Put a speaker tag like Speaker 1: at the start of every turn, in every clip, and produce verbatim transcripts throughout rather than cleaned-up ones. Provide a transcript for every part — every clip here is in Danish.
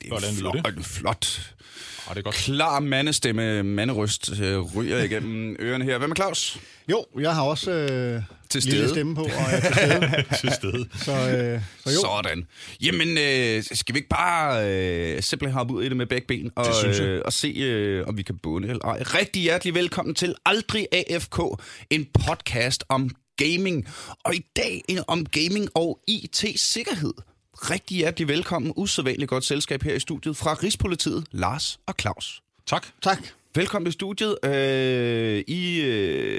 Speaker 1: det er en flot, det? flot.
Speaker 2: Ah, det er godt.
Speaker 1: Klar mandestemme, manderøst øh, ryger igennem ørerne her. Hvem er Claus?
Speaker 3: Jo, jeg har også øh,
Speaker 1: til
Speaker 3: lille stemme på, og jeg er
Speaker 2: til stede.
Speaker 3: så, øh, så jo.
Speaker 1: Sådan. Jamen, øh, skal vi ikke bare øh, simpelthen hoppe ud i det med begge ben og, øh, og se, øh, om vi kan bunde eller ej. Rigtig hjertelig velkommen til Aldrig A F K, en podcast om gaming. Og i dag om gaming og I T-sikkerhed. Rigtig hjertelig velkommen. Usædvanligt godt selskab her i studiet fra Rigspolitiet, Lars og Claus.
Speaker 2: Tak.
Speaker 3: Tak.
Speaker 1: Velkommen i studiet. Øh, I, øh,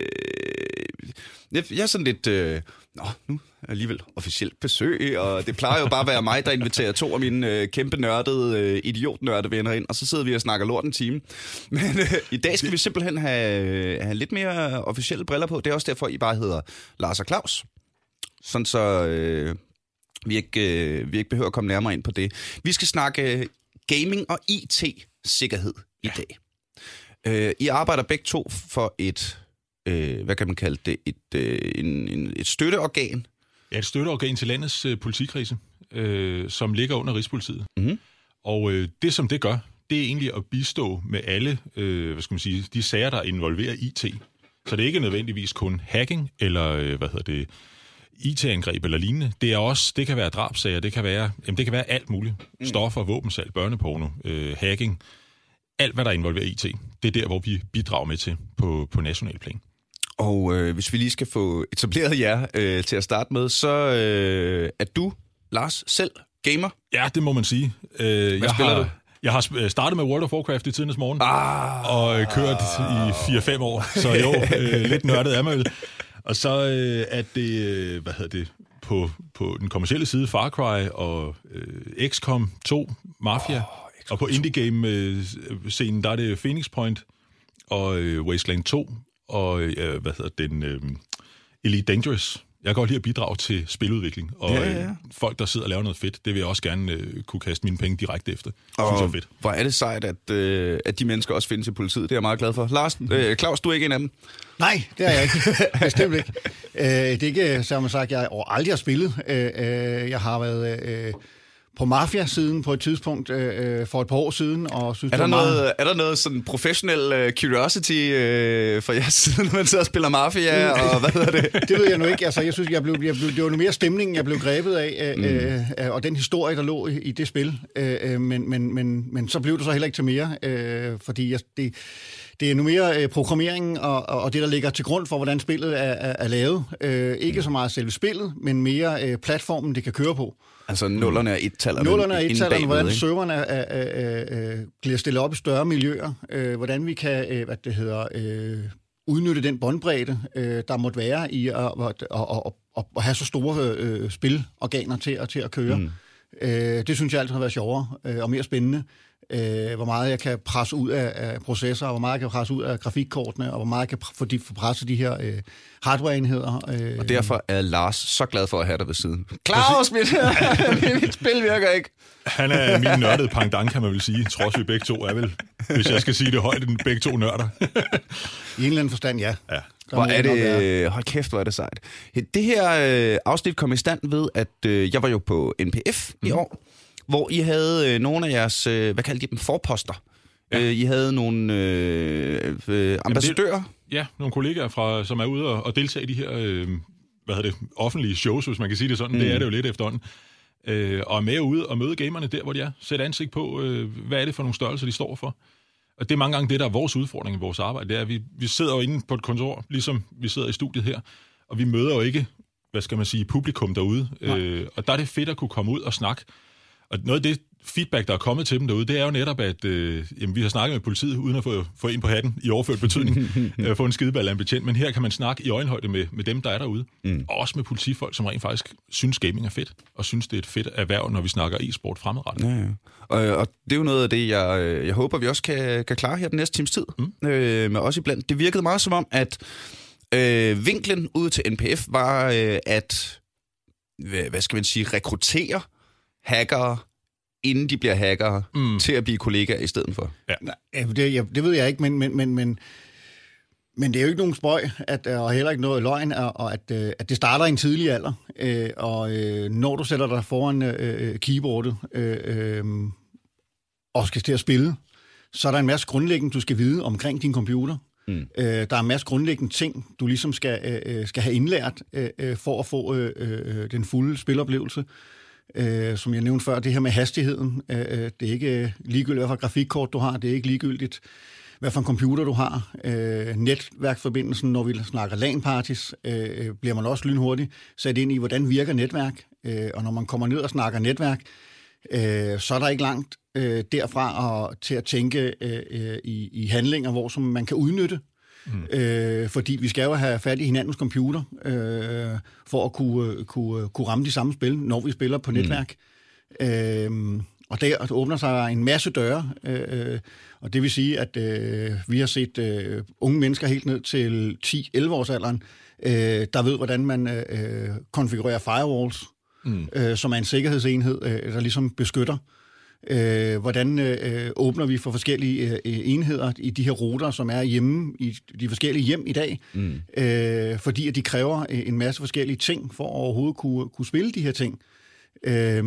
Speaker 1: jeg er sådan lidt... Øh, nå, nu alligevel officielt besøg, og det plejer jo bare at være mig, der inviterer to af mine øh, kæmpe nørdede, øh, idiotnørdevenner ind, og så sidder vi og snakker lort en time. Men øh, i dag skal vi simpelthen have, have lidt mere officielle briller på. Det er også derfor, I bare hedder Lars og Claus. Sådan så... Øh, Vi ikke, øh, vi ikke behøver at komme nærmere ind på det. Vi skal snakke øh, gaming og I T-sikkerhed ja. i dag. Øh, I arbejder begge to for et, øh, hvad kan man kalde det, et, øh, en, en, et støtteorgan.
Speaker 2: Ja, et støtteorgan til landets øh, politikrise, øh, som ligger under Rigspolitiet. Mm-hmm. Og øh, det, som det gør, det er egentlig at bistå med alle, øh, hvad skal man sige, de sager, der involverer I T. Så det er ikke nødvendigvis kun hacking eller, øh, hvad hedder det, I T-angreb eller lignende. Det er også, det kan være drabsager, det kan være, jamen det kan være alt muligt. Stoffer, våbensalg, børneporno, øh, hacking, alt hvad der involverer I T. Det er der, hvor vi bidrager med til på, på national plan.
Speaker 1: Og øh, hvis vi lige skal få etableret jer øh, til at starte med, så øh, er du, Lars, selv gamer?
Speaker 2: Ja, det må man sige. Øh,
Speaker 1: hvad
Speaker 2: jeg
Speaker 1: spiller
Speaker 2: har,
Speaker 1: du?
Speaker 2: Jeg har startet med World of Warcraft i tidens morgen,
Speaker 1: ah,
Speaker 2: og øh, kørt i fire fem år, så jo, øh, lidt nørdet er man vel. Og så øh, er det, øh, hvad hedder det, på, på den kommercielle side, Far Cry og øh, X COM to, Mafia. Oh, og på indie-game-scenen, der er det Phoenix Point og øh, Wasteland to og, øh, hvad hedder den, øh, Elite Dangerous. Jeg kan godt lide at bidrage til spiludvikling, og ja, ja. Øh, folk, der sidder og laver noget fedt, det vil jeg også gerne øh, kunne kaste mine penge direkte efter.
Speaker 1: Og
Speaker 2: synes jeg er fedt.
Speaker 1: Hvor er det sejt, at, øh, at de mennesker også findes i politiet. Det er jeg meget glad for. Lars, øh, Claus, du er ikke en af dem?
Speaker 3: Nej, det er jeg ikke. Bestemt ikke. Øh, det er ikke, som jeg sagt, jeg aldrig har spillet. Øh, øh, jeg har været... Øh, på Mafia-siden på et tidspunkt øh, for et par år siden. Og synes,
Speaker 1: er, der
Speaker 3: det
Speaker 1: noget,
Speaker 3: meget...
Speaker 1: er der noget sådan professional uh, curiosity uh, for jeres side, når man sidder og spiller Mafia, mm. og hvad hedder det?
Speaker 3: Det ved jeg nu ikke. Altså, jeg synes, jeg blev, jeg blev, det var nu mere stemningen, jeg blev grebet af, mm. øh, øh, og den historie, der lå i, i det spil. Øh, men, men, men, men så blev det så heller ikke til mere, øh, fordi jeg, det... Det er nu mere øh, programmeringen og, og det, der ligger til grund for, hvordan spillet er, er, er lavet. Øh, ikke så meget selve spillet, men mere øh, platformen, det kan køre på.
Speaker 1: Altså nullerne er et-tallerne.
Speaker 3: Nullerne er et-tallerne, hvordan serverne er, er, er, er, bliver stillet op i større miljøer. Øh, hvordan vi kan øh, hvad det hedder, øh, udnytte den båndbredde, øh, der måtte være i at, at, at, at, at, at have så store øh, spilorganer til, at, til at køre. Mm. Øh, det synes jeg altid har været sjovere øh, og mere spændende. Øh, hvor meget jeg kan presse ud af, af processorer, hvor meget jeg kan presse ud af grafikkortene, og hvor meget jeg kan pr- få de, få presset de her øh, hardwareenheder. Øh,
Speaker 1: og derfor er Lars så glad for at have dig ved siden. Claus, mit, mit spil virker ikke.
Speaker 2: Han er min nørdede pendant, kan man vel sige. Trods vi begge to er vel, hvis jeg skal sige det højt, den begge to nørder.
Speaker 3: I en eller anden forstand, ja.
Speaker 2: Ja.
Speaker 1: Hvor er det, hold kæft, hvor er det sejt. Det her øh, afsnit kom i stand ved, at øh, jeg var jo på N P F mm. i år, hvor I havde øh, nogle af jeres, øh, hvad kaldte I dem, forposter. Ja. Øh, I havde nogle øh, øh, ambassadører.
Speaker 2: Jamen det, ja, nogle kollegaer, fra, som er ude og, og deltage i de her øh, hvad hedder det, offentlige shows, hvis man kan sige det sådan. Mm. Det er det jo lidt efterhånden. Øh, og er med ude og møde gamerne der, hvor de er. Sæt ansigt på, øh, hvad er det for nogle størrelser, de står for. Og det er mange gange det, der er vores udfordring i vores arbejde. Det er, at vi, vi sidder jo inde på et kontor, ligesom vi sidder i studiet her, og vi møder jo ikke, hvad skal man sige, publikum derude. Øh, og der er det fedt at kunne komme ud og snakke. Og noget af det feedback, der er kommet til dem derude, det er jo netop, at øh, jamen, vi har snakket med politiet, uden at få, få en på hatten i overført betydning, øh, få en skideball af en betjent, men her kan man snakke i øjenhøjde med, med dem, der er derude. Mm. Og også med politifolk, som rent faktisk synes, gaming er fedt, og synes, det er et fedt erhverv, når vi snakker e-sport fremadrettet.
Speaker 1: Ja, ja. Og, og det er jo noget af det, jeg, jeg håber, vi også kan, kan klare her den næste times tid, mm. øh, med os iblandt. Det virkede meget som om, at øh, vinklen ud til N P F var, øh, at, hvad, hvad skal man sige, rekruttere hackere, inden de bliver hackere, mm. til at blive kollegaer i stedet for.
Speaker 3: Ja. Nej, det, jeg, det ved jeg ikke, men, men, men, men, men det er jo ikke nogen spøj, at, og heller ikke noget løgn, og at, at det starter i en tidlig alder. Øh, og øh, når du sætter dig foran øh, keyboardet, øh, øh, og skal til at spille, så er der en masse grundlæggende, du skal vide omkring din computer. Mm. Øh, der er en masse grundlæggende ting, du ligesom skal, øh, skal have indlært øh, for at få øh, øh, den fulde spiloplevelse. Øh, som jeg nævnte før, det her med hastigheden, øh, det er ikke ligegyldigt, hvad for grafikkort du har, det er ikke ligegyldigt, hvad for en computer du har. Øh, netværksforbindelsen, når vi snakker LAN-parties, øh, bliver man også lynhurtigt sat ind i, hvordan virker netværk. Øh, og når man kommer ned og snakker netværk, øh, så er der ikke langt øh, derfra og, til at tænke øh, i, i handlinger, hvor som man kan udnytte. Mm. Øh, fordi vi skal jo have fat i hinandens computer, øh, for at kunne, kunne, kunne ramme de samme spil, når vi spiller på netværk. Mm. Øh, og der åbner sig en masse døre, øh, og det vil sige, at øh, vi har set øh, unge mennesker helt ned til ti til elleve års alderen, øh, der ved, hvordan man øh, konfigurerer firewalls, mm. øh, som er en sikkerhedsenhed, øh, der ligesom beskytter. Øh, hvordan øh, åbner vi for forskellige øh, enheder i de her ruter, som er hjemme i de forskellige hjem i dag, mm. øh, fordi at de kræver en masse forskellige ting for at overhovedet kunne, kunne spille de her ting øh,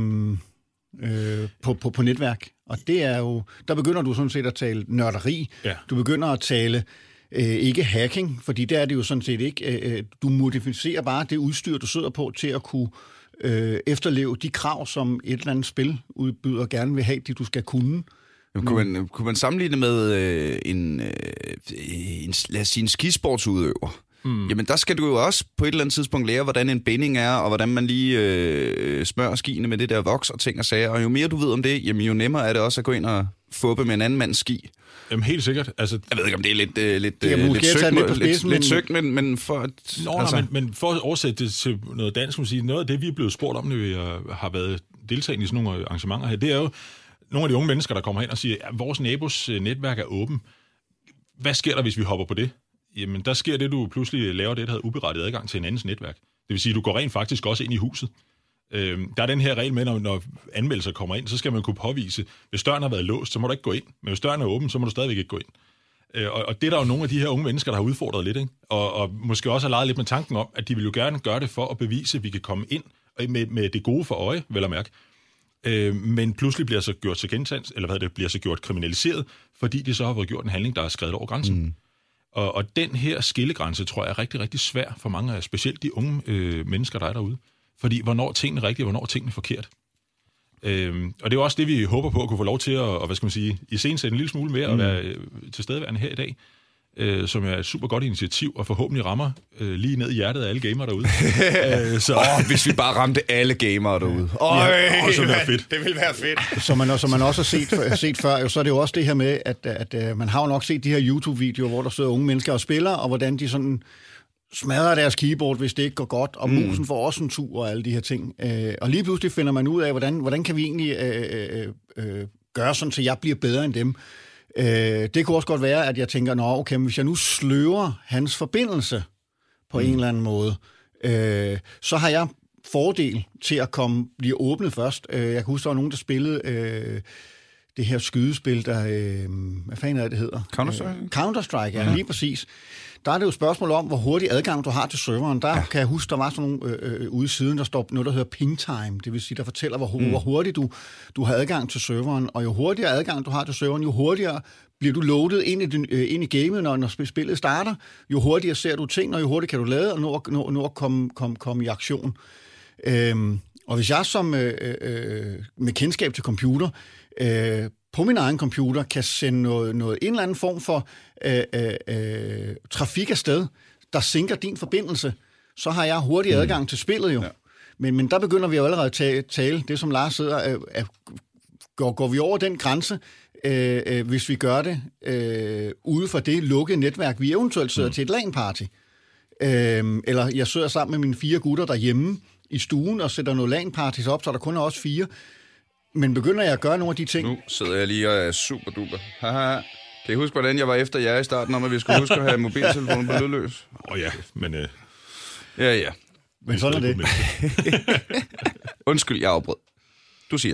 Speaker 3: øh, på, på, på netværk. Og det er jo, der begynder du sådan set at tale nørderi. Ja. Du begynder at tale øh, ikke hacking, fordi der er det jo sådan set ikke. Øh, du modificerer bare det udstyr, du sidder på, til at kunne Øh, efterleve de krav, som et eller andet spiludbyder gerne vil have, de du skal kunne.
Speaker 1: Jamen, kunne, man, kunne man sammenligne med øh, en, øh, en, lad os sige, en skisportsudøver? Mm. Jamen, der skal du jo også på et eller andet tidspunkt lære, hvordan en binding er, og hvordan man lige øh, smører skiene med det der voks og ting og sager. Og jo mere du ved om det, jamen, jo nemmere er det også at gå ind og fuppe med en anden mands ski.
Speaker 2: Jamen helt sikkert. Altså,
Speaker 1: jeg ved ikke, om det er lidt, øh, lidt,
Speaker 3: det er
Speaker 1: lidt søgt,
Speaker 3: lidt,
Speaker 1: lidt, lidt søgt, men, men for at...
Speaker 2: Nå, altså... men, men for at oversætte det til noget dansk, må sige, noget af det, vi er blevet spurgt om, når vi har været deltagende i sådan nogle arrangementer her, det er jo nogle af de unge mennesker, der kommer hen og siger, at vores nabos netværk er åben. Hvad sker der, hvis vi hopper på det? Jamen, der sker det, du pludselig laver det, der hedder uberettiget adgang til en andens netværk. Det vil sige, at du går rent faktisk også ind i huset. Øhm, der er den her regel med, når, når anmeldelser kommer ind, så skal man kunne påvise, hvis døren har været låst, så må du ikke gå ind. Men hvis døren er åben, så må du stadigvæk ikke gå ind. Øh, og, og det er der jo nogle af de her unge mennesker, der har udfordret lidt, ikke? Og, og måske også har leget lidt med tanken om, at de vil jo gerne gøre det for at bevise, at vi kan komme ind med, med det gode for øje, vel at mærke. Øh, men pludselig bliver så gjort til genstands, eller hvad det bliver så gjort kriminaliseret, fordi de så har været gjort en handling, der er skrevet over grænsen. Mm. Og, og den her skillegrænse, tror jeg, er rigtig, rigtig svær for mange af specielt de unge øh, mennesker, der er derude. Fordi hvornår tingene er rigtige, og hvornår tingene er forkert. Øhm, og det er jo også det, vi håber på at kunne få lov til at, og, hvad skal man sige, iscenesætte en lille smule mere, mm. og være øh, tilstedeværende her i dag, øh, som er et super godt initiativ, og forhåbentlig rammer øh, lige ned i hjertet af alle gamere derude. øh, så...
Speaker 1: oh, hvis vi bare ramte alle gamere derude.
Speaker 3: Åh,
Speaker 1: oh,
Speaker 3: ja,
Speaker 1: det, det, fedt. det ville være fedt.
Speaker 3: Som man, som man også har set, set før, jo, så er det jo også det her med, at, at, at man har jo nok set de her YouTube-videoer, hvor der sidder unge mennesker og spiller, og hvordan de sådan smadrer deres keyboard, hvis det ikke går godt, og musen mm. får også en tur og alle de her ting. Øh, og lige pludselig finder man ud af, hvordan, hvordan kan vi egentlig øh, øh, gøre sådan, så jeg bliver bedre end dem. Øh, det kunne også godt være, at jeg tænker, nå okay, hvis jeg nu sløver hans forbindelse på mm. en eller anden måde, øh, så har jeg fordel til at komme, blive åbnet først. Øh, jeg kan huske, der var nogen, der spillede øh, det her skydespil, der, øh, hvad fanden er det, det hedder?
Speaker 1: Counter-Strike?
Speaker 3: Øh, Counter-Strike, ja, ja, lige præcis. Der er det jo et spørgsmål om, hvor hurtig adgang du har til serveren. Der ja. kan jeg huske, der var sådan nogle øh, øh, ude i siden, der står noget, der hedder ping time. Det vil sige, der fortæller, hvor, mm. hvor hurtigt du, du har adgang til serveren. Og jo hurtigere adgang du har til serveren, jo hurtigere bliver du loadet ind i, den, øh, ind i gamet, når, når spillet starter. Jo hurtigere ser du ting, og jo hurtigere kan du lade, og nå, nå, nå at komme, komme, komme i aktion. Øhm, og hvis jeg som øh, øh, med kendskab til computer, øh, på min egen computer kan sende noget, noget en eller anden form for øh, øh, trafik afsted, der sinker din forbindelse, så har jeg hurtig adgang mm. til spillet jo. Ja. Men, men der begynder vi jo allerede at tale, tale det, som Lars sidder, øh, øh, går, går vi over den grænse, øh, øh, hvis vi gør det øh, ude for det lukkede netværk, vi eventuelt sidder mm. til et LAN-party. Øh, eller jeg sidder sammen med mine fire gutter derhjemme i stuen og sætter noget LAN-parties op, så der kun er også fire. Men begynder jeg at gøre nogle af de ting?
Speaker 1: Nu sidder jeg lige og er super duper. Haha. Kan I huske, hvordan jeg var efter jer i starten om, at vi skulle huske at have mobiltelefonen på lydløs?
Speaker 2: Åh oh ja, men... Øh...
Speaker 1: Ja, ja.
Speaker 3: Men sådan er det.
Speaker 1: Undskyld, jeg afbrød. Du siger.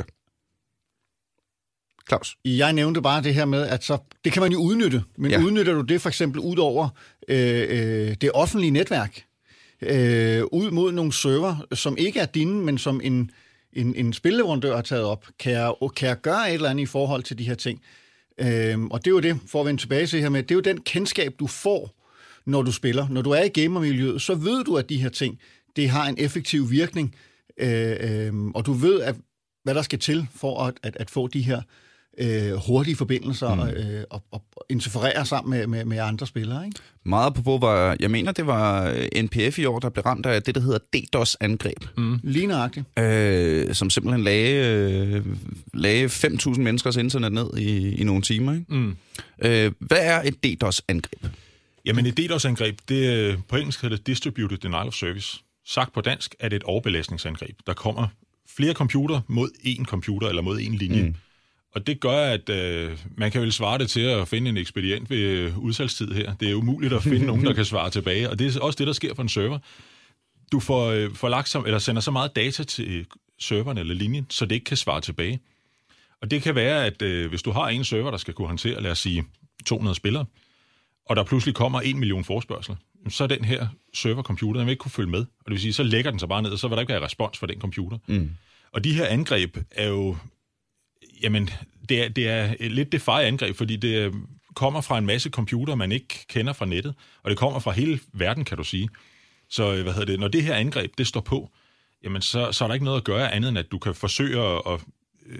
Speaker 1: Claus.
Speaker 3: Jeg nævnte bare det her med, at så, det kan man jo udnytte. Men ja. udnytter du det for eksempel ud over øh, øh, det offentlige netværk, øh, ud mod nogle server, som ikke er dine, men som en... en, en spilleverandør har taget op. Kan jeg, kan jeg gøre et eller andet i forhold til de her ting? Øhm, og det er jo det, for at vende tilbage til her med, det er jo den kendskab, du får, når du spiller. Når du er i gamermiljøet, så ved du, at de her ting, det har en effektiv virkning, øh, øh, og du ved, at, hvad der skal til for at, at, at få de her øh, hurtige forbindelser mm. øh, og, og interferere sammen med, med, med andre spillere. Ikke?
Speaker 1: Meget på var, jeg mener, det var N P F i år, der blev ramt af det, der hedder DDoS-angreb.
Speaker 3: Mm. Lige nøjagtigt.
Speaker 1: Øh, som simpelthen lagde, øh, lagde fem tusind menneskers internet ned i, i nogle timer. Ikke? Mm. Øh, hvad er et DDoS-angreb?
Speaker 2: Jamen et DDoS-angreb, det, på engelsk hedder det Distributed Denial of Service. Sagt på dansk er det et overbelastningsangreb. Der kommer flere computer mod én computer eller mod én linje. Mm. Og det gør, at øh, man kan vel svare det til at finde en ekspedient ved øh, udsalgstid her. Det er umuligt at finde nogen, der kan svare tilbage. Og det er også det, der sker på en server. Du får, øh, får lagt som, eller sender så meget data til serveren eller linjen, så det ikke kan svare tilbage. Og det kan være, at øh, hvis du har en server, der skal kunne håndtere, lad os sige, to hundrede spillere, og der pludselig kommer en million forespørgsler, så er den her servercomputer, den vil ikke kunne følge med. Og det vil sige, så lægger den sig bare ned, og så vil der ikke være respons for den computer. Mm. Og de her angreb er jo... Jamen, det er, det er lidt det feje angreb, fordi det kommer fra en masse computer, man ikke kender fra nettet, og det kommer fra hele verden, kan du sige. Så hvad hedder det, når det her angreb, det står på, jamen så, så er der ikke noget at gøre andet, end at du kan forsøge at, at øh,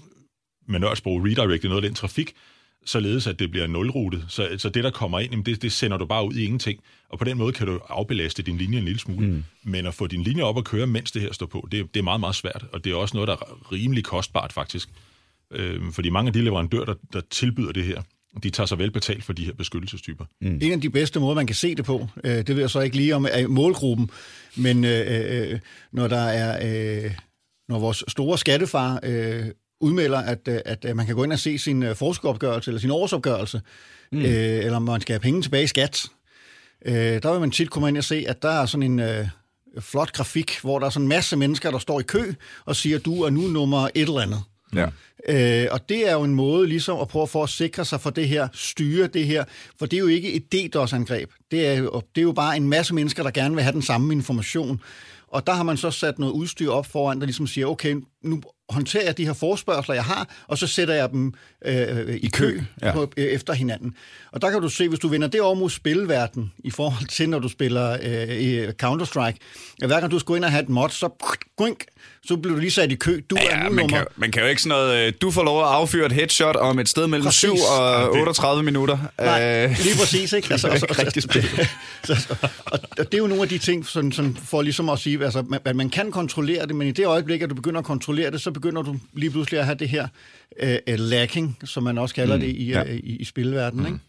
Speaker 2: med nørdsprog redirecte noget af den trafik, således at det bliver nulrutet. Så, så det, der kommer ind, jamen det, det sender du bare ud i ingenting. Og på den måde kan du afbelaste din linje en lille smule. Mm. Men at få din linje op at køre, mens det her står på, det, det er meget, meget svært. Og det er også noget, der er rimelig kostbart, faktisk. Øh, fordi mange af de leverandører, der, der tilbyder det her, de tager sig vel betalt for de her beskyttelsestyper. Mm.
Speaker 3: En af de bedste måder, man kan se det på, øh, det ved jeg så ikke lige om er målgruppen, men øh, øh, når der er, øh, når vores store skattefar øh, udmelder, at, at, at man kan gå ind og se sin forskeropgørelse eller sin årsopgørelse, mm. øh, eller om man skal have penge tilbage i skat, øh, der vil man tit komme ind og se, at der er sådan en øh, flot grafik, hvor der er sådan en masse mennesker, der står i kø og siger, du er nu nummer et eller andet.
Speaker 1: Ja.
Speaker 3: Øh, og det er jo en måde ligesom at prøve for at sikre sig for det her, styre det her, for det er jo ikke et DDoS-angreb. Det er, jo, det er jo bare en masse mennesker, der gerne vil have den samme information. Og der har man så sat noget udstyr op foran, der ligesom siger, okay, nu håndterer jeg de her forespørgsler, jeg har, og så sætter jeg dem øh, i, I kø, kø ja. på, øh, efter hinanden. Og der kan du se, hvis du vender det over mod spilverden, i forhold til, når du spiller øh, i Counter-Strike, at hver gang du skal gå ind og have et mod, så, så bliver du lige sat i kø. Du
Speaker 1: ja,
Speaker 3: er nu
Speaker 1: man,
Speaker 3: nummer...
Speaker 1: kan, man kan jo ikke sådan noget, du får lov at affyre et headshot om et sted mellem præcis. syv og otteogtredive minutter.
Speaker 3: Nej, lige præcis, ikke?
Speaker 1: Altså, det er ikke rigtig spil.
Speaker 3: Og det er jo nogle af de ting, sådan, sådan for ligesom at sige, altså, man, man kan kontrollere det, men i det øjeblik, at du begynder at kontrollere det, så begynder du lige pludselig at have det her uh, lacking, som man også kalder mm, det i, ja. uh, i, i spilverdenen, mm. ikke?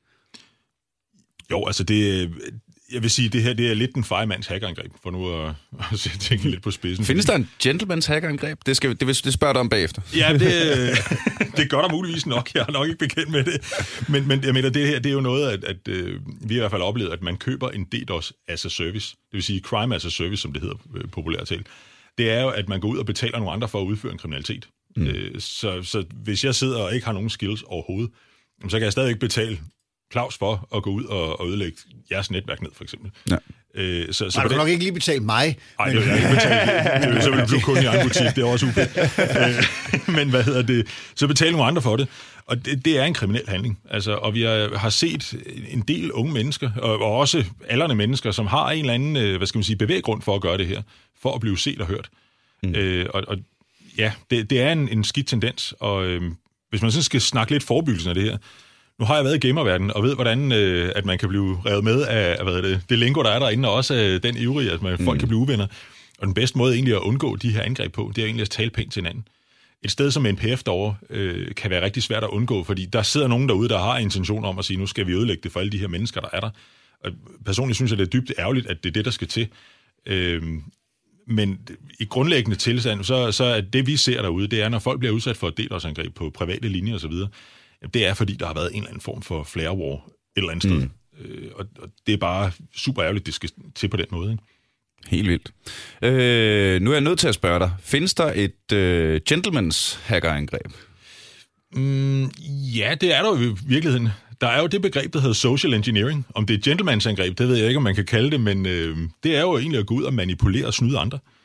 Speaker 2: Jo, altså det... Jeg vil sige, det her det er lidt en fejemands hackerangreb, for nu at, at sætte tingene lidt på spidsen.
Speaker 1: Findes der en gentleman's hackerangreb? Det, skal, det, det spørger du om bagefter.
Speaker 2: Ja, det, det gør der muligvis nok. Jeg er nok ikke bekendt med det. Men, men jeg mener, det her det er jo noget, at, at uh, vi i hvert fald har oplevet, at man køber en DDoS as a service. Det vil sige crime as a service, som det hedder uh, populært talt. Det er jo, at man går ud og betaler nogle andre for at udføre en kriminalitet. Mm. Uh, så, så hvis jeg sidder og ikke har nogen skills overhovedet, så kan jeg stadig ikke betale Claus for at gå ud og, og ødelægge jeres netværk ned, for eksempel. Ja.
Speaker 3: Øh, så, så Nej, du kan nok ikke lige betale mig.
Speaker 2: Nej, det vil jeg ikke betale. Så vil du kun i egen butik, det er også ufedt. øh, men hvad hedder det? Så betale nogle andre for det. Og det, det er en kriminel handling. Altså, og vi har, har set en del unge mennesker, og, og også aldrende mennesker, som har en eller anden, hvad skal man sige, bevæggrund for at gøre det her, for at blive set og hørt. Mm. Øh, og, og ja, det, det er en, en skidt tendens, og øh, hvis man sådan skal snakke lidt forebyggelsen af det her, nu har jeg været i gamerverdenen og ved, hvordan øh, at man kan blive revet med af hvad det, det lingo, der er derinde, og også øh, den ivrige, at man, mm. folk kan blive uvenner. Og den bedste måde egentlig at undgå de her angreb på, det er egentlig at tale pænt til hinanden. Et sted som N P F derovre øh, kan være rigtig svært at undgå, fordi der sidder nogen derude, der har intention om at sige, nu skal vi ødelægge det for alle de her mennesker, der er der. Og personligt synes jeg, det er dybt ærgerligt, at det er det, der skal til. Øh, men i grundlæggende tilstand, så, så er det, vi ser derude, det er, når folk bliver udsat for et DDoS-angreb på private linjer osv., det er, fordi der har været en eller anden form for flare war et eller andet sted. Mm. Øh, og, og det er bare super ærgerligt, det skal til på den måde. Ikke?
Speaker 1: Helt vildt. Øh, nu er jeg nødt til at spørge dig. Findes der et øh, gentleman's hackerangreb?
Speaker 2: Mm, ja, det er der jo i virkeligheden. Der er jo det begreb, der hedder social engineering. Om det er gentleman's angreb, det ved jeg ikke, om man kan kalde det, men øh, det er jo egentlig at gå ud og manipulere og snyde andre.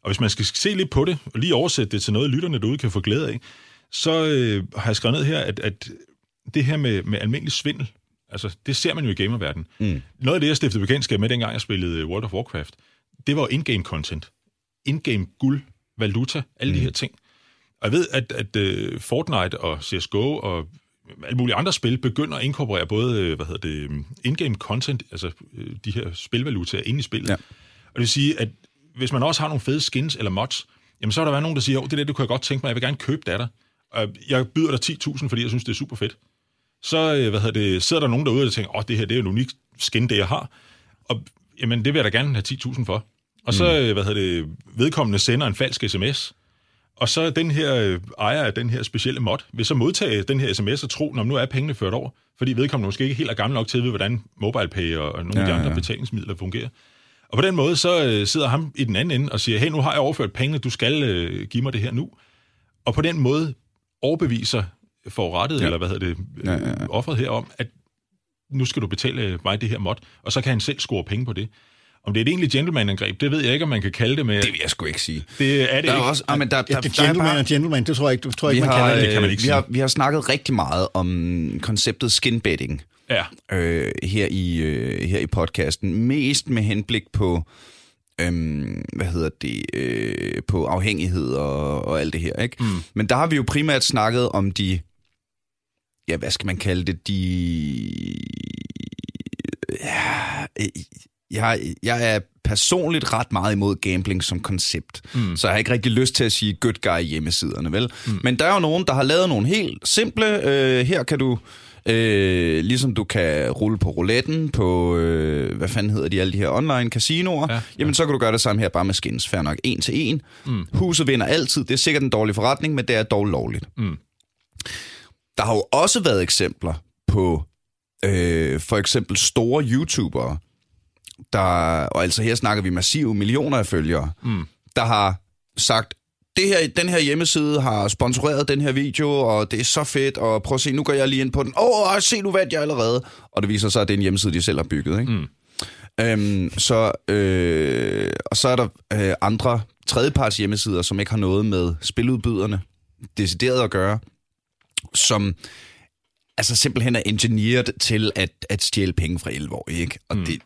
Speaker 2: Og hvis man skal se lidt på det, og lige oversætte det til noget, lytterne derude kan få glæde af, så øh, har jeg skrevet ned her, at, at det her med, med almindelig svindel, altså det ser man jo i gamerverdenen. Mm. Noget af det, jeg stiftede bekendtskab med, dengang jeg spillede World of Warcraft, det var jo in-game content. In-game guld, valuta, alle mm. de her ting. Og jeg ved, at, at uh, Fortnite og C S G O og alle mulige andre spil begynder at inkorporere både, hvad hedder det, in-game content, altså de her spilvalutaer inde i spillet. Ja. Og det vil sige, at hvis man også har nogle fede skins eller mods, jamen så er der været nogen, der siger, åh, det er det, du kunne jeg godt tænke mig, jeg vil gerne købe det af dig. Og jeg byder dig ti tusind, fordi jeg synes, det er super fedt. Så hvad hedder det, sidder der nogen derude, der tænker, åh, det her det er jo en unik skin, det jeg har. Og jamen, det vil jeg da gerne have ti tusind for. Og så, mm. hvad hedder det, vedkommende sender en falsk sms, og så den her ejer af den her specielle mod vil så modtage den her sms og tro, når nu er pengene ført over, fordi vedkommende måske ikke helt er gammel nok til at vide, hvordan MobilePay og, og nogle ja, af de andre ja. betalingsmidler fungerer. Og på den måde, så øh, sidder ham i den anden ende og siger, hey, nu har jeg overført pengene, du skal øh, give mig det her nu. Og på den måde overbeviser forrettet, ja. eller hvad hedder det, øh, ja, ja, ja. offeret her om, at nu skal du betale mig det her mod, og så kan han selv score penge på det. Om det er et egentlig gentleman-angreb, det ved jeg ikke, om man kan kalde det med...
Speaker 1: Det vil jeg sgu ikke sige.
Speaker 2: Det er det
Speaker 1: der
Speaker 2: ikke.
Speaker 1: Er også, ah, men der, der,
Speaker 3: ja, det er gentleman bare, og gentleman, det tror jeg ikke, tror jeg ikke man
Speaker 1: har,
Speaker 3: kalder det.
Speaker 2: Det kan man ikke
Speaker 1: vi
Speaker 2: sige.
Speaker 1: Har, vi har snakket rigtig meget om konceptet skinbetting
Speaker 2: ja.
Speaker 1: øh, her, i, øh, her i podcasten. Mest med henblik på, øhm, hvad hedder det, øh, på afhængighed og, og alt det her, ikke? Mm. Men der har vi jo primært snakket om de... Ja, hvad skal man kalde det? De... Ja... Jeg, jeg er personligt ret meget imod gambling som koncept, mm. så jeg har ikke rigtig lyst til at sige good guy hjemmesiderne, vel? Mm. Men der er jo nogen, der har lavet nogle helt simple, øh, her kan du, øh, ligesom du kan rulle på rouletten, på, øh, hvad fanden hedder de, alle de her online casinoer, ja, jamen ja. så kan du gøre det samme her bare med skins, fair nok, en til en. Mm. Huset vinder altid, det er sikkert en dårlig forretning, men det er dog lovligt. Mm. Der har jo også været eksempler på, øh, for eksempel store YouTubere, der, og altså her snakker vi massive millioner af følgere, mm. der har sagt, det her, den her hjemmeside har sponsoreret den her video, og det er så fedt, og prøv at se, nu går jeg lige ind på den. Åh, oh, se, nu vandt jeg allerede. Og det viser sig, at det er en hjemmeside, de selv har bygget, ikke? Mm. Øhm, så, øh, og så er der øh, andre tredjeparts hjemmesider, som ikke har noget med spiludbyderne decideret at gøre, som altså simpelthen er engineeret til at, at stjæle penge fra elleve-årige, ikke? Og mm. det...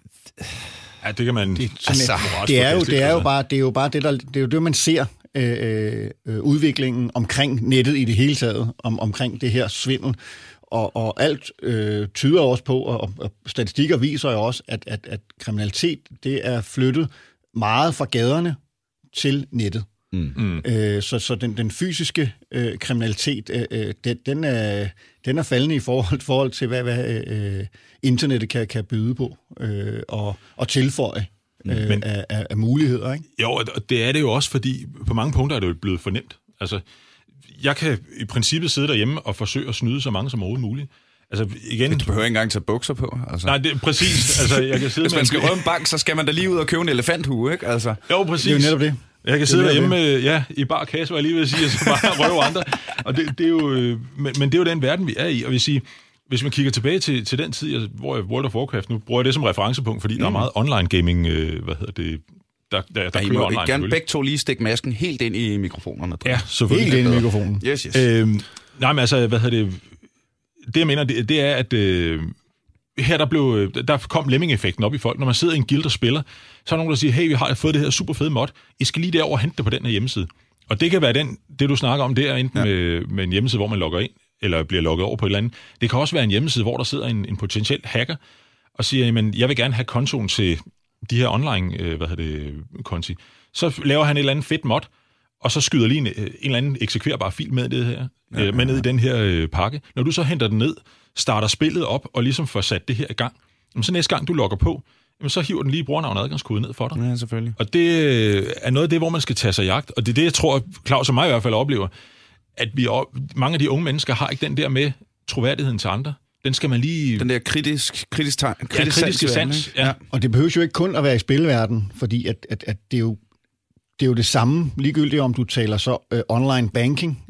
Speaker 2: Ja, det kan man...
Speaker 3: Det, altså, det, er jo, det, er jo bare, det er jo bare det, der, det er jo det, man ser øh, øh, udviklingen omkring nettet i det hele taget, om, omkring det her svindel. Og, og alt øh, tyder også på, og, og statistikker viser jo også, at, at, at kriminalitet, det er flyttet meget fra gaderne til nettet. Mm. Øh, så så den, den fysiske øh, kriminalitet, øh, den, den, er, den er faldende i forhold, forhold til, hvad, hvad øh, internettet kan, kan byde på øh, og, og tilføje øh, Men, af, af, af muligheder. Ikke?
Speaker 2: Jo, og det er det jo også, fordi på mange punkter er det jo blevet for nemt. Altså, jeg kan i princippet sidde derhjemme og forsøge at snyde så mange som overhovedet muligt. Altså, igen...
Speaker 1: Du behøver ikke engang tage bukser på. Altså.
Speaker 2: Nej, det er præcis. Altså, jeg kan sidde
Speaker 1: Hvis man skal røve en bank, så skal man da lige ud og købe en elefanthue, ikke? Altså.
Speaker 2: Jo, præcis.
Speaker 3: Det er jo netop det.
Speaker 2: Jeg kan sidde derhjemme med, ja, i bar kasse, var jeg lige ved at sige, og så bare røve andre. Og det, det er jo, men, men det er jo den verden, vi er i. Og vi siger, hvis man kigger tilbage til, til den tid, hvor jeg World of Warcraft, nu bruger jeg det som referencepunkt, fordi mm. der er meget online gaming, øh, hvad hedder det, der, der, der
Speaker 1: ja, kører online. Jeg vil gerne begge to lige stikke masken helt ind i mikrofonerne.
Speaker 2: Ja, selvfølgelig.
Speaker 3: Helt ind i mikrofonen.
Speaker 1: Yes, yes.
Speaker 2: Øhm, nej, men altså, hvad hedder det, det jeg mener, det, det er, at... Øh, her der, blev, der kom lemming-effekten op i folk. Når man sidder i en guild og spiller, så er der nogen, der siger, hey, vi har fået det her super fede mod. I skal lige derover og hente det på den her hjemmeside. Og det kan være den, det du snakker om der, enten ja. med, med en hjemmeside, hvor man logger ind, eller bliver logget over på et eller andet. Det kan også være en hjemmeside, hvor der sidder en, en potentiel hacker, og siger, jamen, jeg vil gerne have kontoen til de her online, øh, hvad hedder det, konti. Så laver han et eller andet fedt mod, og så skyder lige en, en eller anden eksekverbar fil med, det her, ja, øh, med ned i den her øh, pakke. Når du så henter den ned, starter spillet op og ligesom får sat det her i gang, jamen så næste gang du logger på, jamen så hiver den lige brugernavn og adgangskode ned for dig.
Speaker 1: Ja, selvfølgelig.
Speaker 2: Og det er noget af det, hvor man skal tage sig jagt, og det er det, jeg tror, Claus og mig i hvert fald oplever, at vi mange af de unge mennesker har ikke den der med troværdigheden til andre. Den skal man lige...
Speaker 1: Den der kritisk, kritisk tegn,
Speaker 2: kritisk ja, kritiske sans. sans ja.
Speaker 3: Ja. Og det behøver jo ikke kun at være i spilverden, fordi at, at, at det er jo det er jo det samme, ligegyldigt om du taler så uh, online banking,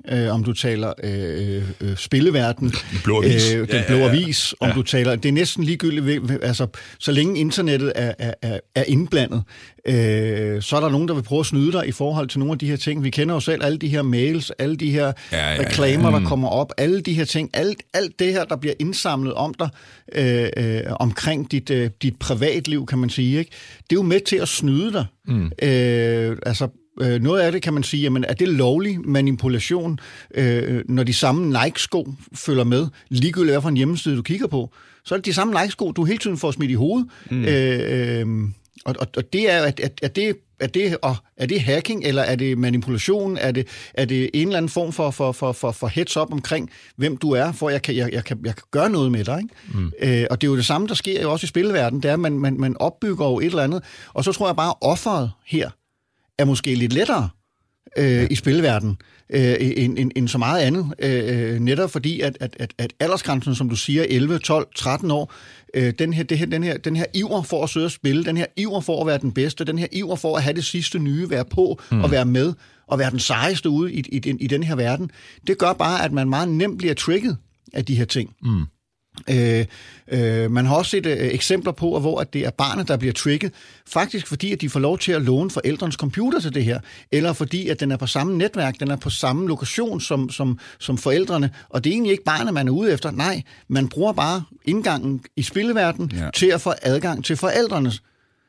Speaker 3: øh, om du taler øh, øh, spilleverden,
Speaker 2: den blå avis,
Speaker 3: øh, den
Speaker 2: ja,
Speaker 3: blå
Speaker 2: ja, ja.
Speaker 3: avis om
Speaker 2: ja.
Speaker 3: du taler, det er næsten ligegyldigt, altså så længe internettet er, er, er, er indblandet, øh, så er der nogen, der vil prøve at snyde dig i forhold til nogle af de her ting. Vi kender jo selv alle de her mails, alle de her ja, ja, ja. reklamer, der kommer op, alle de her ting, alt, alt det her, der bliver indsamlet om dig, øh, øh, omkring dit, øh, dit privatliv, kan man sige, ikke? Det er jo med til at snyde dig. Mm. Øh, altså, øh, noget af det kan man sige, jamen, er det lovlig manipulation, øh, når de samme Nike-sko følger med, ligegyldigt hvad for en hjemmeside, du kigger på, så er det de samme Nike-sko, du hele tiden får smidt i hovedet. Mm. Øh, øh, og, og, og det er, at, at, at det Er det, er det hacking, eller er det manipulation? Er det, er det en eller anden form for, for, for, for, for heads-up omkring, hvem du er, for jeg kan, jeg, jeg kan, jeg kan gøre noget med dig? Ikke? Mm. Øh, og det er jo det samme, der sker jo også i spilverdenen, det er, at man, man, man opbygger jo et eller andet, og så tror jeg bare, at offeret her er måske lidt lettere øh, i spilverdenen, øh, end, end, end så meget andet. Øh, netop fordi, at, at, at, at aldersgrænsen, som du siger, elleve, tolv, tretten år, øh, den, her, det her, den, her, den her iver for at søge at spille, den her iver for at være den bedste, den her iver for at have det sidste nye, være på mm. og være med, og være den sejeste ude i, i, i, i den her verden, det gør bare, at man meget nemt bliver trigget af de her ting. Mm. Øh, øh, man har også set øh, eksempler på, hvor at det er barnet, der bliver trigget, faktisk fordi, at de får lov til at låne forældrens computer til det her, eller fordi, at den er på samme netværk, den er på samme lokation som, som, som forældrene, og det er egentlig ikke barnet, man er ude efter. Nej, man bruger bare indgangen i spilleverdenen ja. til at få adgang til forældrenes.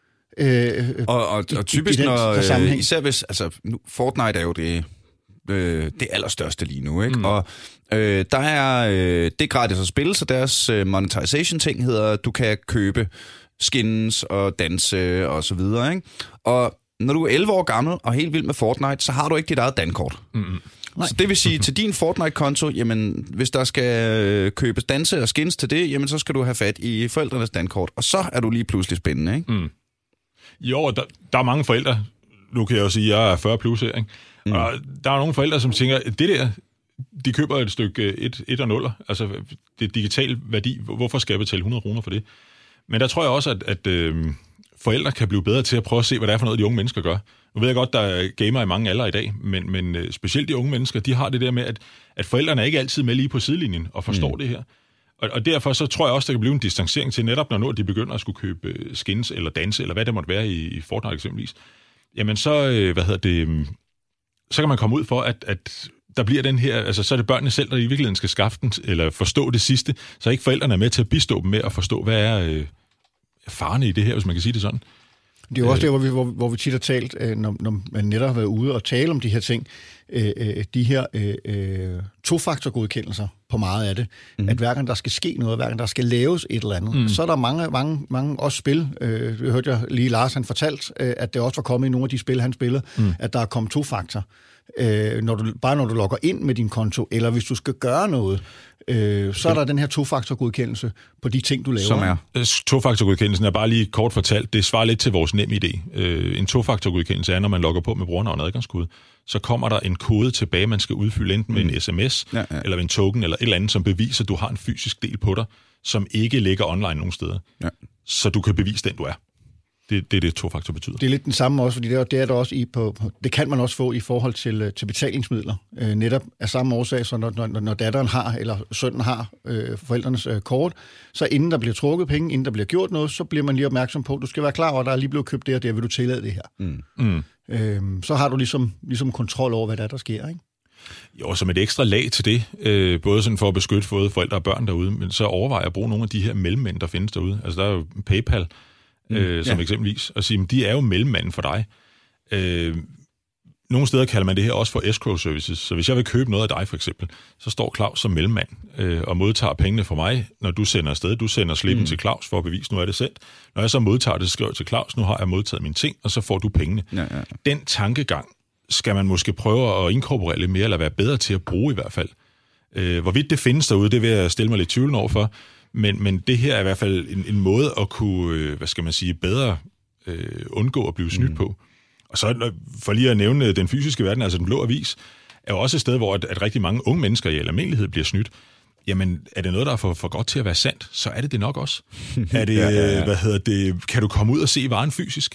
Speaker 3: Øh,
Speaker 1: og, og, og typisk, i, i den, når, øh, især hvis, altså, nu, Fortnite er jo det, øh, det allerstørste lige nu, ikke? Mm. Og øh, der er, øh, det er gratis at spille, så deres øh, monetization-ting hedder, at du kan købe skins og danse og så videre, ikke? Og når du er elleve år gammel og helt vild med Fortnite, så har du ikke dit eget dankort. Mm-hmm. Så det vil sige, til din Fortnite-konto, jamen, hvis der skal købes danse og skins til det, jamen, så skal du have fat i forældrenes dankort, og så er du lige pludselig spændende, ikke? Mm.
Speaker 2: Jo, der, der er mange forældre, nu kan jeg jo sige, at jeg er fyrre plus her, ikke? Mm. Og der er nogle forældre, som tænker, det der, de køber et stykke et, et og nuller, altså det digitale værdi, hvorfor skal jeg betale hundrede kroner for det? Men der tror jeg også, at, at øh, forældre kan blive bedre til at prøve at se, hvad det er for noget, de unge mennesker gør. Nu ved jeg godt, der er gamer i mange aldre i dag, men, men øh, specielt de unge mennesker, de har det der med, at, at forældrene er ikke altid med lige på sidelinjen og forstår mm. det her. Og, og derfor så tror jeg også, der kan blive en distancering til netop, når nu de begynder at skulle købe skins eller danse, eller hvad det måtte være i, i Fortnite eksempelvis. Jamen så, øh, hvad hedder det, så kan man komme ud for, at, at der bliver den her, altså så er det børnene selv, der i virkeligheden skal skaffe den, eller forstå det sidste, så ikke forældrene er med til at bistå dem med at forstå, hvad er øh, farerne i det her, hvis man kan sige det sådan. Det er jo også der, hvor vi, hvor, hvor vi tit har talt, når, når man netop har været ude og tale om de her ting, øh, de her øh, tofaktorgodkendelser på meget af det, mm-hmm. at hver gang der skal ske noget, hver gang der skal laves et eller andet, mm. så er der mange, mange, mange også spil, øh, det hørte jeg lige Lars, han fortalt, øh, at det også var kommet i nogle af de spil, han spiller, mm. at der er kommet tofaktor. Øh, når du, bare når du logger ind med din konto, eller hvis du skal gøre noget, øh, så er der den her tofaktorgodkendelse på de ting, du laver. Som er? Tofaktorgodkendelsen er bare lige kort fortalt, det svarer lidt til vores NemID. Øh, en tofaktorgodkendelse er, når man logger på med brugernavn og adgangskode, så kommer der en kode tilbage, man skal udfylde enten med mm. en sms, ja, ja. eller en token, eller et eller andet, som beviser, at du har en fysisk del på dig, som ikke ligger online nogen steder. Ja. Så du kan bevise den, du er. Det, det er det, to-faktor betyder. Det
Speaker 3: er lidt den samme også, fordi det er, det er der også i på, på, det kan man også få i forhold til, til betalingsmidler. Øh, netop af samme årsag, så når, når, når datteren har, eller sønnen har øh, forældrenes øh, kort, så inden der bliver trukket penge, inden der bliver gjort noget, så bliver man lige opmærksom på, du skal være klar over, at der er lige blevet købt det og det, vil du tillade det her. Mm. Mm. Øh, så har du ligesom, ligesom kontrol over, hvad der er, der sker, ikke?
Speaker 2: Jo, som et ekstra lag til det, øh, både sådan for at beskytte både forældre og børn derude, men så overvejer at bruge nogle af de her mellemmænd, der findes derude. Altså der er jo PayPal, Øh, som ja. eksempelvis, og sige, de er jo mellemmanden for dig. Øh, nogle steder kalder man det her også for escrow services, så hvis jeg vil købe noget af dig for eksempel, så står Claus som mellemmand øh, og modtager pengene fra mig, når du sender afsted. Du sender slippen mm. til Claus for at bevise, nu er det sendt. Når jeg så modtager det, så skriver jeg til Claus, nu har jeg modtaget mine ting, og så får du pengene. Ja, ja, ja. Den tankegang skal man måske prøve at inkorporere lidt mere, eller være bedre til at bruge i hvert fald. Øh, hvorvidt det findes derude, det vil jeg stille mig lidt tvivl over for. Men, men det her er i hvert fald en, en måde at kunne, øh, hvad skal man sige, bedre øh, undgå at blive snydt mm. på. Og så for lige at nævne den fysiske verden, altså den blå avis, er jo også et sted, hvor at, at rigtig mange unge mennesker i almindelighed bliver snydt. Jamen, er det noget, der er for, for godt til at være sandt, så er det det nok også. Er det, ja, ja, ja. Hvad hedder det, kan du komme ud og se varen fysisk?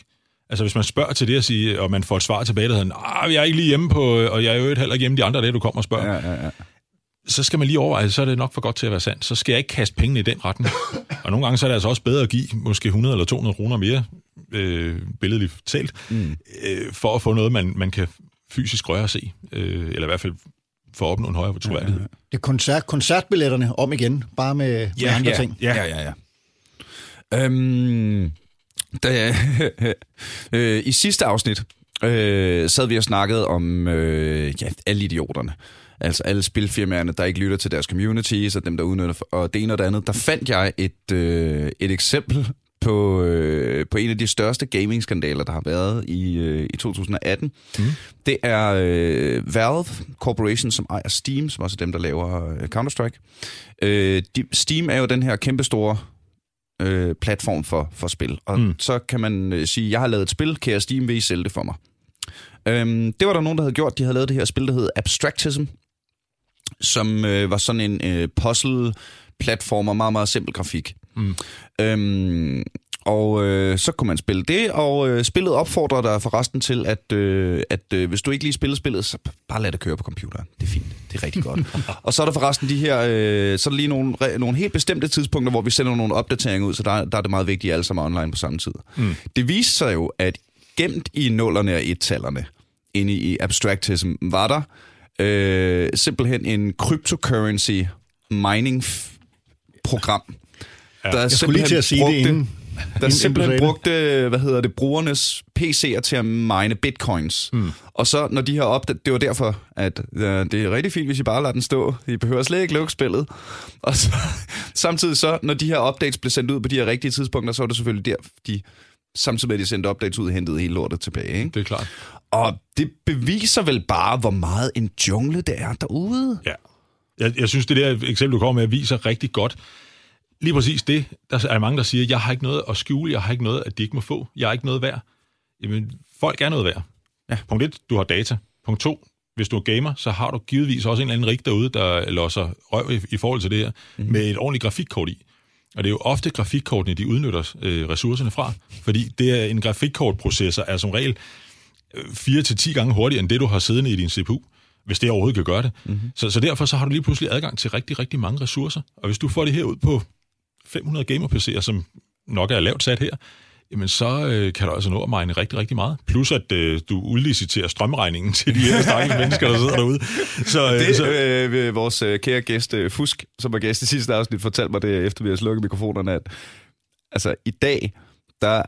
Speaker 2: Altså, hvis man spørger til det og, siger, og man får et svar tilbage, der hedder, ah, jeg er ikke lige hjemme på, og jeg er jo heller ikke hjemme de andre dage, du kommer og spørger. Ja, ja, ja. Så skal man lige overveje, så er det nok for godt til at være sandt. Så skal jeg ikke kaste pengene i den retning. Og nogle gange så er det altså også bedre at give måske hundrede eller to hundrede kroner mere, øh, billedligt talt, mm. øh, for at få noget, man, man kan fysisk røre og se. Øh, eller i hvert fald for at opnå en højere troværdighed. Ja, ja.
Speaker 3: Det er koncert, koncertbilletterne om igen, bare med,
Speaker 1: ja,
Speaker 3: med andre
Speaker 1: ja,
Speaker 3: ting.
Speaker 1: Ja, ja, ja. ja. Øhm, da, øh, I sidste afsnit øh, sad vi og snakkede om øh, ja, alle idioterne. Altså alle spilfirmaerne, der ikke lytter til deres communities, og dem, der udnytter og det ene og det andet. Der fandt jeg et, øh, et eksempel på, øh, på en af de største gaming-skandaler, der har været i, øh, i to tusind atten. Mm. Det er øh, Valve Corporation, som ejer Steam, som også er dem, der laver øh, Counter-Strike. Øh, de, Steam er jo den her kæmpestore øh, platform for, for spil. Og mm. så kan man øh, sige, jeg har lavet et spil, kære Steam, vil I sælge det for mig? Øhm, det var der nogen, der havde gjort. De havde lavet det her spil, der hed Abstractism, som øh, var sådan en øh, puzzle-platform og meget, meget simpel grafik. Mm. Øhm, og øh, så kunne man spille det, og øh, spillet opfordrer dig forresten til, at, øh, at øh, hvis du ikke lige spiller spillet, så bare lad det køre på computeren. Det er fint. Det er rigtig godt. Og så er der forresten de her, øh, så er der lige nogle, nogle helt bestemte tidspunkter, hvor vi sender nogle opdateringer ud, så der, der er det meget vigtigt, at alle sammen er online på samme tid. Mm. Det viste sig jo, at gemt i nullerne og et-tallerne, inde i Abstractism, var der øh, simpelthen en cryptocurrency mining-program, ja. der
Speaker 3: Jeg skulle lige til at sige
Speaker 1: brugte,
Speaker 3: det inden.
Speaker 1: Der simpelthen brugte, hvad hedder det, brugernes P C'er til at mine bitcoins. Mm. Og så, når de her opdaget, det var derfor, at ja, det er rigtig fint, hvis I bare lader den stå. I behøver slet ikke lukke spillet. Og så, samtidig så, når de her updates blev sendt ud på de her rigtige tidspunkter, så var det selvfølgelig der, de samtidig med, at de sendte updates ud, hentede hele lortet tilbage. Ikke?
Speaker 2: Det er klart.
Speaker 1: Og det beviser vel bare, hvor meget en jungle det er derude.
Speaker 2: Ja. Jeg, jeg synes, det der eksempel, du kommer med, viser rigtig godt. Lige præcis det. Der er mange, der siger, jeg har ikke noget at skjule, jeg har ikke noget, at de ikke må få. Jeg har ikke noget værd. Jamen, folk er noget værd. Ja. Punkt et, du har data. Punkt to, hvis du er gamer, så har du givetvis også en eller anden rig derude, der losser røv i, i forhold til det her, mm-hmm. med et ordentligt grafikkort i. Og det er jo ofte grafikkortene, de udnytter øh, ressourcerne fra, fordi det er en grafikkortprocessor er som regel fire til ti gange hurtigere end det, du har siddende i din C P U, hvis det overhovedet kan gøre det. Mm-hmm. Så, så derfor så har du lige pludselig adgang til rigtig, rigtig mange ressourcer. Og hvis du får det her ud på fem hundrede gamer-P C'er, som nok er lavt sat her, jamen så øh, kan du altså nå at mine rigtig, rigtig meget. Plus at øh, du udliciterer strømregningen til de her stakkels mennesker, der sidder derude. Så, øh,
Speaker 1: det,
Speaker 2: så...
Speaker 1: Øh, vores øh, kære gæst, øh, Fusk, som var gæst i sidste afsnit, fortalte mig det, efter vi har slukket mikrofonerne, at altså, i dag, der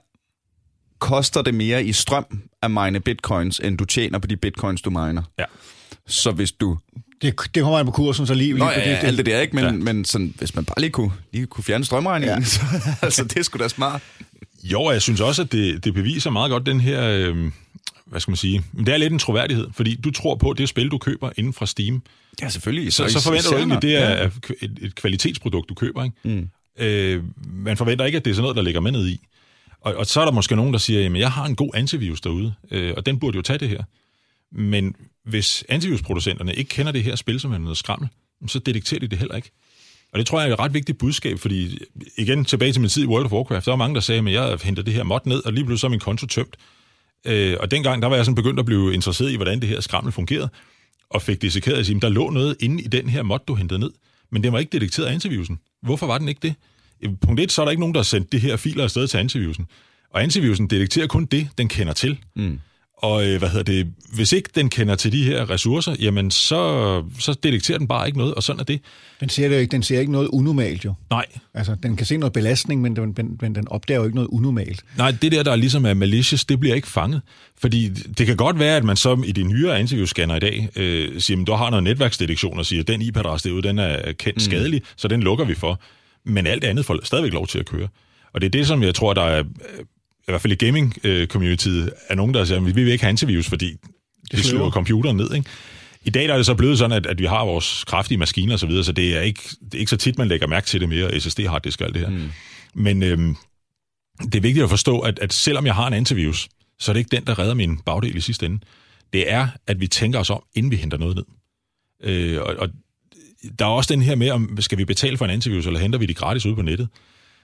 Speaker 1: koster det mere i strøm at mine bitcoins, end du tjener på de bitcoins, du miner. Ja. Så hvis du...
Speaker 3: Det, det kommer man på kursen, så lige...
Speaker 1: Nå,
Speaker 3: lige
Speaker 1: ja,
Speaker 3: det, det,
Speaker 1: alt det der, ikke? Men, ja. men sådan, hvis man bare lige kunne, lige kunne fjerne strømregningen, ja. så altså, det er sgu da smart.
Speaker 2: Jo, og jeg synes også, at det, det beviser meget godt den her... Øh, hvad skal man sige? Det er lidt en troværdighed, fordi du tror på, at det spil, du køber inden fra Steam...
Speaker 1: Ja, selvfølgelig.
Speaker 2: Så, så forventer du egentlig, at det er ja. et, et kvalitetsprodukt, du køber, ikke? Mm. Øh, man forventer ikke, at det er sådan noget, der ligger med ned i. Og, og så er der måske nogen, der siger, jamen jeg har en god antivirus derude, øh, og den burde jo tage det her. Men hvis antivirusproducenterne ikke kender det her spil, som er noget skrammel, så detekterer de det heller ikke. Og det tror jeg er et ret vigtigt budskab, fordi igen tilbage til min tid i World of Warcraft, der var mange, der sagde, at jeg har hentet det her mod ned, og lige pludselig så er min konto tømt. Øh, og dengang, der var jeg sådan begyndt at blive interesseret i, hvordan det her skrammel fungerede, og fik dissekeret at sige, at der lå noget inde i den her mod, du hentede ned, men den var ikke detekteret af antivirusen. Hvorfor var den ikke det? Punkt et, så er der ikke nogen, der har sendt det her filer afsted til antivirusen. Og antivirusen detekterer kun det, den kender til. Mm. Og øh, hvad hedder det, hvis ikke den kender til de her ressourcer, jamen så, så detekterer den bare ikke noget, og sådan er det. Den
Speaker 3: ser, det ikke, den ser ikke noget unormalt jo.
Speaker 2: Nej.
Speaker 3: Altså, den kan se noget belastning, men den, men den opdager jo ikke noget unormalt.
Speaker 2: Nej, det der, der ligesom er malicious, det bliver ikke fanget. Fordi det kan godt være, at man så i de nyere antivirus-scanner i dag øh, siger, at du har noget netværksdetektion og siger, at den I P-adresse derude, den er kendt mm. skadelig, så den lukker vi for. Men alt andet får stadigvæk lov til at køre. Og det er det, som jeg tror, der er... i hvert fald i gaming-communityet, er nogen, der siger, at vi vil ikke have antivirus, fordi det slår computeren ned. Ikke? I dag der er det så blevet sådan, at, at vi har vores kraftige maskiner og så videre, så det er, ikke, det er ikke så tit, man lægger mærke til det mere, S S D-harddisk og alt det her. Mm. Men øhm, det er vigtigt at forstå, at, at selvom jeg har en antivirus, så er det ikke den, der redder min bagdel i sidste ende. Det er, at vi tænker os om, inden vi henter noget ned. Øh, og, og der er også den her med, om skal vi betale for en antivirus, eller henter vi det gratis ude på nettet?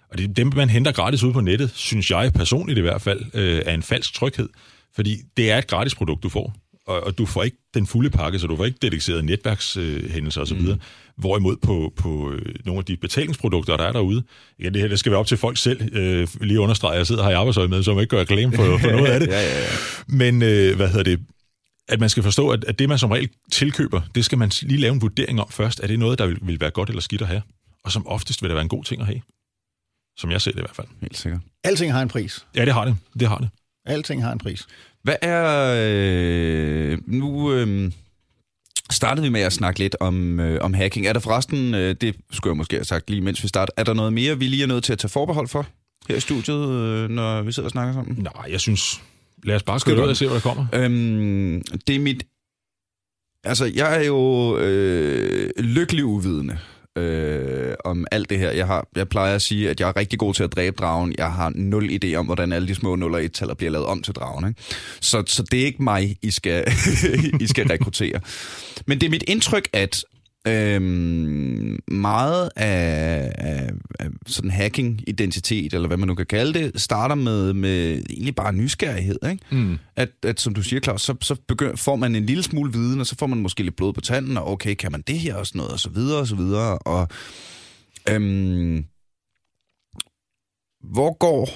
Speaker 2: Og det, dem, man henter gratis ud på nettet, synes jeg personligt i hvert fald, øh, er en falsk tryghed. Fordi det er et gratis produkt, du får. Og, og du får ikke den fulde pakke, så du får ikke dedikerede netværkshændelser osv. Mm. Hvorimod på, på øh, nogle af de betalingsprodukter, der er derude, ja, det her det skal være op til folk selv. Øh, lige understreger, jeg sidder her i arbejdsøje med, så man ikke gør reklame for, for noget af det.
Speaker 1: ja, ja, ja.
Speaker 2: Men øh, hvad hedder det? At man skal forstå, at, at det, man som regel tilkøber, det skal man lige lave en vurdering om først. Er det noget, der vil, vil være godt eller skidt at have? Og som oftest vil det være en god ting at have. Som jeg ser det i hvert fald.
Speaker 1: Helt sikkert.
Speaker 3: Alting har en pris.
Speaker 2: Ja, det har det. Det har det.
Speaker 3: Alting har en pris.
Speaker 1: Hvad er... Øh, nu øh, startede vi med at snakke lidt om, øh, om hacking. Er der forresten, øh, det skulle jeg måske have sagt lige mens vi starter, er der noget mere, vi lige er nødt til at tage forbehold for her i studiet, øh, når vi sidder og snakker sammen?
Speaker 2: Nej, jeg synes... Lad os bare skrive ud og se, hvad der kommer.
Speaker 1: Øhm, det er mit... Altså, jeg er jo øh, lykkelig uvidende øh, om alt det her. Jeg, har, jeg plejer at sige, at jeg er rigtig god til at dræbe dragen. Jeg har nul idé om, hvordan alle de små nul og et-taller bliver lavet om til dragen. Ikke? Så, så det er ikke mig, I skal, I skal rekruttere. Men det er mit indtryk, at Øhm, meget af, af, af sådan hacking-identitet, eller hvad man nu kan kalde det, starter med, med egentlig bare nysgerrighed. Ikke? Mm. At, at som du siger, Claus, så, så begynder, får man en lille smule viden, og så får man måske lidt blod på tanden, og okay, kan man det her og sådan noget, og så videre, og så videre. Og, øhm, hvor går...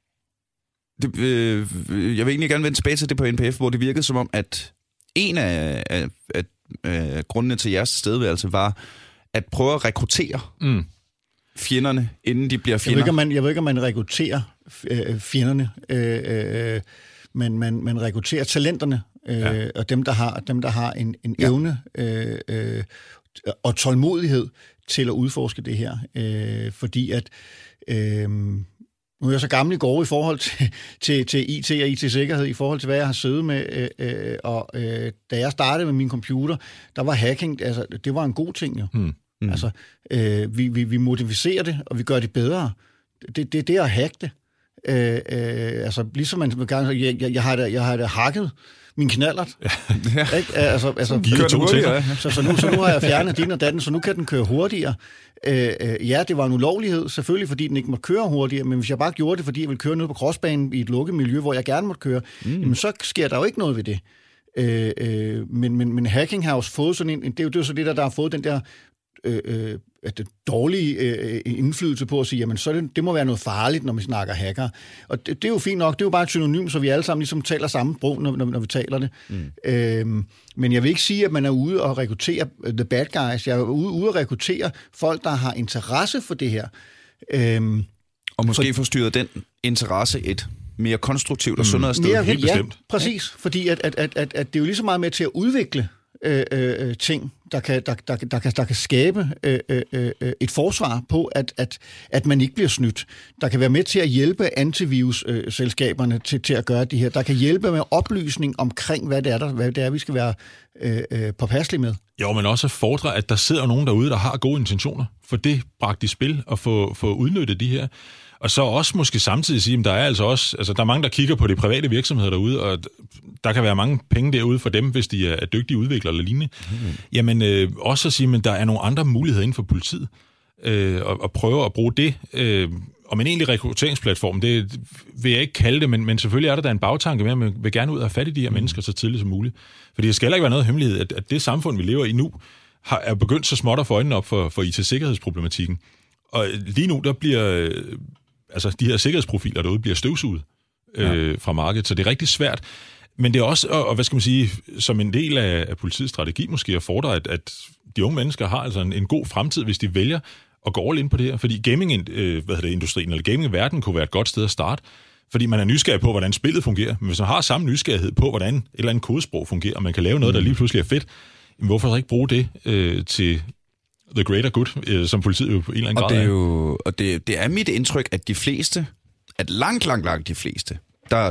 Speaker 1: Det, øh, jeg vil egentlig gerne vende tilbage til det på N P F, hvor det virkede som om, at en af, af, af Øh, grundene til jeres tilstedeværelse var at prøve at rekruttere mm. fjenderne, inden de bliver fjender.
Speaker 3: Jeg ved ikke, om man, jeg ved ikke, om man rekrutterer øh, fjenderne, øh, øh, men man, man rekrutterer talenterne, øh, ja. og dem, der har, dem, der har en, en ja. evne øh, øh, og tålmodighed til at udforske det her. Øh, fordi at... Øh, Nu er jeg så gammel i går i forhold til, til, til I T og I T-sikkerhed, i forhold til, hvad jeg har siddet med. Øh, øh, og øh, da jeg startede med min computer, der var hacking, altså, det var en god ting jo. Mm. Mm. Altså, øh, vi, vi, vi modificerer det, og vi gør det bedre. Det, det, det er at hacke det. Øh, øh, altså, ligesom man jeg, jeg, jeg, har det, jeg har det hacket min knallert. Ja. Ikke? Altså, altså, så, så, så, nu, så nu har jeg fjernet din og datten, så nu kan den køre hurtigere. Øh, øh, ja, det var en ulovlighed, selvfølgelig fordi den ikke måtte køre hurtigere, men hvis jeg bare gjorde det, fordi jeg ville køre ned på crossbanen i et lukket miljø, hvor jeg gerne måtte køre, mm. jamen, så sker der jo ikke noget ved det. Øh, øh, men, men, men hacking har også fået sådan en, det er jo, det er jo så det, der, der har fået den der øh, øh, at det dårlige øh, indflydelse på at sige, jamen så det, det må være noget farligt, når vi snakker hacker. Og det, det er jo fint nok, det er jo bare et synonym, så vi alle sammen ligesom taler samme sprog, når, når, når vi taler det. Mm. Øhm, men jeg vil ikke sige, at man er ude og rekruttere the bad guys. Jeg er ude, ude at rekruttere folk, der har interesse for det her. Øhm,
Speaker 1: og måske for, forstyrre den interesse et mere konstruktivt og sundere sted.
Speaker 3: Mere, helt ja, bestemt. Præcis. Fordi at, at, at, at, at det er jo lige så meget med til at udvikle Øh, øh, ting, der kan, der, der, der, kan, der kan skabe øh, øh, et forsvar på, at, at, at man ikke bliver snydt. Der kan være med til at hjælpe antivirus-selskaberne til, til at gøre det her. Der kan hjælpe med oplysning omkring, hvad det er, der, hvad det er vi skal være øh, øh, påpasselige med.
Speaker 2: Jo, men også fordre, at der sidder nogen derude, der har gode intentioner. For det bragt i spil at få, få udnyttet de her. Og så også måske samtidig sige, at der er altså også, altså der er mange, der kigger på de private virksomheder derude, og der kan være mange penge derude for dem, hvis de er dygtige udviklere eller lignende. Mm. Jamen øh, også at sige, at der er nogle andre muligheder inden for politiet, øh, og, og prøve at bruge det. Øh, om en egentlig rekrutteringsplatform, det vil jeg ikke kalde det, men, men selvfølgelig er der da en bagtanke med, at man vil gerne ud og have fat i de her mm. mennesker så tidligt som muligt. Fordi det skal heller ikke være noget hemmelighed, at, at det samfund, vi lever i nu, har, er begyndt så småt at få øjnene op for, for I T-sikkerhedsproblematikken. Og lige nu, der bliver... Altså, de her sikkerhedsprofiler derude bliver støvsuget øh, ja. fra markedet, så det er rigtig svært. Men det er også, og, og hvad skal man sige, som en del af, af politiets strategi måske, at fordre, at, at de unge mennesker har altså en, en god fremtid, hvis de vælger at gå all in på det her. Fordi gaming, øh, hvad hedder det, industrien eller gaming-verdenen kunne være et godt sted at starte, fordi man er nysgerrig på, hvordan spillet fungerer. Men hvis man har samme nysgerrighed på, hvordan et eller andet kodesprog fungerer, og man kan lave noget, der lige pludselig er fedt, hvorfor så ikke bruge det øh, til... the greater good, øh, som politiet jo på en eller anden
Speaker 1: og
Speaker 2: grad
Speaker 1: det er. Jo, og det, det er mit indtryk, at de fleste, at langt, langt, langt de fleste, der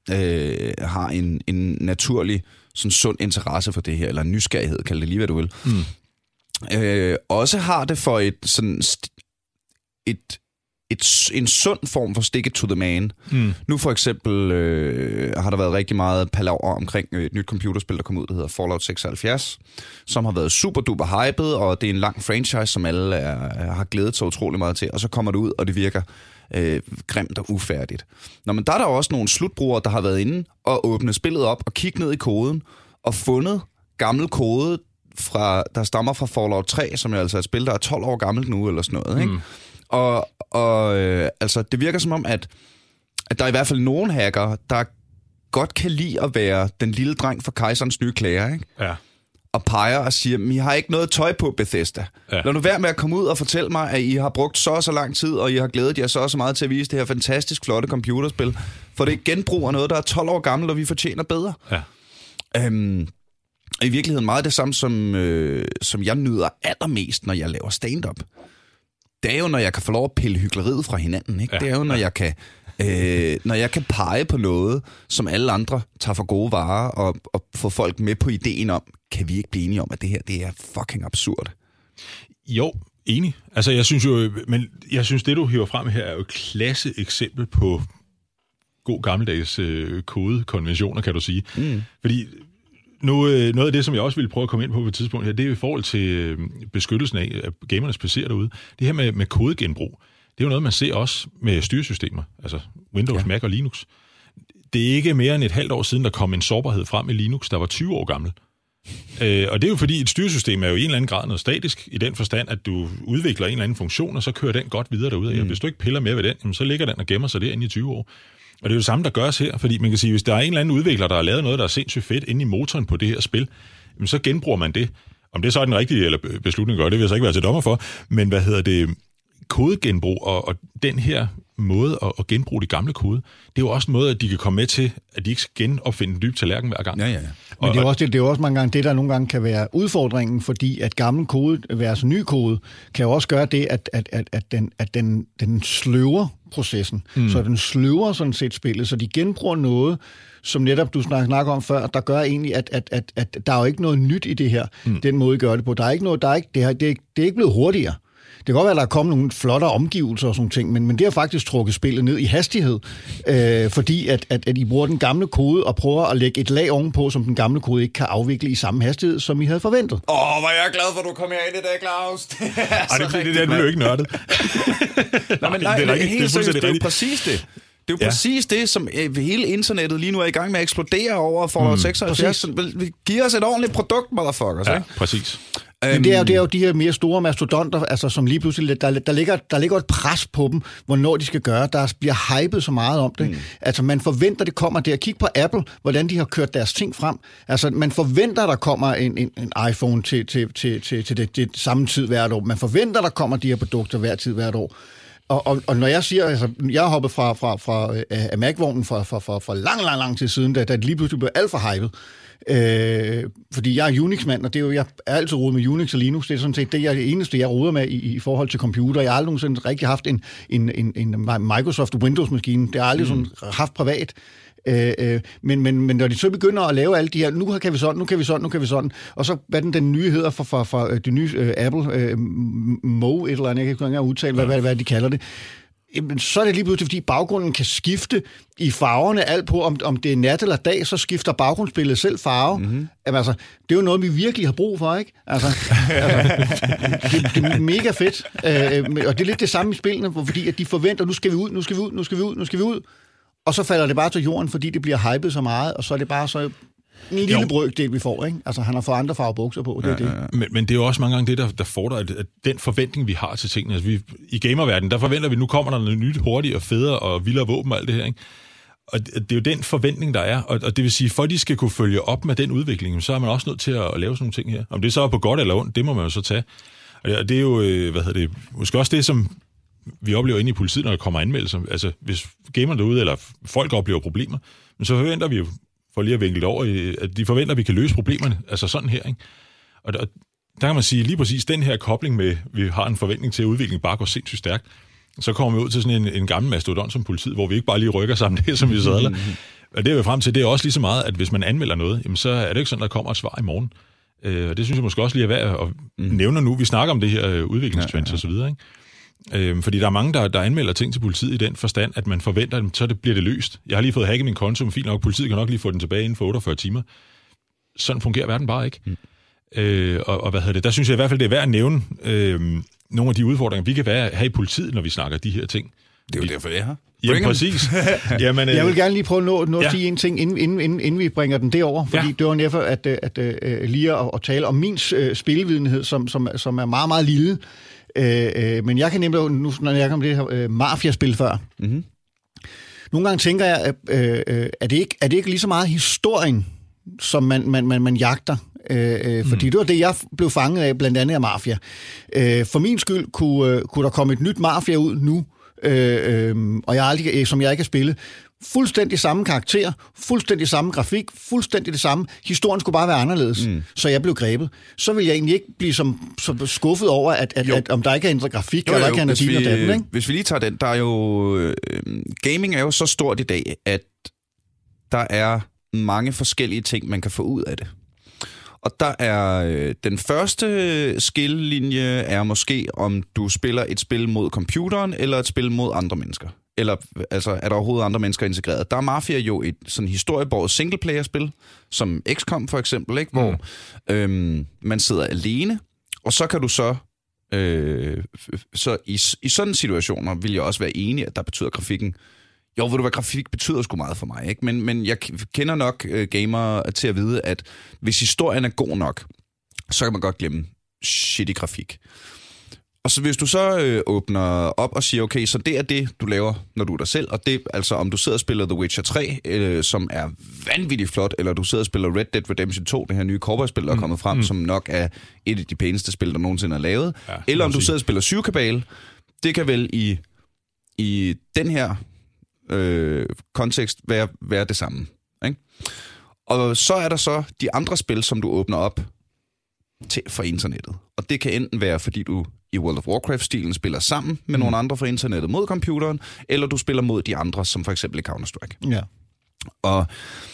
Speaker 1: øh, har en, en naturlig, sådan sund interesse for det her, eller nysgerrighed, kald det lige, hvad du vil, mm. øh, også har det for et sådan et, et, en sund form for stick it to the man. Mm. Nu for eksempel øh, har der været rigtig meget palaver omkring et nyt computerspil, der kom ud, der hedder Fallout seksoghalvfjerds, som har været super duper hyped, og det er en lang franchise, som alle er, har glædet sig utrolig meget til, og så kommer det ud, og det virker øh, grimt og ufærdigt. Nå, men der er der også nogle slutbrugere, der har været inde og åbnet spillet op og kigget ned i koden og fundet gammel kode, fra, der stammer fra Fallout tre, som er altså et spil, der er tolv år gammelt nu, eller sådan noget, ikke? Mm. Og, og øh, altså, det virker som om, at, at der er i hvert fald nogen hacker, der godt kan lide at være den lille dreng fra kejserens nye klæder, ikke?
Speaker 2: Ja.
Speaker 1: Og peger og siger, I har ikke noget tøj på, Bethesda. Ja. Lad nu være med at komme ud og fortælle mig, at I har brugt så og så lang tid, og I har glædet jer så og så meget til at vise det her fantastisk flotte computerspil. For det er genbrug af noget, der er tolv år gammelt, og vi fortjener bedre.
Speaker 2: Ja.
Speaker 1: Øhm, I virkeligheden meget det samme, som, øh, som jeg nyder allermest, når jeg laver stand-up. Det er jo, når jeg kan få lov at pille hykleriet fra hinanden. Ikke? Ja. Det er jo, når jeg kan... Øh, når jeg kan pege på noget, som alle andre tager for gode varer, og, og få folk med på ideen om, kan vi ikke blive enige om, at det her, det er fucking absurd?
Speaker 2: Jo, enig. Altså, jeg synes jo, men jeg synes, det du hiver frem her, er jo et klasse eksempel på god gammeldags øh, kodekonventioner, kan du sige. Mm. Fordi nu, øh, noget af det, som jeg også ville prøve at komme ind på på et tidspunkt her, det er i forhold til øh, beskyttelsen af, af gamernes P C'er derude. Det her med, med kodegenbrug. Det er jo noget, man ser også med styresystemer, altså Windows, ja. Mac og Linux. Det er ikke mere end et halvt år siden, der kom en sårbarhed frem i Linux, der var tyve år gammel. Øh, og det er jo fordi, et styresystem er jo i en eller anden grad noget statisk, i den forstand, at du udvikler en eller anden funktion, og så kører den godt videre derude. Mm. Og hvis du ikke piller mere ved den, jamen, så ligger den og gemmer sig derinde i tyve år. Og det er jo det samme, der gøres her, fordi man kan sige, hvis der er en eller anden udvikler, der har lavet noget, der er sindssygt fedt inde i motoren på det her spil, jamen, så genbruger man det. Om det så er den rigtige eller beslutning gør, det vil jeg så ikke være til dommer for, men hvad hedder det... kodegenbrug, og, og den her måde at, at genbruge de gamle kode, det er jo også en måde, at de kan komme med til, at de ikke skal genopfinde en dyb tallerken hver gang.
Speaker 1: Ja, ja, ja.
Speaker 3: Men det er, også, det, det er også mange gange det, der nogle gange kan være udfordringen, fordi at gammel kode versus ny kode, kan jo også gøre det, at, at, at, at, den, at den, den sløver processen. Mm. Så den sløver sådan set spillet, så de genbruger noget, som netop du snakker om før, der gør egentlig, at, at, at, at der er jo ikke noget nyt i det her, mm. den måde, I gør det på. Der er ikke noget, der er ikke, det, er, det, er, det er ikke blevet hurtigere. Det kan godt være, at der er kommet nogle flottere omgivelser og sådan ting, men, men det har faktisk trukket spillet ned i hastighed, øh, fordi at, at, at I bruger den gamle kode og prøver at lægge et lag ovenpå, som den gamle kode ikke kan afvikle i samme hastighed, som I havde forventet.
Speaker 1: Åh, oh, hvor jeg er glad for, at du kom herind i dag, Claus. Det er
Speaker 2: Ej, det, det, det der, du er jo ikke nørdet.
Speaker 1: nej, men nej, det er, helt seriøst, det er jo præcis det. Det er jo ja. præcis det, som hele internettet lige nu er i gang med at eksplodere over Fallout mm, seksoghalvfjerds. Giv os et ordentligt produkt, motherfuckers.
Speaker 2: Ja,
Speaker 1: ikke?
Speaker 2: præcis.
Speaker 3: Men det er, jo, det er jo de her mere store mastodonter, altså, som lige pludselig, der, der, ligger, der ligger et pres på dem, hvornår de skal gøre. Der bliver hypet så meget om det. Mm. Altså, man forventer, det kommer der. Kig på Apple, hvordan de har kørt deres ting frem. Altså, man forventer, der kommer en, en, en iPhone til, til, til, til, til det, det samme tid hvert år. Man forventer, der kommer de her produkter hver tid hvert år. Og, og, og når jeg siger, altså, jeg har hoppet fra, fra, fra uh, Mac-vognen for, for, for, for lang, lang, lang tid siden, da, da det lige pludselig blev alt for hypet. Øh, fordi jeg er Unix-mand, og det er jo, jeg er altid rodet med Unix og Linux. Det er sådan set det, jeg, det eneste, jeg roder med i, i forhold til computer. Jeg har aldrig nogensinde rigtig haft en, en, en, en Microsoft Windows-maskine. Det har jeg aldrig mm. sådan haft privat. Øh, øh, men, men, men når de så begynder at lave alle de her, nu kan vi sådan, nu kan vi sådan, nu kan vi sådan, og så hvad den, den nye hedder for, for, for det nye øh, Apple, øh, Mo, et eller andet, jeg kan ikke engang udtale, hvad, hvad, hvad de kalder det, så er det lige pludselig, fordi baggrunden kan skifte i farverne, alt på, om, om det er nat eller dag, så skifter baggrundsbilledet selv farve. Mm-hmm. Jamen, altså, det er jo noget, vi virkelig har brug for, ikke? Altså, altså det, det er mega fedt. Øh, og det er lidt det samme i spillene, fordi at de forventer, nu skal vi ud, nu skal vi ud, nu skal vi ud, nu skal vi ud. Og så falder det bare til jorden, fordi det bliver hypet så meget, og så er det bare så en lille jo. brøkdel, vi får, ikke? Altså, han har fået andre farve bukser på, det er ja, det.
Speaker 2: Men, men det er jo også mange gange det, der, der fordrer, at, at den forventning, vi har til tingene, altså vi, i gamerverdenen, der forventer vi, nu kommer der noget nyt, hurtigt og federe og vildere våben og alt det her, ikke? Og det er jo den forventning, der er, og, og det vil sige, for at de skal kunne følge op med den udvikling, så er man også nødt til at, at lave sådan nogle ting her. Om det så er på godt eller ondt, det må man jo så tage. Og det er jo, hvad hedder det, måske også det, som vi oplever inde i politiet, når der kommer anmeldelser. Altså, hvis gamerne derude, eller folk oplever problemer, men så forventer vi jo, for lige at vinkle det over, at de forventer, at vi kan løse problemerne, altså sådan her, ikke? Og der, der kan man sige, lige præcis den her kobling med, vi har en forventning til, at udviklingen bare går sindssygt stærkt, så kommer vi ud til sådan en, en gammel mastodont som politiet, hvor vi ikke bare lige rykker sammen det, som vi sadler. Og det er vi frem til, det er også lige så meget, at hvis man anmelder noget, jamen så er det ikke sådan, der kommer et svar i morgen. Og det synes jeg måske også lige er værd at nævne nu. Vi snakker om det her udviklingstrends og så videre, ikke? Øh, fordi der er mange, der, der anmelder ting til politiet i den forstand, at man forventer, at så det, bliver det løst. Jeg har lige fået hacket min konto, men fint nok, politiet kan nok lige få den tilbage inden for otteogfyrre timer. Sådan fungerer verden bare ikke. Mm. Øh, og, og hvad hedder det? Der synes jeg i hvert fald, det er værd at nævne øh, nogle af de udfordringer, vi kan være, have i politiet, når vi snakker de her ting.
Speaker 1: Det er jo derfor, jeg har.
Speaker 2: Jamen, præcis. Jamen, øh...
Speaker 3: Jeg vil gerne lige prøve at nå, nå ja. sige en ting, inden, inden, inden, inden vi bringer den derover, fordi ja. det var derfor, at, at, at, at lige at, at tale om min uh, spilvidenhed, som, som, som er meget, meget lille. Uh, uh, men jeg kan nemlig, nu når jeg kom det her uh, Mafia-spil før, mm-hmm. nogle gange tænker jeg, at uh, uh, er, det ikke, er det ikke lige så meget historien, som man, man, man, man jagter? Øh, fordi mm. det var det, jeg blev fanget af, blandt andet af Mafia. Øh, for min skyld kunne, kunne der komme et nyt Mafia ud nu, øh, øh, og jeg aldrig, som jeg ikke har spillet. Fuldstændig samme karakter, fuldstændig samme grafik, fuldstændig det samme. Historien skulle bare være anderledes, mm. så jeg blev grebet. Så vil jeg egentlig ikke blive som, som skuffet over, at, at, at om der ikke er ændret grafik, jo, eller jo, ikke er ændret din og datten, ikke?
Speaker 1: Hvis vi lige tager den, der er jo... Øh, gaming er jo så stort i dag, at der er mange forskellige ting, man kan få ud af det. Og der er øh, den første skillelinje er måske, om du spiller et spil mod computeren, eller et spil mod andre mennesker. Eller altså, er der overhovedet andre mennesker integreret? Der er Mafia jo et sådan historiebåret singleplayer-spil, som X COM for eksempel, ikke? Hvor mm. øhm, man sidder alene, og så kan du så... Øh, så i, i sådan situationer vil jeg også være enig, at der betyder grafikken. Jo, ved du hvad, grafik betyder sgu meget for mig, ikke? Men, men jeg kender nok uh, gamere til at vide, at hvis historien er god nok, så kan man godt glemme shitty grafik. Og så hvis du så øh, åbner op og siger, okay, så det er det, du laver, når du er dig selv, og det, altså om du sidder og spiller The Witcher tre, øh, som er vanvittigt flot, eller du sidder og spiller Red Dead Redemption to, det her nye cowboy-spil, der er kommet frem, mm. som nok er et af de pæneste spil, der nogensinde er lavet, ja, eller om du sidder og spiller Syvkabale, det kan vel i, i den her øh, kontekst være, være det samme, ikke? Og så er der så de andre spil, som du åbner op til for internettet. Og det kan enten være, fordi du i World of Warcraft-stilen spiller sammen med mm. nogle andre fra internettet mod computeren, eller du spiller mod de andre, som for eksempel i Counter-Strike.
Speaker 3: Ja.
Speaker 1: Og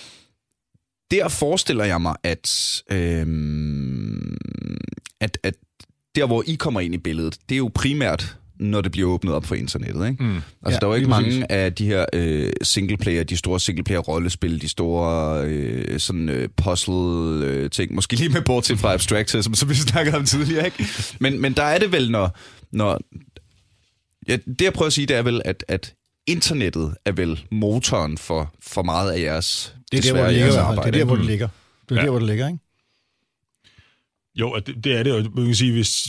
Speaker 1: der forestiller jeg mig, at, øhm, at, at der, hvor I kommer ind i billedet, det er jo primært, når det bliver åbnet op for internettet, ikke? Mm. Altså, ja, der er jo ikke mange præcis. af de her øh, singleplayer, de store singleplayer-rollespil, de store øh, sådan øh, puzzle-ting, øh, måske lige med bortset fra Abstracted, som, som vi snakkede om tidligere, ikke? Men, men der er det vel, når... når ja, det jeg prøver at sige, det er vel, at, at internettet er vel motoren for, for meget af jeres,
Speaker 3: det er der, hvor det ligger, arbejde. Det er der, hvor det ligger. Det er ja. der, hvor det ligger, ikke?
Speaker 2: Jo, det, det er det, og man kan sige, hvis...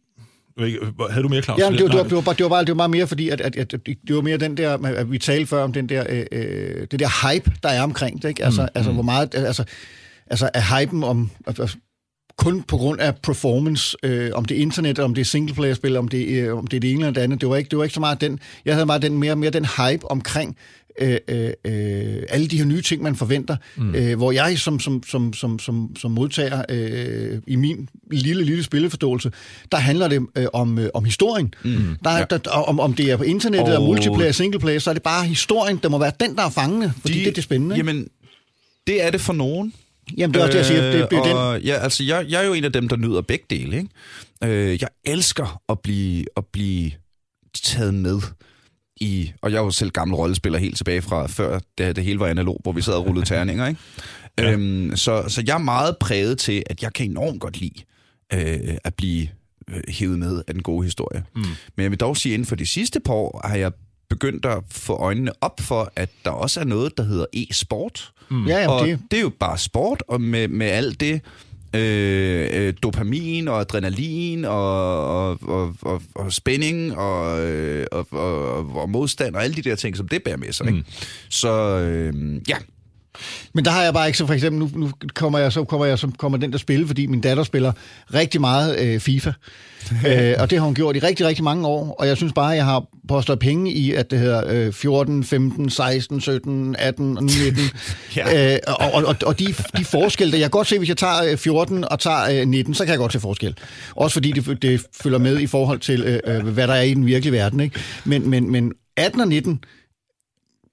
Speaker 2: Havde du mere, Claus?
Speaker 3: Ja, det, det, var, det, var bare, det, var bare, det var meget mere, fordi at, at, at det var mere den der, at vi talte før om den der, øh, det der hype, der er omkring det, ikke? Altså, mm. altså hvor meget, altså, altså er hypen om, altså, kun på grund af performance, øh, om det er internet, om det er singleplayer-spil, om det, øh, om det er det ene eller det andet, det var ikke, det var ikke så meget den, jeg havde meget den, mere, mere den hype omkring, Øh, øh, øh, alle de her nye ting, man forventer, mm. øh, hvor jeg som, som, som, som, som, som modtager øh, i min lille, lille spilleforståelse, der handler det øh, om, øh, om historien. Mm. Der, ja. der, om, om det er på internettet og multiplayer, singleplayer, så er det bare historien, der må være den, der er fangende, fordi de, det er det spændende.
Speaker 1: Jamen, det er det for nogen.
Speaker 3: Jamen, det er også det, jeg siger. Det, det er
Speaker 1: og,
Speaker 3: den.
Speaker 1: Ja, altså, jeg, jeg er jo en af dem, der nyder begge dele, ikke? Øh, jeg elsker at blive, at blive taget med i, og jeg er jo selv gammel rollespiller helt tilbage fra før det, det hele var analog, hvor vi sad og rullede terninger, ikke? Ja. Øhm, så, så jeg er meget præget til, at jeg kan enormt godt lide øh, at blive øh, hævet med af den gode historie. Mm. Men jeg vil dog sige, at inden for de sidste par år har jeg begyndt at få øjnene op for, at der også er noget, der hedder e-sport.
Speaker 3: Mm. Ja, jamen,
Speaker 1: og
Speaker 3: det...
Speaker 1: det er jo bare sport, og med, med alt det Øh, øh, dopamin og adrenalin og, og, og, og, og spænding og, øh, og, og, og modstand og alle de der ting, som det bærer med sig. Mm. Ikke? Så øh, ja.
Speaker 3: Men der har jeg bare ikke, så for eksempel, nu, nu kommer jeg så kommer jeg så kommer den der spille, fordi min datter spiller rigtig meget øh, FIFA. øh, og det har hun gjort i rigtig, rigtig mange år, og jeg synes bare, at jeg har postet penge i, at det hedder øh, fjorten, femten, seksten, sytten, atten, nitten. ja. øh, og og, og de, de forskelle, der jeg kan godt se, hvis jeg tager fjorten og tager øh, nitten, så kan jeg godt se forskel. Også fordi det, det følger med i forhold til, øh, hvad der er i den virkelige verden. Ikke? Men, men, men atten og nitten,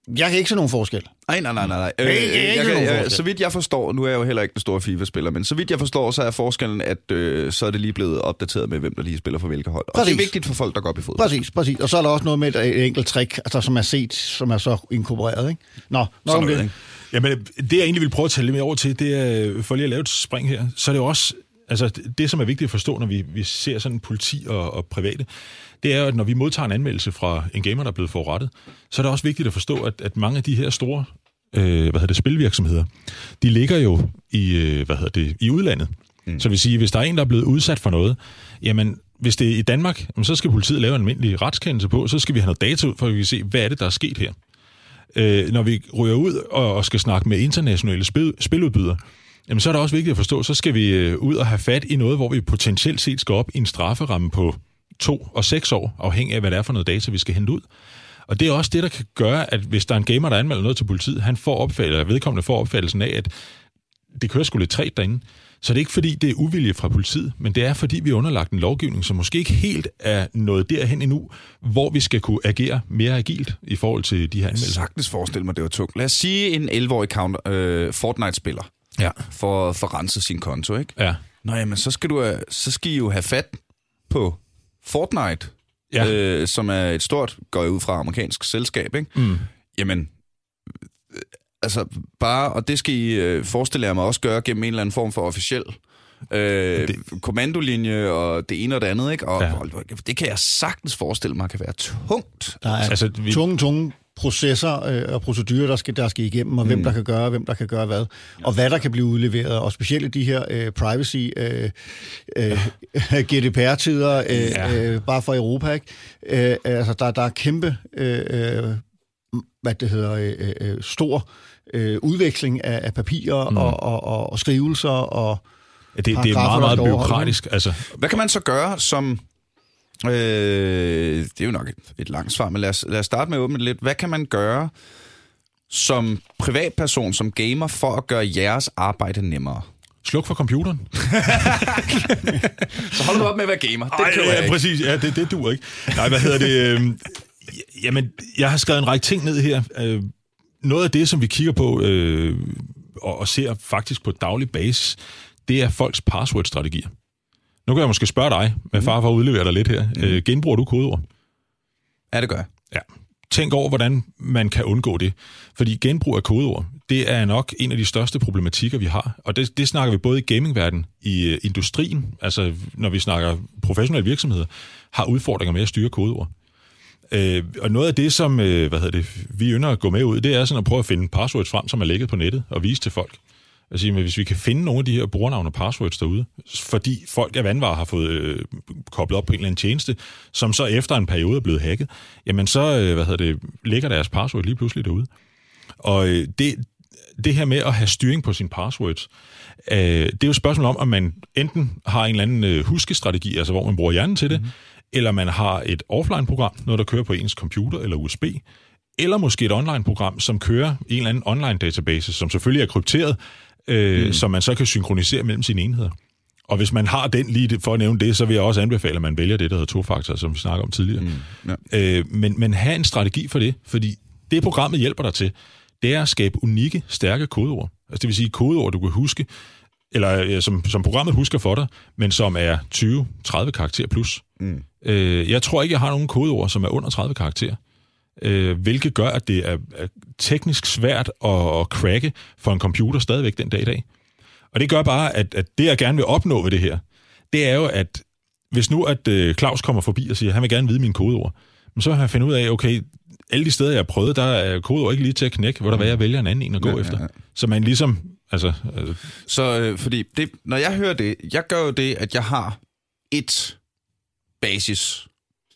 Speaker 3: Jeg kan ikke se nogen forskel.
Speaker 1: Nej, nej, nej, nej.
Speaker 3: Øh,
Speaker 1: øh,
Speaker 3: jeg
Speaker 1: jeg,
Speaker 3: kan,
Speaker 1: jeg, så vidt jeg forstår, nu er jeg jo heller ikke den store FIFA-spiller, men så vidt jeg forstår, så er forskellen, at øh, så er det lige blevet opdateret med, hvem der lige spiller for hvilke hold. Og
Speaker 3: præcis.
Speaker 1: det er vigtigt for folk, der går op i fodbold.
Speaker 3: Præcis, præcis. Og så er der også noget med et enkelt trick, altså, som er set, som er så inkorporeret, ikke? Nå, nok om det.
Speaker 2: Jamen, det jeg egentlig vil prøve at tale lidt mere over til, det er, for lige at lave et spring her, så er det jo også, altså det som er vigtigt at forstå, når vi, vi ser sådan politi og, og private, det er jo, at når vi modtager en anmeldelse fra en gamer, der er blevet forurettet, så er det også vigtigt at forstå, at, at mange af de her store øh, hvad hedder det, spilvirksomheder, de ligger jo i, øh, hvad hedder det, i udlandet. Mm. Så vil sige, hvis der er en, der er blevet udsat for noget, jamen, hvis det er i Danmark, så skal politiet lave en almindelig retskendelse på, så skal vi have noget data ud, for at vi kan se, hvad er det, der er sket her. Øh, når vi ryger ud og, og skal snakke med internationale spil, spiludbydere, jamen, så er det også vigtigt at forstå, så skal vi øh, ud og have fat i noget, hvor vi potentielt set skal op i en strafferamme på to og seks år, afhængig af, hvad det er for noget data, vi skal hente ud. Og det er også det, der kan gøre, at hvis der er en gamer, der anmelder noget til politiet, han får opfattelsen, eller vedkommende får opfattelsen af, at det kører sgu lidt træt derinde. Så det er ikke fordi, det er uvilje fra politiet, men det er fordi, vi har underlagt en lovgivning, som måske ikke helt er nået derhen endnu, hvor vi skal kunne agere mere agilt i forhold til de her anmeldelser.
Speaker 1: Jeg sagtens forestille mig, det var tungt. Lad os sige, en elleve-årig counter, øh, Fortnite-spiller
Speaker 2: ja.
Speaker 1: for at få renset sin konto, ikke?
Speaker 2: Ja.
Speaker 1: Nå, jamen, så skal, du, så skal I jo have fat på Fortnite,
Speaker 2: ja.
Speaker 1: øh, som er et stort, går jeg ud fra, amerikansk selskab, ikke?
Speaker 2: Mm.
Speaker 1: Jamen, altså bare, og det skal I øh, forestille jer mig også gøre gennem en eller anden form for officiel øh, det... kommandolinje, og det ene og det andet, ikke? Og, ja. og det kan jeg sagtens forestille mig kan være tungt.
Speaker 3: Der er altså, vi... tunge, tunge processer øh, og procedurer, der skal, der skal igennem, og mm. hvem der kan gøre, hvem der kan gøre hvad, og hvad der kan blive udleveret, og specielt de her øh, privacy øh, øh, G D P R-tider, øh, ja. øh, bare for Europa, ikke? Øh, altså, der, der er kæmpe, øh, hvad det hedder, øh, øh, stor øh, udveksling af, af papirer mm. og, og, og, og skrivelser, og
Speaker 2: ja, det, det er meget, meget bureaukratisk. Altså.
Speaker 1: Hvad kan man så gøre som... Øh, det er jo nok et, et langt svar, men lad os, lad os starte med at åbne lidt. Hvad kan man gøre som privatperson, som gamer, for at gøre jeres arbejde nemmere?
Speaker 2: Sluk for computeren.
Speaker 1: Så hold du op med at være gamer. Det
Speaker 2: Ej,
Speaker 1: kan
Speaker 2: ja, præcis. Ja, det, det duer ikke. Nej, hvad hedder det? Øh, jamen, jeg har skrevet en række ting ned her. Øh, noget af det, som vi kigger på øh, og, og ser faktisk på daglig basis, det er folks password-strategier. Nu kan jeg måske spørge dig, med far for at udlevere dig lidt her. Mm. Øh, genbruger du kodeord?
Speaker 1: Ja, det gør jeg.
Speaker 2: Ja. Tænk over, hvordan man kan undgå det. Fordi genbrug af kodeord, det er nok en af de største problematikker, vi har. Og det, det snakker vi både i gamingverdenen, i uh, industrien, altså når vi snakker professionelle virksomheder, har udfordringer med at styre kodeord. Øh, og noget af det, som øh, hvad hedder det, vi ynder at gå med ud, det er sådan at prøve at finde passwords frem, som er lægget på nettet, og vise til folk. Altså, hvis vi kan finde nogle af de her brugernavne og passwords derude, fordi folk af vandvarer har fået øh, koblet op på en eller anden tjeneste, som så efter en periode er blevet hacket, jamen så øh, hvad hedder det, ligger deres password lige pludselig derude. Og øh, det, det her med at have styring på sine passwords, øh, det er jo et spørgsmål om, at man enten har en eller anden øh, huskestrategi, altså hvor man bruger hjernen til det, mm-hmm. eller man har et offline-program, noget der kører på ens computer eller U S B, eller måske et online-program, som kører en eller anden online-database, som selvfølgelig er krypteret, Øh, mm. som man så kan synkronisere mellem sine enheder. Og hvis man har den lige for at nævne det, så vil jeg også anbefale, at man vælger det, der hedder to-faktor, som vi snakker om tidligere. Mm. Ja. Øh, men, men have en strategi for det, fordi det programmet hjælper dig til, det er at skabe unikke, stærke kodeord. Altså det vil sige kodeord, du kan huske, eller ja, som, som programmet husker for dig, men som er tyve til tredive karakterer plus. Mm. Øh, jeg tror ikke, jeg har nogen kodeord, som er under tredive karakterer. Øh, hvilket gør, at det er, er teknisk svært at, at cracke for en computer stadigvæk den dag i dag. Og det gør bare, at, at det, jeg gerne vil opnå ved det her, det er jo, at hvis nu, at øh, Claus kommer forbi og siger, at han vil gerne vide mine kodeord, så vil han finde ud af, okay, alle de steder, jeg har prøvet, der er kodeord ikke lige til at knække, hvor der hvad jeg vælger en anden en at gå ja, efter. Ja, ja. Så man ligesom... Altså, altså.
Speaker 1: Så øh, fordi, det, når jeg hører det, jeg gør jo det, at jeg har et basis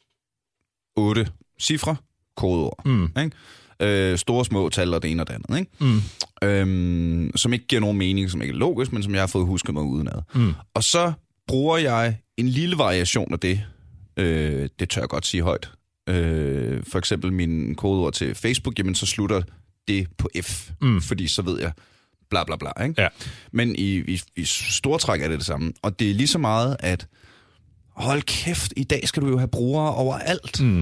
Speaker 1: otte cifre, kodeord, mm. ikke? Øh, store små tal og det ene og det andet, ikke? Mm. Øhm, som ikke giver nogen mening, som ikke er logisk, men som jeg har fået husket mig udenad. Mm. Og så bruger jeg en lille variation af det, øh, det tør jeg godt sige højt. Øh, for eksempel min kodeord til Facebook, jamen så slutter det på F, mm. fordi så ved jeg bla bla bla, ikke? Ja. Men i, i, i store træk er det det samme. Og det er lige så meget, at hold kæft, i dag skal du jo have brugere overalt. Mm.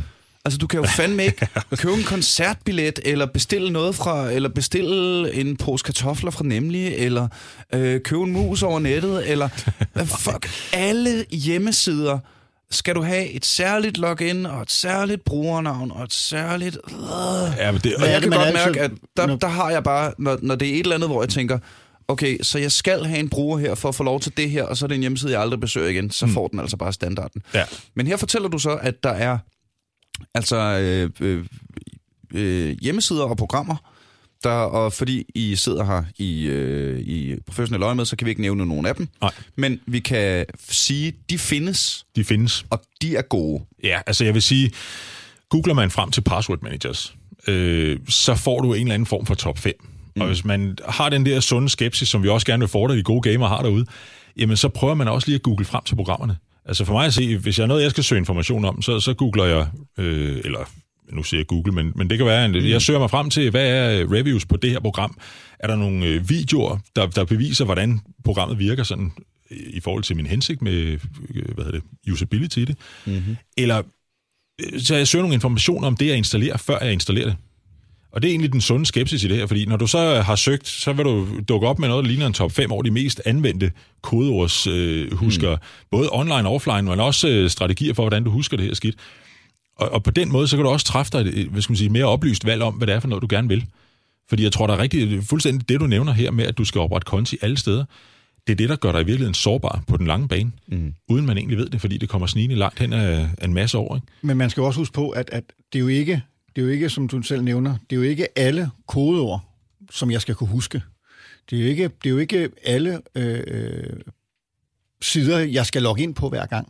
Speaker 1: Altså, du kan jo fandme ikke købe en koncertbillet, eller bestille noget fra, eller bestille en pose kartofler fra Nemlig, eller øh, købe en mus over nettet, eller fuck, alle hjemmesider skal du have et særligt login, og et særligt brugernavn, og et særligt... Øh.
Speaker 2: Ja, men det,
Speaker 1: og jeg kan godt
Speaker 3: altid,
Speaker 1: mærke, at der, der har jeg bare, når, når det er et eller andet, hvor jeg tænker, okay, så jeg skal have en bruger her for at få lov til det her, og så er det en hjemmeside, jeg aldrig besøger igen, så mm. får den altså bare standarden.
Speaker 2: Ja.
Speaker 1: Men her fortæller du så, at der er altså øh, øh, øh, hjemmesider og programmer, der, og fordi I sidder her i, øh, i professionelle øje med, så kan vi ikke nævne nogen af dem.
Speaker 2: Nej.
Speaker 1: Men vi kan sige, de findes.
Speaker 2: De findes.
Speaker 1: Og de er gode.
Speaker 2: Ja, altså jeg vil sige, googler man frem til password managers, øh, så får du en eller anden form for top fem. Mm. Og hvis man har den der sunde skepsis, som vi også gerne vil fordre, de gode gamere har derude, jamen så prøver man også lige at google frem til programmerne. Altså for mig at se, hvis jeg er noget, jeg skal søge information om, så, så googler jeg, øh, eller nu siger jeg Google, men, men det kan være, at jeg søger mig frem til, hvad er reviews på det her program? Er der nogle øh, videoer, der, der beviser, hvordan programmet virker sådan i forhold til min hensigt med, øh, hvad hedder det, usability i det? Mm-hmm. Eller øh, så jeg søger nogle informationer om det, jeg installerer, før jeg installerer det. Og det er egentlig den sunde skepsis i det her, fordi når du så har søgt, så vil du dukke op med noget, der ligner en top fem over de mest anvendte kodeords øh, husker, mm. både online og offline, men også øh, strategier for, hvordan du husker det her skidt. Og, og på den måde, så kan du også træffe dig et, hvad skal man sige, mere oplyst valg om, hvad det er for noget, du gerne vil. Fordi jeg tror, der er rigtig fuldstændig det, du nævner her med, at du skal oprette konti alle steder. Det er det, der gør dig i virkeligheden sårbar på den lange bane, mm. uden man egentlig ved det, fordi det kommer snigende langt hen af, af en masse år. Ikke?
Speaker 3: Men man skal også huske på, at, at det er jo ikke... Det er jo ikke, som du selv nævner, det er jo ikke alle kodeord, som jeg skal kunne huske. Det er jo ikke, det er jo ikke alle øh, sider, jeg skal logge ind på hver gang.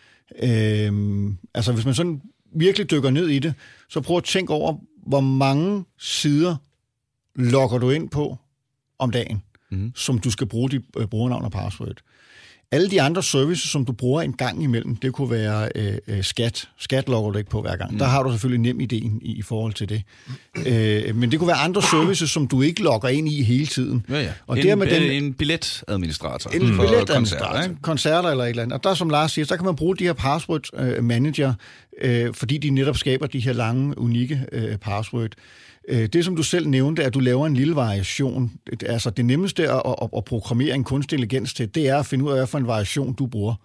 Speaker 3: Øh, altså, hvis man sådan virkelig dykker ned i det, så prøv at tænke over, hvor mange sider logger du ind på om dagen, mm. som du skal bruge dit øh, brugernavn og password. Alle de andre services, som du bruger en gang imellem, det kunne være øh, skat. Skat logger du ikke på hver gang. Mm. Der har du selvfølgelig nem idéen i, i forhold til det. Øh, men det kunne være andre services, som du ikke logger ind i hele tiden.
Speaker 1: Ja, ja.
Speaker 3: Og
Speaker 1: en,
Speaker 3: dermed den,
Speaker 1: en billetadministrator.
Speaker 3: En mm. billetadministrator, koncerter, koncerter eller et eller andet. Og der, som Lars siger, så kan man bruge de her password øh, manager, øh, fordi de netop skaber de her lange, unikke øh, password. Det, som du selv nævnte, at du laver en lille variation. Altså, det nemmeste at, at, at programmere en kunstig intelligens til, det er at finde ud af, hvad for en variation du bruger.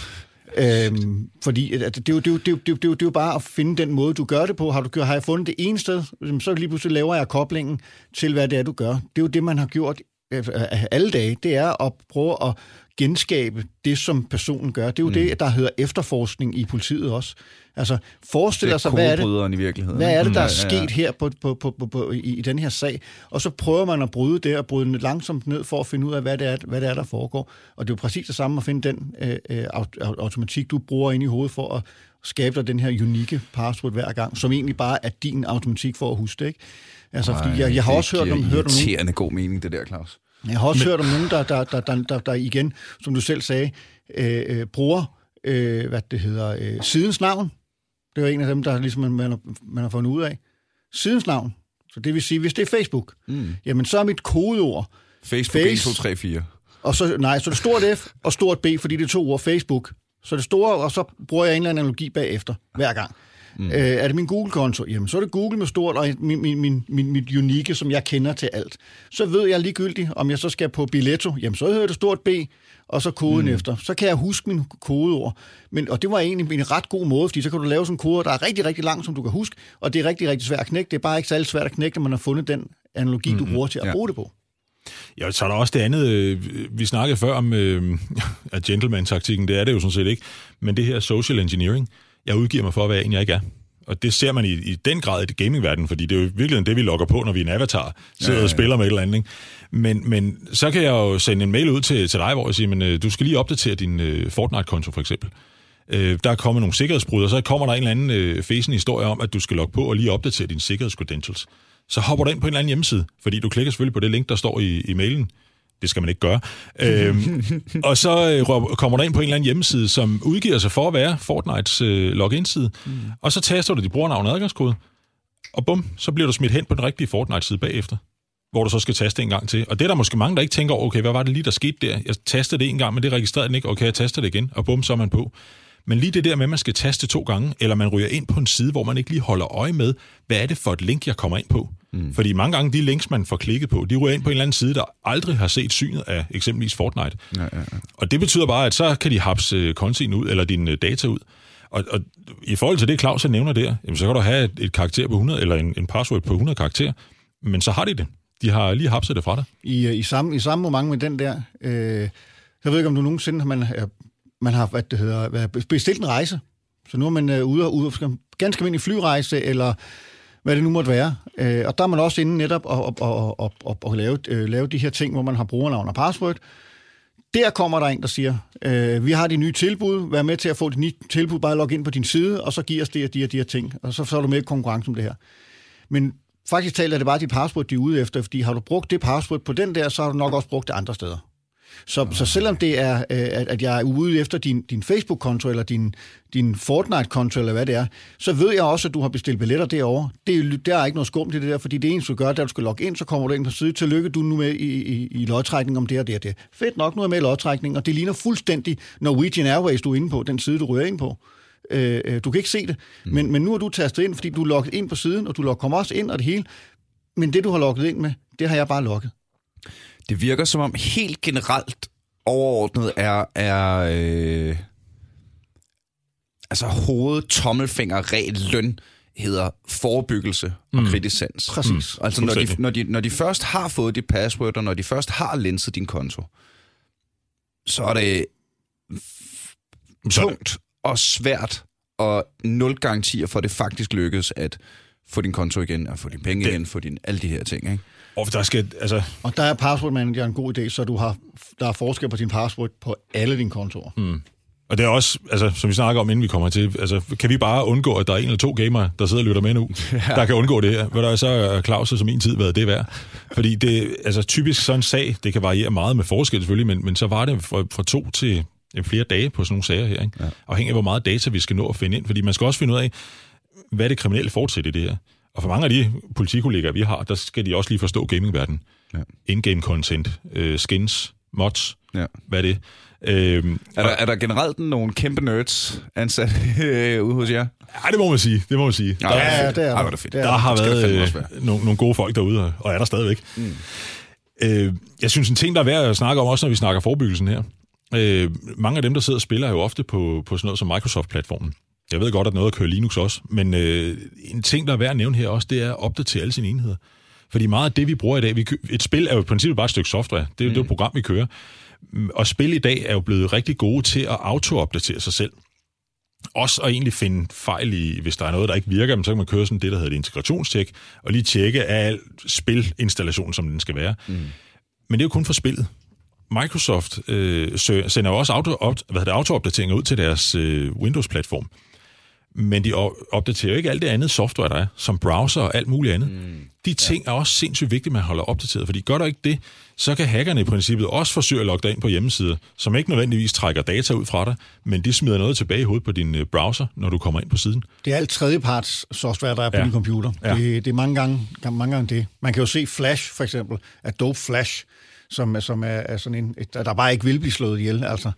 Speaker 3: øhm, fordi det er, jo, det, er jo, det, er jo, det, er jo, det er jo bare at finde den måde, du gør det på. Har, du, har jeg fundet det ene sted, så lige pludselig laver jeg koblingen til, hvad det er, du gør. Det er jo det, man har gjort alle dage. Det er at prøve at genskabe det, som personen gør. Det er jo mm. det, der hedder efterforskning i politiet også. Altså, forestiller sig, hvad er det,
Speaker 1: i virkeligheden.
Speaker 3: Hvad er det, der er sket ja, ja. her på, på, på, på, på, i, i den her sag? Og så prøver man at bryde det, og bryde det langsomt ned, for at finde ud af, hvad det er, hvad det er der foregår. Og det er jo præcis det samme at finde den øh, automatik, du bruger ind i hovedet, for at skabe dig den her unikke password hver gang, som egentlig bare er din automatik for at huske det, ikke? Altså,
Speaker 1: Ej,
Speaker 3: fordi jeg, jeg har også hørt om... hørt om
Speaker 1: irriterende god mening, det der, Claus.
Speaker 3: Jeg har også
Speaker 2: Men...
Speaker 3: hørt om nogen, der, der, der, der, der, der igen, som du selv sagde, øh, øh, bruger, øh, hvad det hedder, øh, sidens navn. Det er en af dem, der ligesom man, man, har, man har fundet ud af. Sidens navn. Så det vil sige, hvis det er Facebook, mm. jamen så er mit kodeord...
Speaker 1: Facebook face, et to tre fire.
Speaker 3: Og så, nej, så er det stort F og stort B, fordi det er to ord Facebook. Så det store, og så bruger jeg en eller anden analogi bagefter, hver gang. Mm. Øh, er det min Google-konto? Jamen, så er det Google med stort, og min, min, min, min, mit unikke, som jeg kender til alt. Så ved jeg ligegyldigt, om jeg så skal på Billetto, jamen så hedder det stort B, og så koden mm. efter. Så kan jeg huske min kodeord. Men, og det var egentlig en ret god måde, fordi så kan du lave sådan en kode, der er rigtig, rigtig lang, som du kan huske, og det er rigtig, rigtig svært at knække. Det er bare ikke særlig svært at knække, når man har fundet den analogi, mm. du bruger til at ja. bruge det på.
Speaker 2: Ja, så er der også det andet, vi snakkede før om øh, gentleman-taktikken, det er det jo sådan set ikke, men det her social engineering, jeg udgiver mig for at være en, jeg ikke er. Og det ser man i, i den grad i gamingverdenen, fordi det er jo virkelig det, vi logger på, når vi er en avatar, sidder ja, ja, ja. og spiller med et eller andet. Ikke? Men, men så kan jeg jo sende en mail ud til, til dig, hvor jeg siger, men, øh, du skal lige opdatere din øh, Fortnite-konto for eksempel. Øh, der er kommet nogle sikkerhedsbrud, og så kommer der en eller anden øh, fæsen historie om, at du skal logge på og lige opdatere dine sikkerhedscredentials. Så hopper du ind på en eller anden hjemmeside, fordi du klikker selvfølgelig på det link, der står i, i mailen. Det skal man ikke gøre. øhm, og så øh, kommer du ind på en eller anden hjemmeside, som udgiver sig for at være Fortnites øh, login-side, mm. og så taster du dit brugernavn og adgangskode, og bum, så bliver du smidt hen på den rigtige Fortnite-side bagefter, hvor du så skal taste en gang til. Og det er der måske mange, der ikke tænker over, okay, hvad var det lige, der skete der? Jeg tastede det en gang, men det registrerede den ikke. Okay, jeg taster det igen, og bum, så er man på. Men lige det der med, at man skal taste to gange, eller man ryger ind på en side, hvor man ikke lige holder øje med, hvad er det for et link, jeg kommer ind på? Mm. Fordi mange gange de links, man får klikket på, de ryger ind på en eller anden side, der aldrig har set synet af eksempelvis Fortnite. Ja, ja, ja. Og det betyder bare, at så kan de hapse kontien ud, eller dine data ud. Og, og i forhold til det, Claus han nævner der, jamen, så kan du have et, et karakter på hundrede, eller en, en password på hundrede karakterer, men så har de det. De har lige hapset det fra dig. I,
Speaker 3: i, samme, i samme moment med den der, øh, jeg ved ikke, om du nogensinde man, man har hvad det hedder, bestilt en rejse. Så nu er man øh, ude og ude, ganske almindelig flyrejse, eller hvad det nu måtte være. Øh, og der er man også inde netop og, og, og, og, og, og lave, øh, lave de her ting, hvor man har brugernavn og password. Der kommer der en, der siger, øh, vi har de nye tilbud, vær med til at få de nye tilbud, bare log ind på din side, og så giver os det og de og de her ting, og så, så er du med i konkurrence om det her. Men faktisk taler det bare dit password, de er ude efter, fordi har du brugt det password på den der, så har du nok også brugt det andre steder. Så, okay. så selvom det er, at jeg er ude efter din, din Facebook-konto, eller din, din Fortnite-konto, eller hvad det er, så ved jeg også, at du har bestilt billetter derovre. Det, der er ikke noget skumt i det der, fordi det eneste, du gør, da du skal logge ind, så kommer du ind på side. Tillykke, du er nu med i, i, i lodtrækning om det og det og det. Fedt nok, nu er med i lodtrækning, og det ligner fuldstændig Norwegian Airways, du er inde på, den side, du rører ind på. Øh, du kan ikke se det, mm. men, men nu er du tastet ind, fordi du er logget ind på siden, og du kommer også ind og det hele. Men det, du har logget ind med, det har jeg bare logget.
Speaker 1: Det virker som om helt generelt overordnet er, er øh, altså hoved, tommelfinger, regel, løn hedder forebyggelse og mm. kritisk sans.
Speaker 3: Præcis. Mm.
Speaker 1: Altså når de, når, de, når de først har fået dit password, og når de først har linset din konto, så er det tungt og svært og nul garantier for, at det faktisk lykkes at få din konto igen, og få dine penge det. igen, få din, alle de her ting, ikke?
Speaker 2: Og der skal, altså...
Speaker 3: Og der er password manager en god idé, så du har, der er forskel på din password på alle dine kontorer.
Speaker 2: Mm. Og det er også, altså, som vi snakker om, inden vi kommer til, altså, kan vi bare undgå, at der er en eller to gamere, der sidder og lytter med nu, ja. der kan undgå det her. Hvad der er så Claus som min tid været det værd. Fordi det, altså typisk sådan en sag, det kan variere meget med forskel selvfølgelig, men, men så var det fra, fra to til flere dage på sådan nogle sager her, ikke? Ja. Afhængig af, hvor meget data vi skal nå at finde ind. Fordi man skal også finde ud af, hvad er det kriminelle fortsæt i det her. Og for mange af de politikollegaer, vi har, der skal de også lige forstå gamingverdenen. Ja. In-game content, øh, skins, mods, ja. hvad er det? Øhm,
Speaker 1: er, der, og, er der generelt nogle kæmpe nerds ansat øh, ude hos jer?
Speaker 2: Ja, det må man sige. Det må man sige.
Speaker 3: Ja, der, ja, det er
Speaker 1: ej, det fedt.
Speaker 2: Der, der har været øh, nogle, nogle gode folk derude, og er der stadigvæk. Mm. Øh, jeg synes, en ting, der er værd at snakke om, også når vi snakker forebyggelsen her. Øh, mange af dem, der sidder og spiller, er jo ofte på, på sådan noget som Microsoft-platformen. Jeg ved godt, at noget kører Linux også, men øh, en ting, der er værd at nævne her også, det er at opdatere alle sine enheder. Fordi meget af det, vi bruger i dag, vi kø- et spil er jo i princippet bare et stykke software. Det er jo mm. det program, vi kører. Og spil i dag er jo blevet rigtig gode til at auto-opdatere sig selv. Også at egentlig finde fejl i, hvis der er noget, der ikke virker, men så kan man køre sådan det, der hedder et integrationstjek, og lige tjekke al spilinstallation, som den skal være. Mm. Men det er jo kun for spillet. Microsoft øh, sender jo også auto, op, hvad hedder det, auto-opdateringer ud til deres øh, Windows-platform. Men de opdaterer jo ikke alt det andet software, der er, som browser og alt muligt andet. Mm. De ting ja. er også sindssygt vigtige, man holder opdateret, fordi gør der ikke det, så kan hackerne i princippet også forsøge at logge dig ind på hjemmesider, som ikke nødvendigvis trækker data ud fra dig, men de smider noget tilbage i hovedet på din browser, når du kommer ind på siden.
Speaker 3: Det er alt tredjeparts software, der er på ja. din computer. Ja. Det, det er mange gange, mange gange det. Man kan jo se Flash, for eksempel, Adobe Flash, som, som er, er sådan en, der bare ikke vil blive slået ihjel, altså.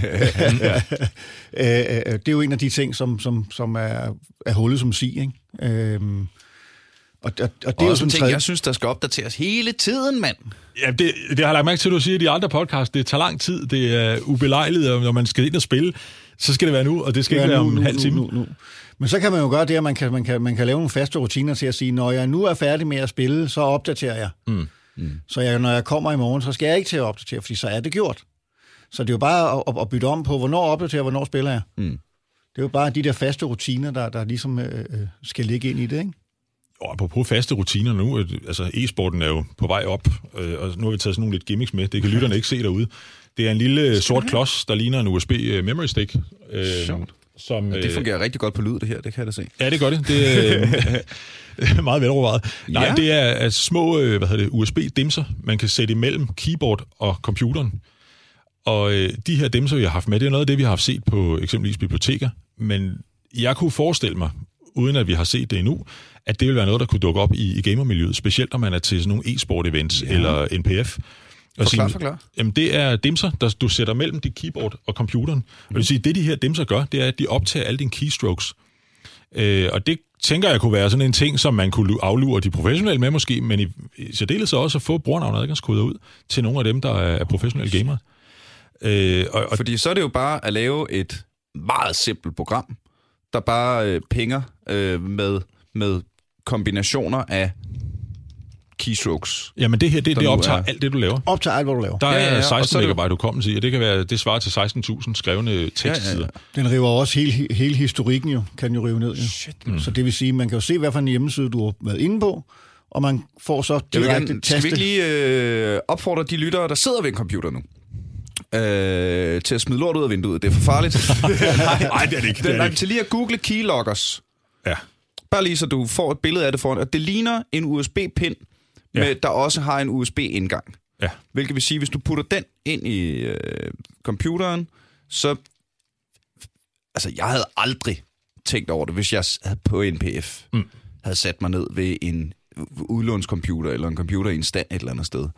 Speaker 3: Det er jo en af de ting, som, som, som er, er hullet som sig, ikke? Øhm, og, og, og det
Speaker 1: og
Speaker 3: er jo
Speaker 1: sådan ting, tredje... jeg synes, der skal opdateres hele tiden, mand.
Speaker 2: Ja, det, det har jeg lagt mærke til, at du siger i de andre podcasts, det tager lang tid, det er ubelejligt, og når man skal ind og spille, så skal det være nu, og det skal ja, ikke være om nu, en halv time. Nu, nu, nu.
Speaker 3: Men så kan man jo gøre det, at man kan, man kan, man kan lave nogle faste rutiner til at sige, når jeg nu er færdig med at spille, så opdaterer jeg. Mm. Mm. Så jeg, når jeg kommer i morgen, så skal jeg ikke til at opdatere, fordi så er det gjort. Så det er jo bare at, at bytte om på, hvornår opdaterer, hvornår spiller jeg. Mm. Det er jo bare de der faste rutiner, der, der ligesom øh, skal ligge ind i det, ikke?
Speaker 2: Og apropos faste rutiner nu, altså e-sporten er jo på vej op, øh, og nu har vi taget sådan nogle lidt gimmicks med, det kan lytterne ikke se derude. Det er en lille sort klods, der ligner en U S B memory stick. Øh,
Speaker 1: som, ja, det fungerer øh, rigtig godt på lyd, det her, det kan jeg da se.
Speaker 2: Ja, det gør det. Det er øh, meget velovervejet. Nej, ja. Det er små øh, hvad hedder det, U S B-dimser, man kan sætte imellem keyboard og computeren. Og øh, de her dimser, vi har haft med, det er noget af det, vi har haft set på eksempelvis biblioteker. Men jeg kunne forestille mig, uden at vi har set det endnu, at det vil være noget, der kunne dukke op i, i gamermiljøet, specielt når man er til sådan nogle e-sport-events ja. eller N P F.
Speaker 1: Forklar, forklar.
Speaker 2: Jamen, det er dimser, der du sætter mellem dit keyboard og computeren. Mm. Og det vil sige, det de her dimser gør, det er, at de optager alle dine keystrokes. Øh, og det tænker jeg kunne være sådan en ting, som man kunne aflure de professionelle med måske, men i, i særdeleshed også at få brugernavn og adgangskoder ud til nogle af dem, der er professionelle gamere.
Speaker 1: Øh, og, og Fordi så er det jo bare at lave et meget simpelt program, der bare øh, pinger øh, med, med kombinationer af keystrokes.
Speaker 2: Jamen det her, det, det optager er... alt det, du laver.
Speaker 3: Optager alt, hvad du laver.
Speaker 2: Der er
Speaker 1: ja, ja, ja.
Speaker 2: seksten
Speaker 1: det...
Speaker 2: megabyte hukommelse i, og det kan være, det svarer til seksten tusind skrevne tekstsider. Ja, ja,
Speaker 3: ja. Den river også hele, hele historikken jo, kan jo rive ned. Jo.
Speaker 1: Shit, mm.
Speaker 3: Så det vil sige, man kan jo se, hvad for en hjemmeside, du har været inde på, og man får så direkte taste.
Speaker 1: Skal vi ikke lige øh, opfordre de lyttere, der sidder ved en computer nu, øh, til at smide lort ud af vinduet? Det er for farligt.
Speaker 2: Nej, det er det ikke.
Speaker 1: Det er til lige at google keyloggers.
Speaker 2: Ja.
Speaker 1: Bare lige så du får et billede af det foran. Det ligner en U S B-pind, med, ja. der også har en U S B-indgang.
Speaker 2: Ja.
Speaker 1: Hvilket vil sige, hvis du putter den ind i øh, computeren, så... Altså, jeg havde aldrig tænkt over det, hvis jeg havde på N P F mm. havde sat mig ned ved en udlånscomputer, eller en computer i en stand et eller andet sted.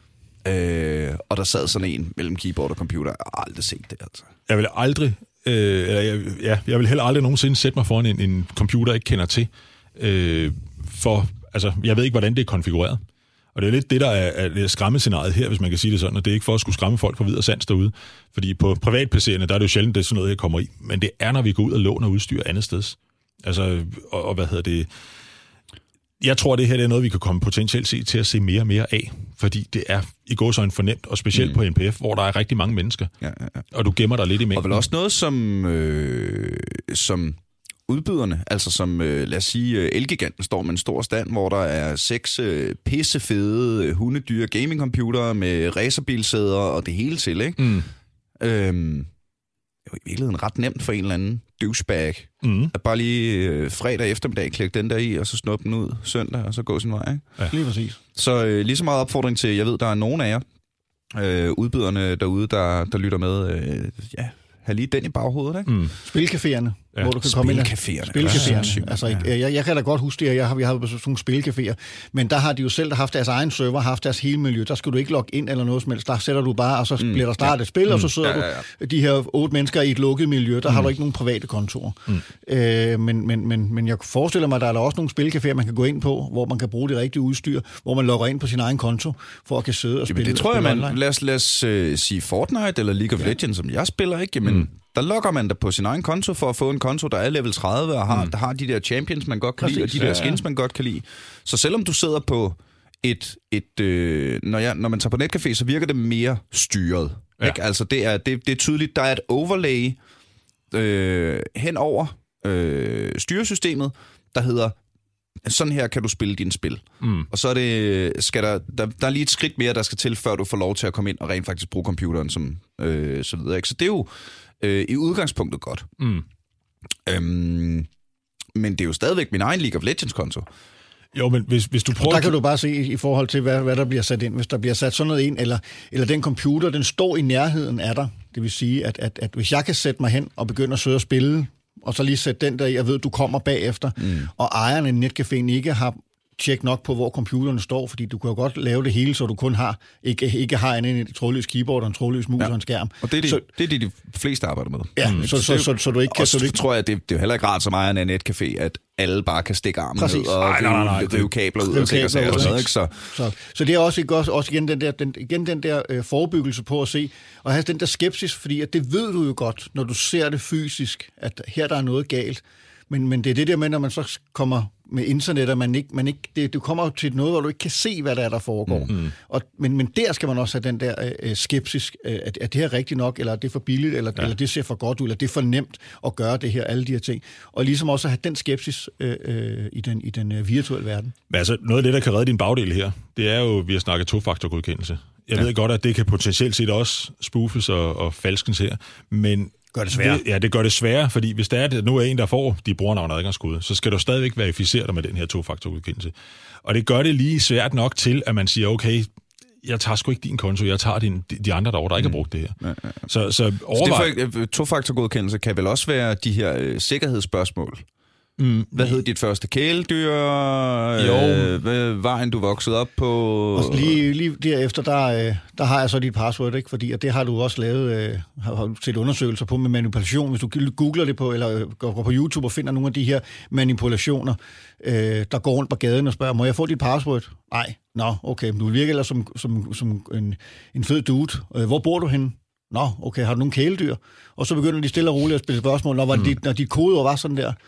Speaker 1: Øh, og der sad sådan en mellem keyboard og computer. Jeg har aldrig set det, altså.
Speaker 2: Jeg vil aldrig... Øh, eller jeg, ja, jeg vil heller aldrig nogensinde sætte mig foran en, en computer, jeg ikke kender til. Øh, for, altså, jeg ved ikke, hvordan det er konfigureret. Og det er lidt det, der er, er skræmmescenariet her, hvis man kan sige det sådan, og det er ikke for at skulle skræmme folk fra vid og sans derude. Fordi på privat-P C'erne, der er det jo sjældent, det er sådan noget, jeg kommer i. Men det er, når vi går ud og låner udstyr andet sted. Altså, og, og hvad hedder det... Jeg tror, det her det er noget, vi kan komme potentielt set til at se mere og mere af. Fordi det er i går så en fornemt, og specielt mm. på N P F, hvor der er rigtig mange mennesker. Ja, ja, ja. Og du gemmer dig lidt i mængden.
Speaker 1: Og vel også noget, som... Øh, som udbyderne, altså som, øh, lad os sige, Elgiganten står med en stor stand, hvor der er seks øh, pissefede, hundedyre gamingcomputere med racerbilsæder og det hele til, ikke? Mm. Øhm, det er jo i virkeligheden ret nemt for en eller anden douchebag mm. at bare lige øh, fredag eftermiddag klikke den der i, og så snuppe den ud søndag, og så gå sin vej, ikke?
Speaker 3: Ja. Lige præcis.
Speaker 1: Så øh, lige så meget opfordring til, jeg ved, der er nogen af jer, øh, udbyderne derude, der, der lytter med, øh, ja, have lige den i baghovedet, ikke? Mm.
Speaker 3: Spilcaféerne, ja. Hvor du kan komme ind. Spilcaféerne. Spilcaféerne. Altså, ja. jeg, jeg kan da godt huske det, jeg har, jeg har sådan nogle spilcaféer, men der har de jo selv haft deres egen server, haft deres hele miljø. Der skal du ikke logge ind eller noget som helst. Der sætter du bare, og så mm. bliver der startet ja. et spil, mm. og så sidder ja, ja, ja. du de her otte mennesker i et lukket miljø. Der mm. har du ikke nogen private kontorer. Mm. Øh, men, men, men, men jeg forestiller mig, at der er der også nogle spilcaféer, man kan gå ind på, hvor man kan bruge det rigtige udstyr, hvor man logger ind på sin egen konto, for at kan sidde og spille.
Speaker 1: Jamen, det tror jeg, man... Lad os, lad os uh, sige Fortnite eller League of ja. Legends, som jeg spiller, ikke? Men mm. der logger man der på sin egen konto for at få en konto, der er level tredive og har, mm. der har de der champions, man godt kan Præcis, lide, og de der skins, man godt kan lide. Så selvom du sidder på et... et øh, når, jeg, når man tager på netcafé, så virker det mere styret. Ja. Ikke? Altså, det er, det, det er tydeligt, der er et overlay øh, hen over øh, styresystemet, der hedder, sådan her kan du spille dine spil. Mm. Og så er det, skal der, der, der er lige et skridt mere, der skal til, før du får lov til at komme ind og rent faktisk bruge computeren, som øh, så videre. Ikke? Så det er jo øh, i udgangspunktet godt. Mm. Øhm, men det er jo stadigvæk min egen League of Legends-konto.
Speaker 2: Jo, men hvis, hvis du prøver...
Speaker 3: Og der kan du bare se i forhold til, hvad, hvad der bliver sat ind. Hvis der bliver sat sådan noget ind, eller, eller den computer, den står i nærheden af dig. Det vil sige, at, at, at hvis jeg kan sætte mig hen og begynde at søge og spille, og så lige sætte den der i, jeg ved, du kommer bagefter, mm. og ejeren af netcaféen ikke har tjek nok på, hvor computerne står, fordi du kan jo godt lave det hele, så du kun har ikke, ikke har en, en trådløs keyboard og en trådløs mus ja. og en skærm.
Speaker 1: Og det er, de, så, det er de, de fleste arbejder med.
Speaker 3: Ja, mm. så, så, så, så, så du ikke kan...
Speaker 1: Så
Speaker 3: du ikke...
Speaker 1: tror jeg, det, det er jo heller ikke rart som ejeren af en netcafé, at alle bare kan stikke armen
Speaker 3: Præcis.
Speaker 1: ned og rive, nej, nej, nej. rive kabler ud og sikkert og sådan noget. Så.
Speaker 3: Så, så det er også, også, også igen den der, den, igen den der øh, forebyggelse på at se, og have den der skepsis, fordi at det ved du jo godt, når du ser det fysisk, at her der er noget galt. Men, men det er det der med, når man så kommer med internet, og man ikke, man ikke, det, du kommer til noget, hvor du ikke kan se, hvad der er, der foregår. Mm. Og, men, men der skal man også have den der øh, skepsis, øh, at, at det her er rigtigt nok, eller er det for billigt, eller, ja. eller det ser for godt ud, eller det er for nemt at gøre det her, alle de her ting. Og ligesom også at have den skepsis øh, øh, i den, i den øh, virtuelle verden.
Speaker 2: Men altså, noget af det, der kan redde din bagdel her, det er jo, vi har snakket tofaktorgodkendelse. Jeg ja. ved godt, at det kan potentielt set også spoofes og, og falskens her, men
Speaker 3: gør det sværere.
Speaker 2: Det, ja, det gør det sværere, fordi hvis der er det, nu er en, der får de brugernavn og adgangskode, så skal du stadigvæk verificere dig med den her tofaktorgodkendelse. Og det gør det lige svært nok til, at man siger, okay, jeg tager sgu ikke din konto, jeg tager din, de andre derovre, der ikke har brugt det her. Ja, ja, ja. Så, så overvej...
Speaker 1: Så tofaktorgodkendelse kan vel også være de her øh, sikkerhedsspørgsmål, Mm. Hvad hed dit første kæledyr?
Speaker 2: Jo.
Speaker 1: Øh, hvad vejen du voksede op på?
Speaker 3: Og lige, lige derefter, der, der har jeg så dit password, ikke? Fordi og det har du også lavet, øh, har, har set undersøgelser på med manipulation. Hvis du googler det på, eller går, går på YouTube og finder nogle af de her manipulationer, øh, der går rundt på gaden og spørger, må jeg få dit password? Nej. Nå, okay, men du virker ellers som, som, som en, en fed dude. Hvor bor du henne? Nå, okay, har du nogle kæledyr? Og så begynder de stille og roligt at spille spørgsmål, når, mm. dit, når dit kodeord var sådan der.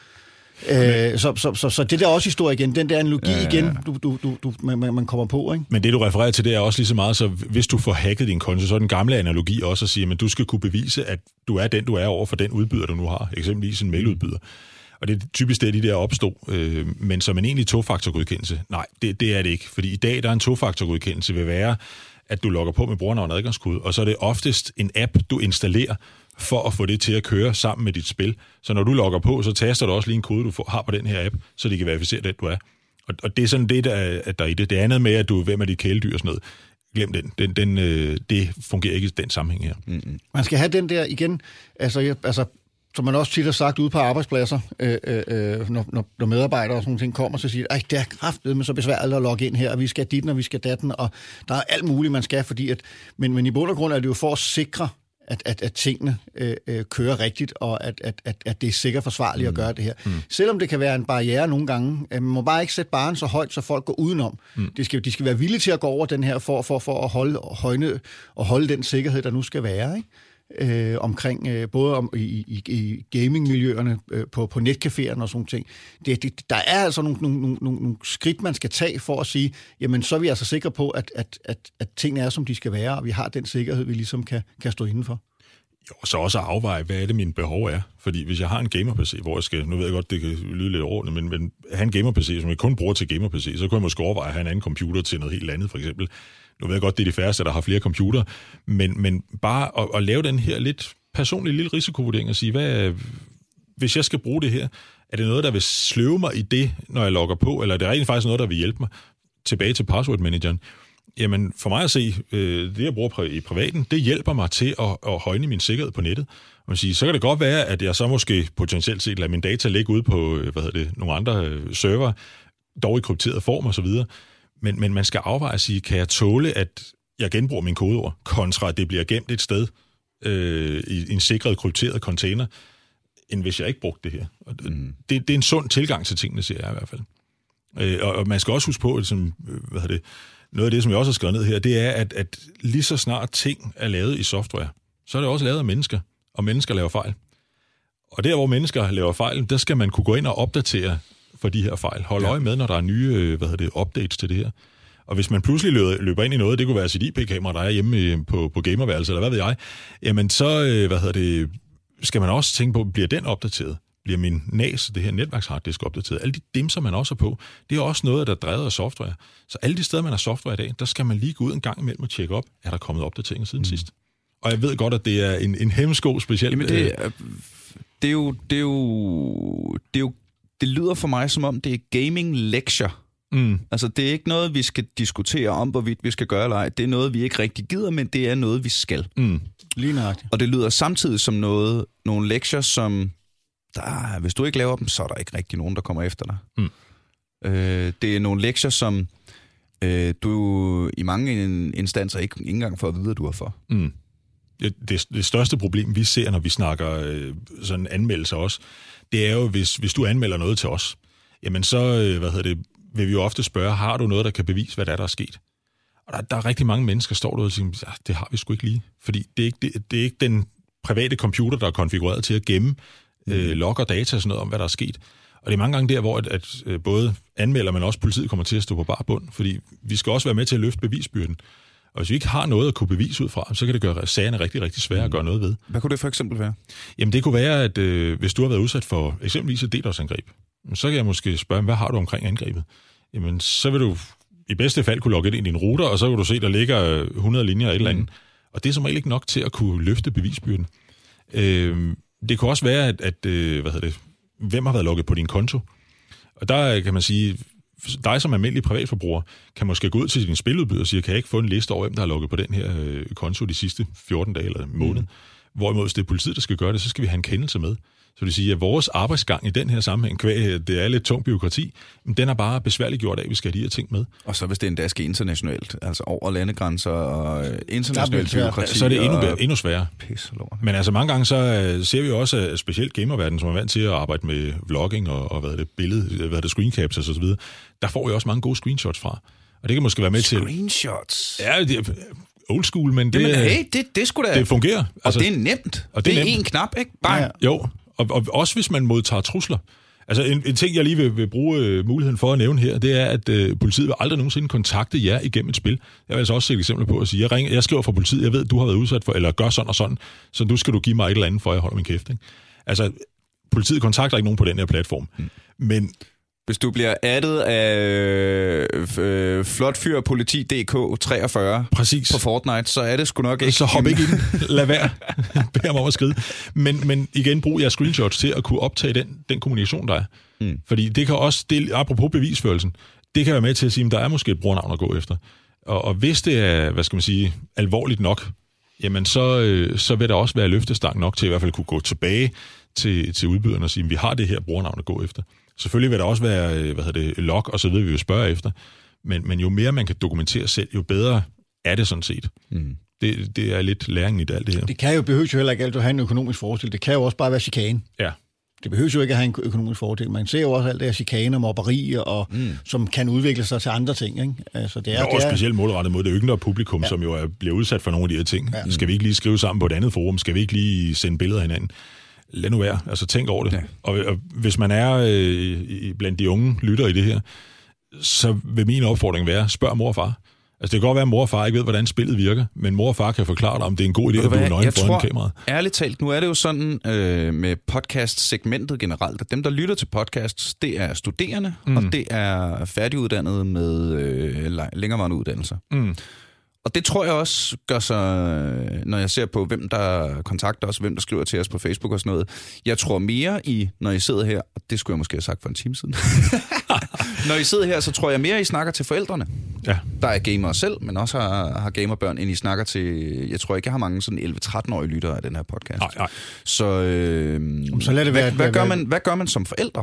Speaker 3: Øh, så, så, så, så det der også historie igen, den der analogi ja, ja, ja. igen, du, du, du, du, man, man kommer på, ikke?
Speaker 2: Men det, du refererer til, det er også lige så meget, så hvis du får hacket din konto, så er den gamle analogi også at sige, at du skal kunne bevise, at du er den, du er over for den udbyder, du nu har. Eksempelvis en mailudbyder. Og det er typisk det, de der opstod. Øh, men som en egentlig tofaktorgodkendelse, nej, det, det er det ikke. Fordi i dag, der er en tofaktorgodkendelse vil være, at du logger på med brugernavn og adgangskode, og så er det oftest en app, du installerer, for at få det til at køre sammen med dit spil. Så når du logger på, så taster du også lige en kode, du får, har på den her app, så de kan verificere den, du er. Og, og det er sådan det, der er, at der er i det. Det andet med, at du er hvem af dit kæledyr og sådan noget. Glem den. den, den øh, det fungerer ikke i den sammenhæng her.
Speaker 3: Mm-hmm. Man skal have den der igen, altså, jeg, altså som man også tit har sagt ude på arbejdspladser, øh, øh, når, når, når medarbejdere og sådan nogle ting kommer, så siger de, det er kraftedeme så besværligt at logge ind her, og vi skal dit, og vi skal datten, og der er alt muligt, man skal, fordi at, men, men i bund og grund er det jo for at sikre, at, at, at tingene øh, øh, kører rigtigt, og at, at, at, at det er sikkert forsvarligt mm. at gøre det her. Mm. Selvom det kan være en barriere nogle gange, øh, man må bare ikke sætte barren så højt, så folk går udenom. Mm. De, skal, de skal være villige til at gå over den her, for, for, for at holde, højne, og holde den sikkerhed, der nu skal være, ikke? Øh, omkring, øh, både om, i, i, i gamingmiljøerne, øh, på, på netcaféerne og sådan ting. Det, det, der er altså nogle, nogle, nogle, nogle skridt, man skal tage for at sige, jamen så er vi altså sikre på, at, at, at, at tingene er, som de skal være, og vi har den sikkerhed, vi ligesom kan, kan stå indenfor.
Speaker 2: Jo, så også at afveje, hvad er det, mine behov er. Fordi hvis jeg har en gamer-P C, hvor jeg skal, nu ved jeg godt, det kan lyde lidt ordentligt, men, men have en gamer-P C, som jeg kun bruger til gamer-P C, så kunne jeg måske overveje at have en anden computer til noget helt andet, for eksempel. Nu ved jeg godt, det er de færreste, der har flere computer, men, men bare at, at lave den her lidt personlige lille risikovurdering og sige, hvad, hvis jeg skal bruge det her, er det noget, der vil sløve mig i det, når jeg logger på, eller er det rent faktisk noget, der vil hjælpe mig tilbage til password-manageren? Jamen, for mig at se, øh, det jeg bruger i privaten, det hjælper mig til at, at højne min sikkerhed på nettet. Og man siger, så kan det godt være, at jeg så måske potentielt set lader min data ligge ude på hvad hedder det, nogle andre server, dog i krypteret form og så videre. Men, men man skal afveje og sige, kan jeg tåle, at jeg genbruger min kodeord, kontra at det bliver gemt et sted øh, i en sikret, krypteret container, end hvis jeg ikke brugte det her. Og mm. det, det er en sund tilgang til tingene, siger jeg i hvert fald. Øh, og, og man skal også huske på, som, hvad hedder det, noget af det, som jeg også har skrevet ned her, det er, at, at lige så snart ting er lavet i software, så er det også lavet af mennesker, og mennesker laver fejl. Og der, hvor mennesker laver fejl, der skal man kunne gå ind og opdatere for de her fejl. Hold ja. øje med, når der er nye hvad hedder det, updates til det her. Og hvis man pludselig løber, løber ind i noget, det kunne være sit I P-kamera, der er hjemme på, på gamerværelset, eller hvad ved jeg, jamen så hvad hedder det, skal man også tænke på, bliver den opdateret? Bliver min N A S, det her netværksharddisk, opdateret? Alle de dimser, man også er på, det er også noget, der er drevet af software. Så alle de steder, man har software i dag, der skal man lige gå ud en gang imellem og tjekke op, er der kommet opdateringer siden mm. sidst? Og jeg ved godt, at det er en, en hemsko specielt.
Speaker 1: Jamen det, er, det er jo... Det er jo... Det er jo Det lyder for mig, som om det er gaming-lektier. Mm. Altså, det er ikke noget, vi skal diskutere om, hvorvidt vi skal gøre eller ej. Det er noget, vi ikke rigtig gider, men det er noget, vi skal.
Speaker 2: Mm.
Speaker 3: Lige nøjagtigt.
Speaker 1: Og det lyder samtidig som noget, nogle lektier, som... Der, hvis du ikke laver dem, så er der ikke rigtig nogen, der kommer efter dig.
Speaker 2: Mm.
Speaker 1: Øh, det er nogle lektier, som øh, du i mange instanser ikke, ikke engang får at vide, at du har for.
Speaker 2: Mm. Det, det, det største problem, vi ser, når vi snakker øh, sådan anmeldelser også, det er jo, hvis, hvis du anmelder noget til os, jamen så øh, hvad hedder det, vil vi jo ofte spørge, har du noget, der kan bevise, hvad der er, der er sket? Og der, der er rigtig mange mennesker, der står derude og siger, ja, det har vi sgu ikke lige. Fordi det er ikke, det, det er ikke den private computer, der er konfigureret til at gemme øh, logger data og sådan noget om, hvad der er sket. Og det er mange gange der, hvor at, at, at både anmelder, men også politiet kommer til at stå på bar bund, fordi vi skal også være med til at løfte bevisbyrden. Og hvis vi ikke har noget at kunne bevise ud fra, så kan det gøre sagerne rigtig, rigtig svære at gøre noget ved.
Speaker 1: Hvad kunne det for eksempel være?
Speaker 2: Jamen det kunne være, at øh, hvis du har været udsat for eksempelvis et DDoS-angreb, så kan jeg måske spørge, hvad har du omkring angrebet? Jamen så vil du i bedste fald kunne logge ind i din router, og så kan du se, der ligger hundrede linjer eller et eller andet. Mm. Og det er som regel ikke nok til at kunne løfte bevisbyrden. Øh, det kunne også være, at, at øh, hvad hedder det, hvem har været logget på din konto? Og der kan man sige, dig som almindelig privatforbruger kan måske gå ud til din spiludbyder og sige, kan jeg ikke få en liste over, hvem der har logget på den her øh, konto de sidste fjorten dage eller måned? Mm. Hvorimod, hvis det er politiet, der skal gøre det, så skal vi have en kendelse med. Så det vil sige, at vores arbejdsgang i den her sammenhæng, kvæg, det er lidt tung byråkrati, men den er bare besværligt gjort af, at vi skal have de her ting med.
Speaker 1: Og så hvis det endda skal internationalt, altså over landegrænser og internationalt byråkrati.
Speaker 2: Så er det endnu, og... endnu sværere.
Speaker 1: Pisse lort.
Speaker 2: Men altså mange gange så uh, ser vi jo også, at specielt gamerverdenen, som er vant til at arbejde med vlogging og, og hvad er det, billede, hvad er det, screencaps og så videre, der får vi også mange gode screenshots fra. Og det kan måske være med til...
Speaker 1: Screenshots?
Speaker 2: Ja, det er old school, men det...
Speaker 1: Jamen, hey, det, det skulle da...
Speaker 2: Det fungerer.
Speaker 1: Og altså, det er nemt. Og det, det er en knap, ikke? Bang. Ja.
Speaker 2: Jo, og, og også hvis man modtager trusler. Altså en, en ting, jeg lige vil, vil bruge uh, muligheden for at nævne her, det er, at uh, politiet vil aldrig nogensinde kontakte jer igennem et spil. Jeg vil altså også se et eksempel på at sige, jeg, ringer, jeg skriver fra politiet, jeg ved, du har været udsat for, eller gør sådan og sådan, så nu skal du give mig et eller andet, for at jeg holder min kæft. Ikke? Altså, politiet kontakter ikke nogen på den her platform. Mm. Men...
Speaker 1: Hvis du bliver addet af øh, flotfyrpoliti punktum d k treogfyrre
Speaker 2: Præcis.
Speaker 1: På Fortnite, så er det sgu nok ikke...
Speaker 2: Så hop ikke i den. Lad være. Bær ham om at skride. Men, men igen, brug jeres screenshots til at kunne optage den, den kommunikation, der er. Mm. Fordi det kan også, det, apropos bevisførelsen, det kan være med til at sige, at der er måske et brugernavn at gå efter. Og, og hvis det er, hvad skal man sige, alvorligt nok, jamen så, øh, så vil der også være løftestang nok til i hvert fald kunne gå tilbage til, til udbyderne og sige, at vi har det her brugernavn at gå efter. Selvfølgelig vil der også være, hvad hedder det, log, og så videre, vi vil spørge efter. Men, men jo mere man kan dokumentere selv, jo bedre er det sådan set. Mm. Det, det er lidt læringen i det, alt det her.
Speaker 3: Det kan jo behøves jo heller ikke alt at have en økonomisk fordel. Det kan jo også bare være chikane.
Speaker 2: Ja.
Speaker 3: Det behøves jo ikke at have en økonomisk fordel. Man ser jo også alt det her chikane og mobberi, og, mm. som kan udvikle sig til andre ting. Ikke? Altså, det er,
Speaker 2: jo,
Speaker 3: det
Speaker 2: og
Speaker 3: er...
Speaker 2: specielt målrettet mod det yngre publikum, ja. Som jo er, bliver udsat for nogle af de her ting. Ja. Skal vi ikke lige skrive sammen på et andet forum? Skal vi ikke lige sende billeder af hinanden? Lad nu være. Altså tænk over det. Ja. Og, og hvis man er øh, blandt de unge lytter i det her, så vil min opfordring være, spørg mor og far. Altså det kan godt være, at mor og far ikke ved, hvordan spillet virker, men mor og far kan forklare dig, om det er en god idé, at du er nøgen foran kameraet.
Speaker 1: Ærligt talt, nu er det jo sådan øh, med podcast-segmentet generelt, at dem, der lytter til podcasts, det er studerende, mm. og det er færdiguddannede med øh, længerevarende uddannelser. Mm. Og det tror jeg også gør sig, når jeg ser på, hvem der kontakter os, hvem der skriver til os på Facebook og sådan noget. Jeg tror mere i, når I sidder her, og det skulle jeg måske have sagt for en time siden. Når I sidder her, så tror jeg mere, I snakker til forældrene. Ja. Der er gamere selv, men også har, har gamerbørn, end I snakker til... Jeg tror ikke, jeg har mange sådan elleve-tretten-årige lyttere af den her podcast.
Speaker 2: Nej, nej.
Speaker 1: Så, øh,
Speaker 3: så lad det være,
Speaker 1: hvad, hvad, gør man, hvad gør man som forældre?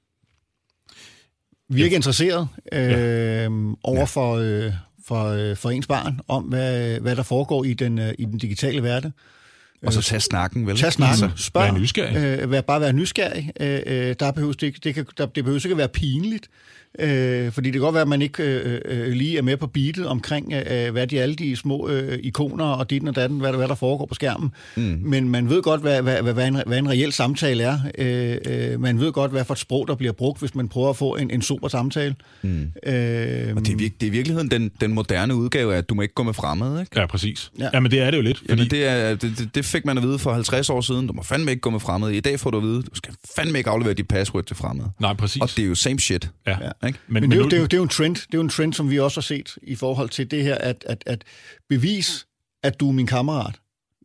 Speaker 3: Vi er ikke interesseret øh, ja. over for... Øh, For, for ens barn, om hvad, hvad der foregår i den, i den digitale verden.
Speaker 1: Og så tage snakken, vel?
Speaker 3: Tag snakken, spørg.
Speaker 2: Vær nysgerrig.
Speaker 3: Øh, vær, bare være nysgerrig. Øh, der behøves det, det, kan, der, det behøves ikke at være pinligt, øh, fordi det kan godt være, at man ikke øh, øh, lige er med på beatet omkring, øh, hvad de alle de små øh, ikoner og dit og datten, hvad, hvad der foregår på skærmen. Mm. Men man ved godt, hvad, hvad, hvad, en, hvad en reel samtale er. Øh, øh, man ved godt, hvad for et sprog, der bliver brugt, hvis man prøver at få en, en super samtale. Mm. Øh,
Speaker 1: og det er, vir- det er i virkeligheden den, den moderne udgave af, at du må ikke gå med fremmede, ikke?
Speaker 2: Ja, præcis. Ja, ja men det er det jo lidt.
Speaker 1: Fordi... Jamen, det, er, det, det fik man at vide for halvtreds år siden. Du må fandme ikke gå med fremmede. I dag får du at vide, du skal fandme ikke aflevere dit password til fremmede.
Speaker 2: Nej, præcis.
Speaker 1: Og det er jo same shit.
Speaker 2: Ja.
Speaker 1: Ja. Ikke?
Speaker 3: Men, men, men det, er jo, det, er jo, det er jo en trend. Det er jo en trend, som vi også har set i forhold til det her, at, at, at bevis, at du er min kammerat.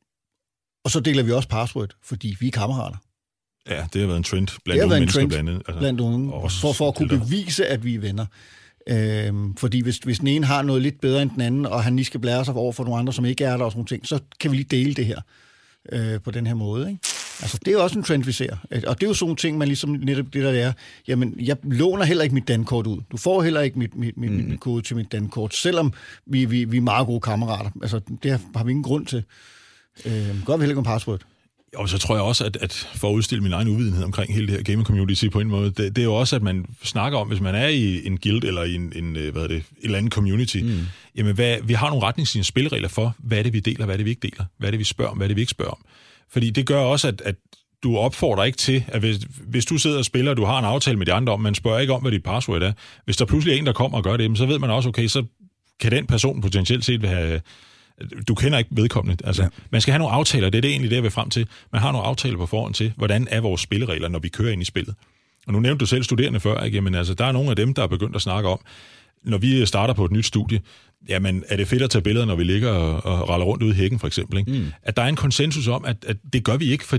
Speaker 3: Og så deler vi også password, fordi vi er kammerater.
Speaker 2: Ja, det har været en trend blandt unge mennesker blandt andet.
Speaker 3: Altså, blandt unge, for, for at kunne bevise, at vi er venner. Øhm, fordi hvis, hvis den ene har noget lidt bedre end den anden, og han lige skal blære sig over for nogle andre, som ikke er der og sådan nogle ting, så kan vi lige dele det her øh, på den her måde. Ikke? Altså, det er også en trend, vi ser. Og det er jo sådan nogle ting, man ligesom netop det der er, jamen, jeg låner heller ikke mit dankort ud. Du får heller ikke mit, mit, mit, mm. mit kode til mit dankort, selvom vi, vi, vi er meget gode kammerater. Altså, det har vi ingen grund til. Øh, gør vi heller ikke om password.
Speaker 2: Og så tror jeg også, at, at for at udstille min egen uvidenhed omkring hele det her gaming community på en måde, det, det er jo også, at man snakker om, hvis man er i en guild eller i en, en hvad er det, et eller andet community, mm. jamen hvad, vi har nogle retningslinjer, spilleregler for, hvad er det, vi deler, hvad er det, vi ikke deler, hvad er det, vi spørger om, hvad er det, vi ikke spørger om. Fordi det gør også, at, at du opfordrer ikke til, at hvis, hvis du sidder og spiller, og du har en aftale med de andre om, man spørger ikke om, hvad dit password er. Hvis der pludselig er en, der kommer og gør det, så ved man også, okay, så kan den person potentielt set have... Du kender ikke vedkommende. Altså, ja. Man skal have nogle aftaler, det er det egentlig det, jeg vil frem til. Man har nogle aftaler på forhånd til, hvordan er vores spilleregler, når vi kører ind i spillet. Og nu nævnte du selv studerende før, ikke? Jamen, altså, der er nogle af dem, der er begyndt at snakke om, når vi starter på et nyt studie, jamen, er det fedt at tage billeder, når vi ligger og, og raller rundt ude i hækken, for eksempel. Ikke? Mm. At der er en konsensus om, at, at det gør vi ikke, fordi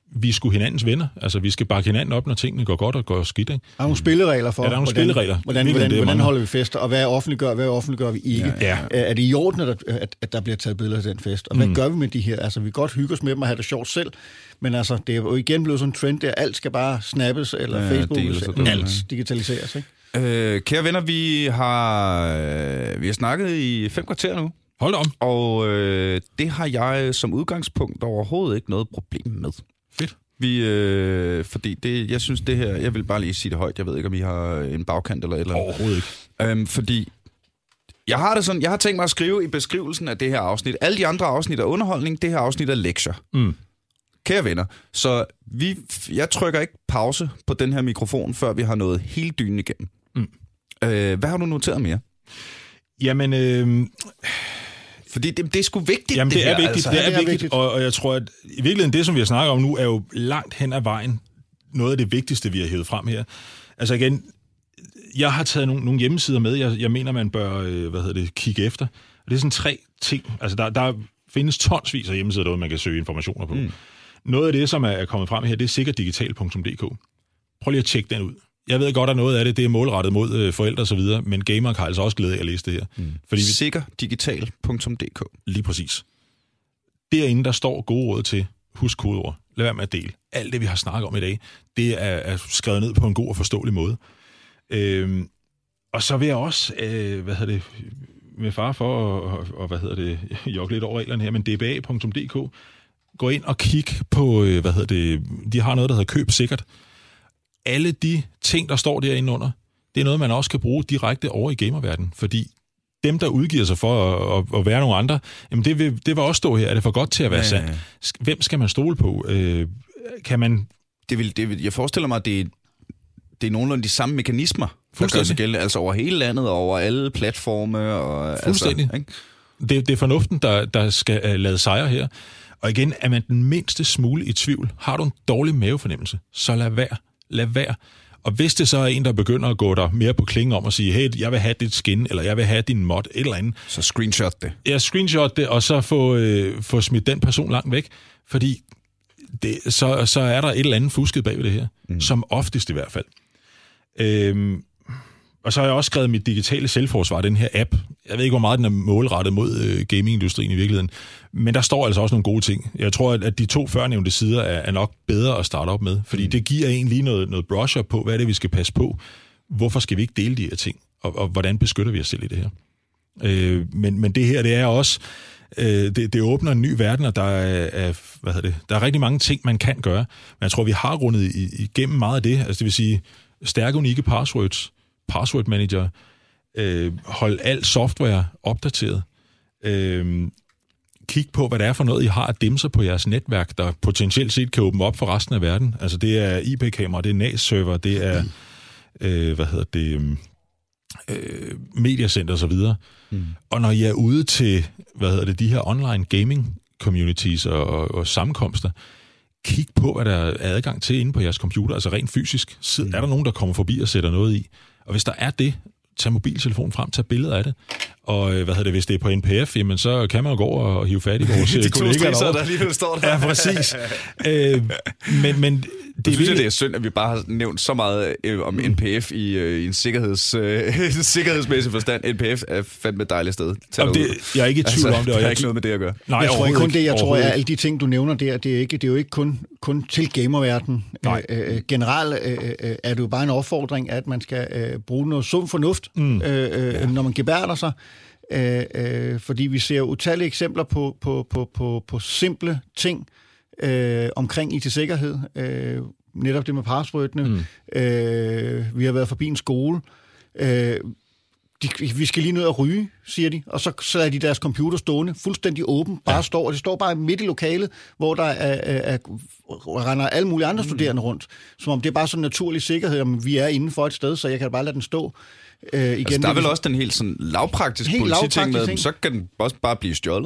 Speaker 2: vi skulle hinandens venner. Altså, vi skal bakke hinanden op, når tingene går godt og går skidt, ikke?
Speaker 3: Der er nogle spilleregler for,
Speaker 2: ja, der er nogle
Speaker 3: hvordan,
Speaker 2: spilleregler.
Speaker 3: hvordan, hvordan, hvordan holder vi fester, og hvad offentliggør, hvad offentliggør vi ikke?
Speaker 2: Ja, ja.
Speaker 3: Er det i orden, at, at, at der bliver taget billeder af den fest? Og hvad mm. gør vi med de her? Altså, vi kan godt hygge os med dem og have det sjovt selv, men altså, det er jo igen blevet sådan en trend, der alt skal bare snappes, eller ja, Facebookes, alt digitaliseres, ikke?
Speaker 1: Øh, kære venner, vi har, øh, vi har snakket i fem kvarter nu.
Speaker 2: Hold om.
Speaker 1: Og øh, det har jeg som udgangspunkt overhovedet ikke noget problem med.
Speaker 2: Fedt.
Speaker 1: Vi, øh, fordi det, jeg synes det her, jeg vil bare lige sige det højt, jeg ved ikke, om I har en bagkant eller et eller andet.
Speaker 2: Overhovedet ikke.
Speaker 1: Øhm, fordi jeg har det sådan, jeg har tænkt mig at skrive i beskrivelsen af det her afsnit. Alle de andre afsnit er underholdning, det her afsnit er lektier.
Speaker 2: Mm.
Speaker 1: Kære venner, så vi, jeg trykker ikke pause på den her mikrofon, før vi har nået hele dynen igennem. Mm. Øh, hvad har du noteret mere?
Speaker 2: Jamen, øh...
Speaker 1: fordi det, det er sgu vigtigt.
Speaker 2: Jamen, det, det
Speaker 1: her,
Speaker 2: er vigtigt,
Speaker 1: altså.
Speaker 2: det er,
Speaker 3: det er
Speaker 2: vigtigt,
Speaker 3: vigtigt.
Speaker 2: Og, og jeg tror, at i virkeligheden det, som vi har snakket om nu, er jo langt hen ad vejen noget af det vigtigste, vi har hævet frem her. Altså igen, jeg har taget nogle, nogle hjemmesider med, jeg, jeg mener, man bør øh, hvad hedder det, kigge efter. Og det er sådan tre ting. Altså, der, der findes tonsvis af hjemmesider derude, man kan søge informationer på. Mm. Noget af det, som er kommet frem her, det er sikkerdigital punktum d k. Prøv lige at tjekke den ud. Jeg ved godt, at noget af det, det er målrettet mod øh, forældre og så videre, men gamere kan altså også glæde af at læse det her. Mm.
Speaker 1: Fordi vi... sikkerdigital punktum d k.
Speaker 2: Lige præcis. Derinde, der står gode råd til, husk kodeord, lad være med at dele. Alt det, vi har snakket om i dag, det er, er skrevet ned på en god og forståelig måde. Øhm, og så vil jeg også, øh, hvad hedder det, med far for, og, og hvad hedder det, jogge lidt over reglerne her, men d b a punktum d k, gå ind og kig på, øh, hvad hedder det, de har noget, der hedder køb sikkert. Alle de ting, der står derinde under, det er noget, man også kan bruge direkte over i gamerverdenen, fordi dem, der udgiver sig for at, at, at være nogle andre, jamen det vil, det vil også stå her. Er det for godt til at være ja, sandt? Hvem skal man stole på? Øh, kan man...
Speaker 1: Det vil, det vil, jeg forestiller mig, at det er, det er nogenlunde de samme mekanismer, der gør sig gældende, altså over hele landet, over alle platforme. Og,
Speaker 2: Fuldstændig.
Speaker 1: Altså, ikke?
Speaker 2: Det, det er fornuften, der, der skal uh, lade sejre her. Og igen, er man den mindste smule i tvivl, har du en dårlig mavefornemmelse, så lad være. Lad være. Og hvis det så er en, der begynder at gå der mere på klingen om at sige, hey, jeg vil have dit skin, eller jeg vil have din mod, et eller andet.
Speaker 1: Så screenshot det.
Speaker 2: Ja, screenshot det, og så få, øh, få smidt den person langt væk. Fordi det, så, så er der et eller andet fusket bag ved det her. Mm. Som oftest i hvert fald. Øhm, og så har jeg også skrevet mit digitale selvforsvar, den her app. Jeg ved ikke, hvor meget den er målrettet mod øh, gamingindustrien i virkeligheden. Men der står altså også nogle gode ting. Jeg tror, at, at de to førnævnte sider er, er nok bedre at starte op med. Fordi mm. det giver en lige noget, noget brush på, hvad er det, vi skal passe på. Hvorfor skal vi ikke dele de her ting? Og, og hvordan beskytter vi os selv i det her? Øh, men, men det her, det er også... Øh, det, det åbner en ny verden, og der er, er, hvad hedder det, der er rigtig mange ting, man kan gøre. Men jeg tror, vi har rundet igennem meget af det. Altså det vil sige, stærke, unikke passwords, password manager, øh, hold alt software opdateret, øh, kig på, hvad det er for noget, I har at dimser på jeres netværk, der potentielt set kan åbne op for resten af verden. Altså det er I P-kamera, det er N A S-server, det er, øh, hvad hedder det, øh, mediacenter og så videre. Mm. Og når I er ude til, hvad hedder det, de her online gaming communities og, og, og sammenkomster, kig på, hvad der er adgang til inde på jeres computer, altså rent fysisk. Sid, mm. Er der nogen, der kommer forbi og sætter noget i? Og hvis der er det, tag mobiltelefonen frem, tag billeder af det. Og hvad hedder det, hvis det er på N P F, jamen så kan man jo gå over og hive fat i vores
Speaker 1: de
Speaker 2: kollegaer
Speaker 1: derovre. Der alligevel står der.
Speaker 2: Ja, præcis. øh, men, men det
Speaker 1: jeg synes, jeg, det er synd, at vi bare har nævnt så meget øh, om N P F i, øh, i en sikkerheds, øh, sikkerhedsmæssig forstand. N P F er fandme et dejligt sted.
Speaker 2: Det, jeg er ikke i tvivl
Speaker 1: altså,
Speaker 2: om det. Og
Speaker 1: det har
Speaker 2: jeg
Speaker 1: ikke noget med det at gøre.
Speaker 3: Nej, jeg tror ikke kun det. Jeg tror, at alle de ting, du nævner der, det er, ikke, det er jo ikke kun, kun til gamerverdenen.
Speaker 2: Nej.
Speaker 3: Øh, generelt øh, er det jo bare en opfordring, at man skal øh, bruge noget sund fornuft, mm. øh, øh, ja. når man gebærder sig. Øh, øh, fordi vi ser utallige eksempler på, på, på, på, på simple ting øh, omkring I T-sikkerhed. Øh, netop det med passwordene. Mm. Øh, vi har været forbi en skole. Øh, de, vi skal lige ned og ryge, siger de. Og så, så er de deres computer stående, fuldstændig åben, bare ja. står. Og det står bare midt i lokalet, hvor der er, er, er, render alle mulige andre mm. studerende rundt. Som om det er bare sådan en naturlig sikkerhed, om vi er inden for et sted, så jeg kan bare lade den stå. Øh, igen,
Speaker 1: altså, der er vel også den helt sådan lavpraktiske polititing med dem, så kan den også bare blive stjålet.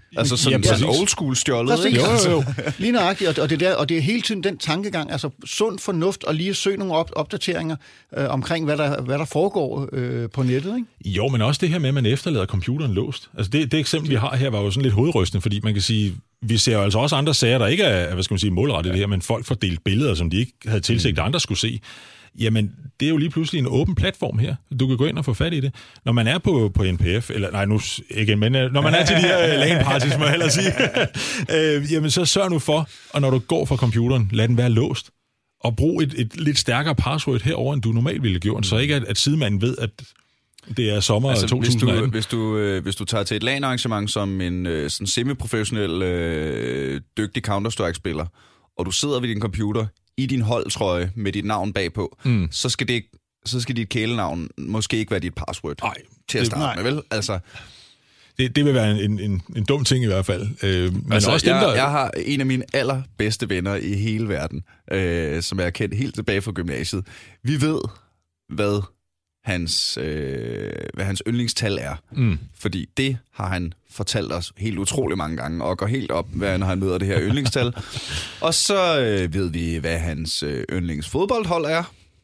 Speaker 1: Altså sådan,
Speaker 2: ja,
Speaker 1: sådan old school stjålet,
Speaker 3: præcis.
Speaker 1: ikke?
Speaker 2: Jo, jo, jo.
Speaker 3: Lige nøjagtigt, og, og, det der, og det er hele tiden den tankegang, altså sund fornuft, og lige søge nogle op, opdateringer øh, omkring, hvad der, hvad der foregår øh, på nettet, ikke?
Speaker 2: Jo, men også det her med, at man efterlader computeren låst. Altså det, det eksempel, vi har her, var jo sådan lidt hovedrystende, fordi man kan sige, vi ser jo altså også andre sager, der ikke er, hvad skal man sige, målrettet det her, men folk får delt billeder, som de ikke havde tilsigt, at andre skulle se. Jamen, det er jo lige pludselig en åben platform her. Du kan gå ind og få fat i det. Når man er på, på N P F, eller nej, nu ikke, men når man er til de her LAN-parties, må jeg hellere sige, øh, jamen så sørg nu for, og når du går fra computeren, lad den være låst. Og brug et, et lidt stærkere password herover, end du normalt ville have gjort, så ikke at, at sidemanden ved, at det er sommer altså, to tusind atten.
Speaker 1: Hvis du, hvis, du, øh, hvis du tager til et LAN-arrangement som en øh, sådan semi-professionel, øh, dygtig Counter-Strike-spiller, og du sidder ved din computer i din holdtrøje med dit navn bagpå, mm. så skal det så skal dit kælenavn måske ikke være dit password.
Speaker 2: Nej,
Speaker 1: til at starte nej. med, vel? Altså,
Speaker 2: det, det vil være en, en, en dum ting i hvert fald. Øh, men
Speaker 1: altså,
Speaker 2: også
Speaker 1: jeg,
Speaker 2: dem, der...
Speaker 1: jeg har en af mine allerbedste venner i hele verden, øh, som jeg har kendt helt tilbage fra gymnasiet. Vi ved, hvad hans, øh, hvad hans yndlingstal er. Mm. Fordi det har han fortalt os helt utrolig mange gange, og går helt op, når han møder det her yndlingstal. Og så øh, ved vi, hvad hans øh, yndlingsfodboldhold er.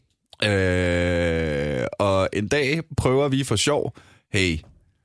Speaker 1: Øh, og en dag prøver vi for sjov, hey,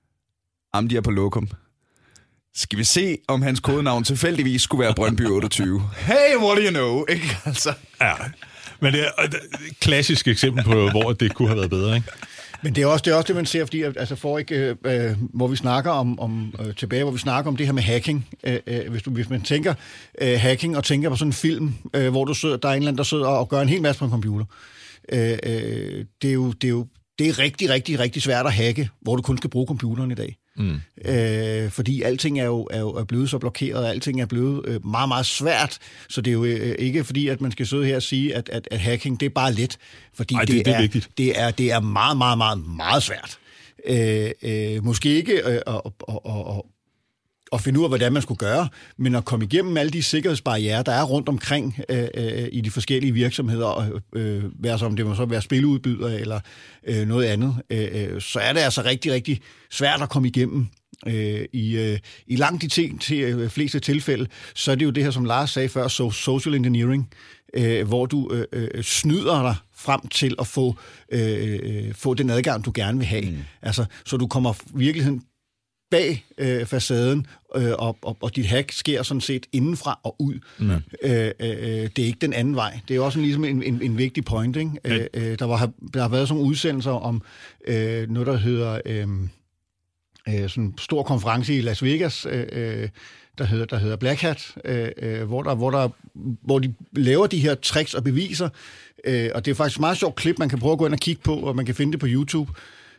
Speaker 1: Amdi er på lokum. Skal vi se, om hans kodenavn tilfældigvis skulle være Brøndby otteogtyve? Hey, what do you know? Ikke? Altså.
Speaker 2: Ja, men det er et klassisk eksempel på, hvor det kunne have været bedre, ikke?
Speaker 3: Men det er også det, er også det man ser, fordi altså for ikke, øh, hvor vi snakker om, om øh, tilbage, hvor vi snakker om det her med hacking. Øh, øh, hvis, du, hvis man tænker øh, hacking og tænker på sådan en film, øh, hvor du sidder, der er en eller anden, der sidder og gør en hel masse på en computer. Øh, øh, det er jo, det er jo det er rigtig, rigtig, rigtig svært at hacke, hvor du kun skal bruge computeren i dag. Mm. Øh, fordi alting er jo, er jo er blevet så blokeret, og alting er blevet øh, meget, meget svært. Så det er jo øh, ikke fordi, at man skal sidde her og sige, at, at, at hacking, det er bare let. Fordi
Speaker 2: Ej, det,
Speaker 3: det,
Speaker 2: det, er,
Speaker 3: er,
Speaker 2: vigtigt.
Speaker 3: det, er, det er meget, meget, meget, meget svært. Øh, øh, måske ikke øh, at, at, at, at, at finde ud af, hvordan man skulle gøre, men at komme igennem alle de sikkerhedsbarrierer, der er rundt omkring øh, øh, i de forskellige virksomheder, øh, være som det må så være spiludbyder eller øh, noget andet, øh, så er det altså rigtig, rigtig svært at komme igennem. Øh, i, øh, I langt de ting, til øh, fleste tilfælde, så er det jo det her, som Lars sagde før, so, social engineering, øh, hvor du øh, øh, snyder dig frem til at få, øh, få den adgang, du gerne vil have. Mm. Altså, så du kommer virkeligheden bag øh, facaden, øh, og, og, og dit hack sker sådan set indenfra og ud. Mm. Øh, øh, det er ikke den anden vej. Det er også en, ligesom en, en, en vigtig point. Ikke? Mm. Øh, der, var, der har været sådan nogle udsendelser om øh, noget, der hedder øh, øh, sådan en stor konference i Las Vegas, øh, der hedder, der hedder Black Hat, øh, hvor, der, hvor, der, hvor de laver de her tricks og beviser. Øh, og det er faktisk et meget sjovt klip, man kan prøve at gå ind og kigge på, og man kan finde det på YouTube.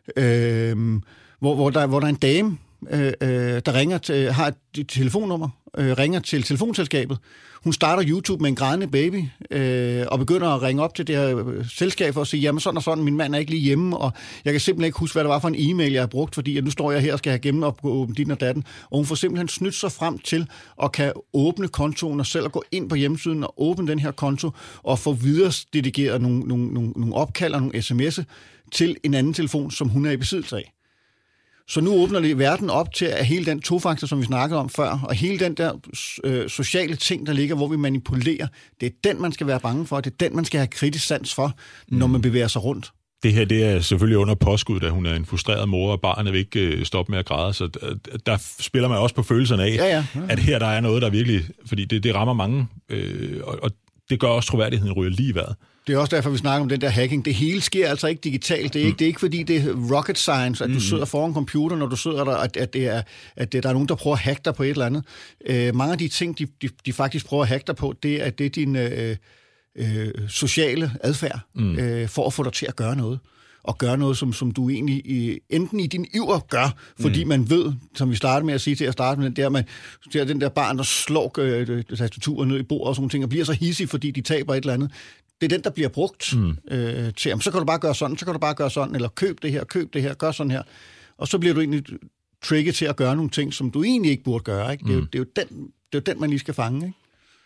Speaker 3: Øh, hvor, hvor, der, hvor der er en dame, Øh, der ringer til, har et telefonnummer, øh, ringer til telefonselskabet. Hun starter YouTube med en grædende baby, øh, og begynder at ringe op til det her øh, selskab for at sige, jamen sådan og sådan, min mand er ikke lige hjemme, og jeg kan simpelthen ikke huske, hvad det var for en e-mail, jeg har brugt, fordi at nu står jeg her og skal have gennem og åbne din og datten. Og hun får simpelthen snydt sig frem til at kan åbne kontoen og selv at gå ind på hjemmesiden og åbne den her konto og få videre delegeret nogle, nogle, nogle, nogle opkald og nogle sms'er til en anden telefon, som hun er i besiddelse af. Så nu åbner det verden op til at hele den tofaktor, som vi snakkede om før, og hele den der øh, sociale ting, der ligger, hvor vi manipulerer, det er den, man skal være bange for, det er den, man skal have kritisk sans for, når man bevæger sig rundt.
Speaker 2: Det her, det er selvfølgelig under påskud, da hun er en frustreret mor, og barnet vil ikke øh, stoppe med at græde, så der, der spiller man også på følelserne af, ja, ja. Ja. At her der er noget, der virkelig, fordi det, det rammer mange, øh, og, og det gør også troværdigheden ryger lige i vejret. Det
Speaker 3: er også derfor, vi snakker om den der hacking. Det hele sker altså ikke digitalt. Det er ikke, mm. det er ikke fordi, det er rocket science, at du mm. sidder foran en computer, når du sidder der, at, at, det er, at det, der er nogen, der prøver at hacke dig på et eller andet. Øh, mange af de ting, de, de, de faktisk prøver at hacke dig på, det er, det er din øh, øh, sociale adfærd, mm. øh, for at få dig til at gøre noget. Og gøre noget, som, som du egentlig i, enten i din iver gør, fordi mm. man ved, som vi startede med at sige til at starte med, den der, man, der, den der barn, der slår øh, tastaturet ned i bordet og sådan ting, og bliver så hissig, fordi de taber et eller andet. Det er den, der bliver brugt mm. øh, til, jamen, så kan du bare gøre sådan, så kan du bare gøre sådan, eller køb det her, køb det her, gør sådan her. Og så bliver du egentlig trigget til at gøre nogle ting, som du egentlig ikke burde gøre. Ikke? Det, er jo, mm. det, er jo den, det er jo den, man lige skal fange, ikke?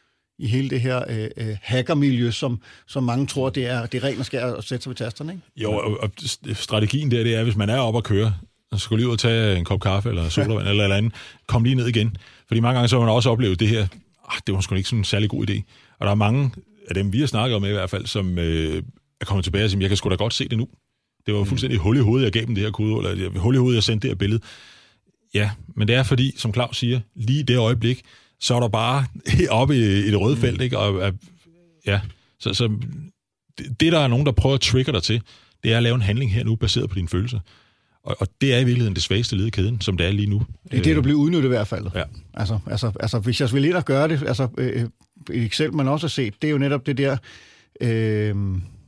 Speaker 3: I hele det her øh, hackermiljø, som, som mange tror, det er, det er rent og skær at sætte sig ved tasterne. Ikke?
Speaker 2: Jo, og, og strategien der, det er, hvis man er oppe at køre, så skulle lige ud og tage en kop kaffe eller sodavand eller eller andet, kom lige ned igen. Fordi mange gange så har man også oplevet det her, ah, det var sgu ikke sådan en særlig god idé. Og der er mange af dem, vi har snakket om i hvert fald, som øh, er kommet tilbage og siger, jeg kan sgu da godt se det nu. Det var fuldstændig hul i hovedet, jeg gav dem det her kodeord, eller hul i hovedet, jeg sendte det her billede. Ja, men det er fordi, som Claus siger, lige i det øjeblik, så er der bare oppe i, i det røde felt, ikke? Og, ja, så, så det, der er nogen, der prøver at trigger dig til, det er at lave en handling her nu, baseret på dine følelser. Og, og det er i virkeligheden det svageste led i kæden, som det er lige nu.
Speaker 3: Det er det, der bliver udnyttet i hvert fald.
Speaker 2: Ja.
Speaker 3: Altså, altså, altså, hvis jeg vil ind og gøre det, altså, øh, et eksempel, man også har set, det er jo netop det der, øh,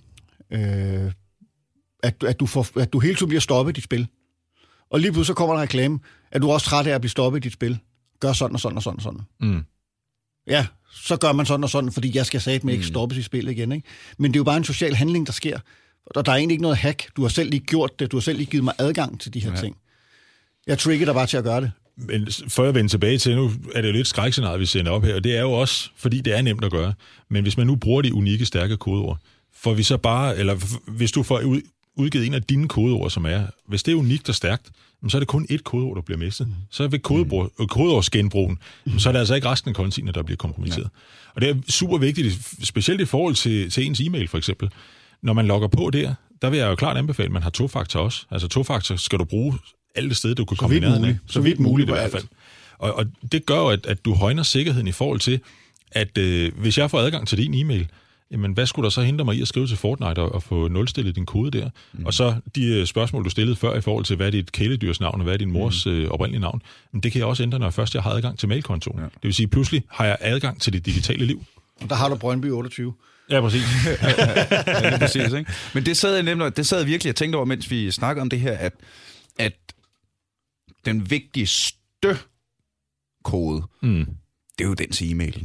Speaker 3: øh, at, at, du får, at du hele tiden bliver stoppet i dit spil. Og lige pludselig så kommer der en reklame, at du er også træt af at blive stoppet i dit spil. Gør sådan og sådan og sådan og sådan.
Speaker 2: Mm.
Speaker 3: Ja, så gør man sådan og sådan, fordi jeg skal satme ikke stoppes i spillet igen, ikke? Men det er jo bare en social handling, der sker. Og der er egentlig ikke noget hack. Du har selv lige gjort det. Du har selv lige givet mig adgang til de her ja. ting. Jeg trigger dig bare til at gøre det.
Speaker 2: Men for at vende tilbage til, nu er det jo lidt skrækscenarie, vi sender op her, og det er jo også, fordi det er nemt at gøre. Men hvis man nu bruger de unikke, stærke kodeord, får vi så bare, eller hvis du får ud, udgivet en af dine kodeord, som er, hvis det er unikt og stærkt, så er det kun ét kodeord, der bliver mistet. Så ved kodeordsgenbrugen, så er det altså ikke resten af kontiene, der bliver kompromitteret. Ja. Og det er super vigtigt, specielt i forhold til, til ens e-mail for eksempel. Når man logger på der, der vil jeg jo klart anbefale, at man har tofaktor også. Altså tofaktor skal du bruge alle steder, du kan komme i nærheden af. Så vidt muligt i hvert fald. Og, og det gør jo, at, at du højner sikkerheden i forhold til, at øh, hvis jeg får adgang til din e-mail, jamen hvad skulle der så hindre mig i at skrive til Fortnite og, og få nulstillet din kode der? Mm. Og så de øh, spørgsmål, du stillede før i forhold til, hvad er dit kæledyrsnavn og hvad er din mors mm. øh, oprindelige navn, men det kan jeg også ændre, når først jeg har adgang til mailkontoen. Ja. Det vil sige, pludselig har jeg adgang til det digitale liv.
Speaker 3: Og der har du Brøndby otteogtyve.
Speaker 2: Ja, præcis.
Speaker 1: ja, det præcis, ikke? Men det sad jeg nemlig, det sad jeg virkelig og tænkte over, mens vi snakkede om det her, at, at den vigtigste kode, mm. det er jo den til e-mailen.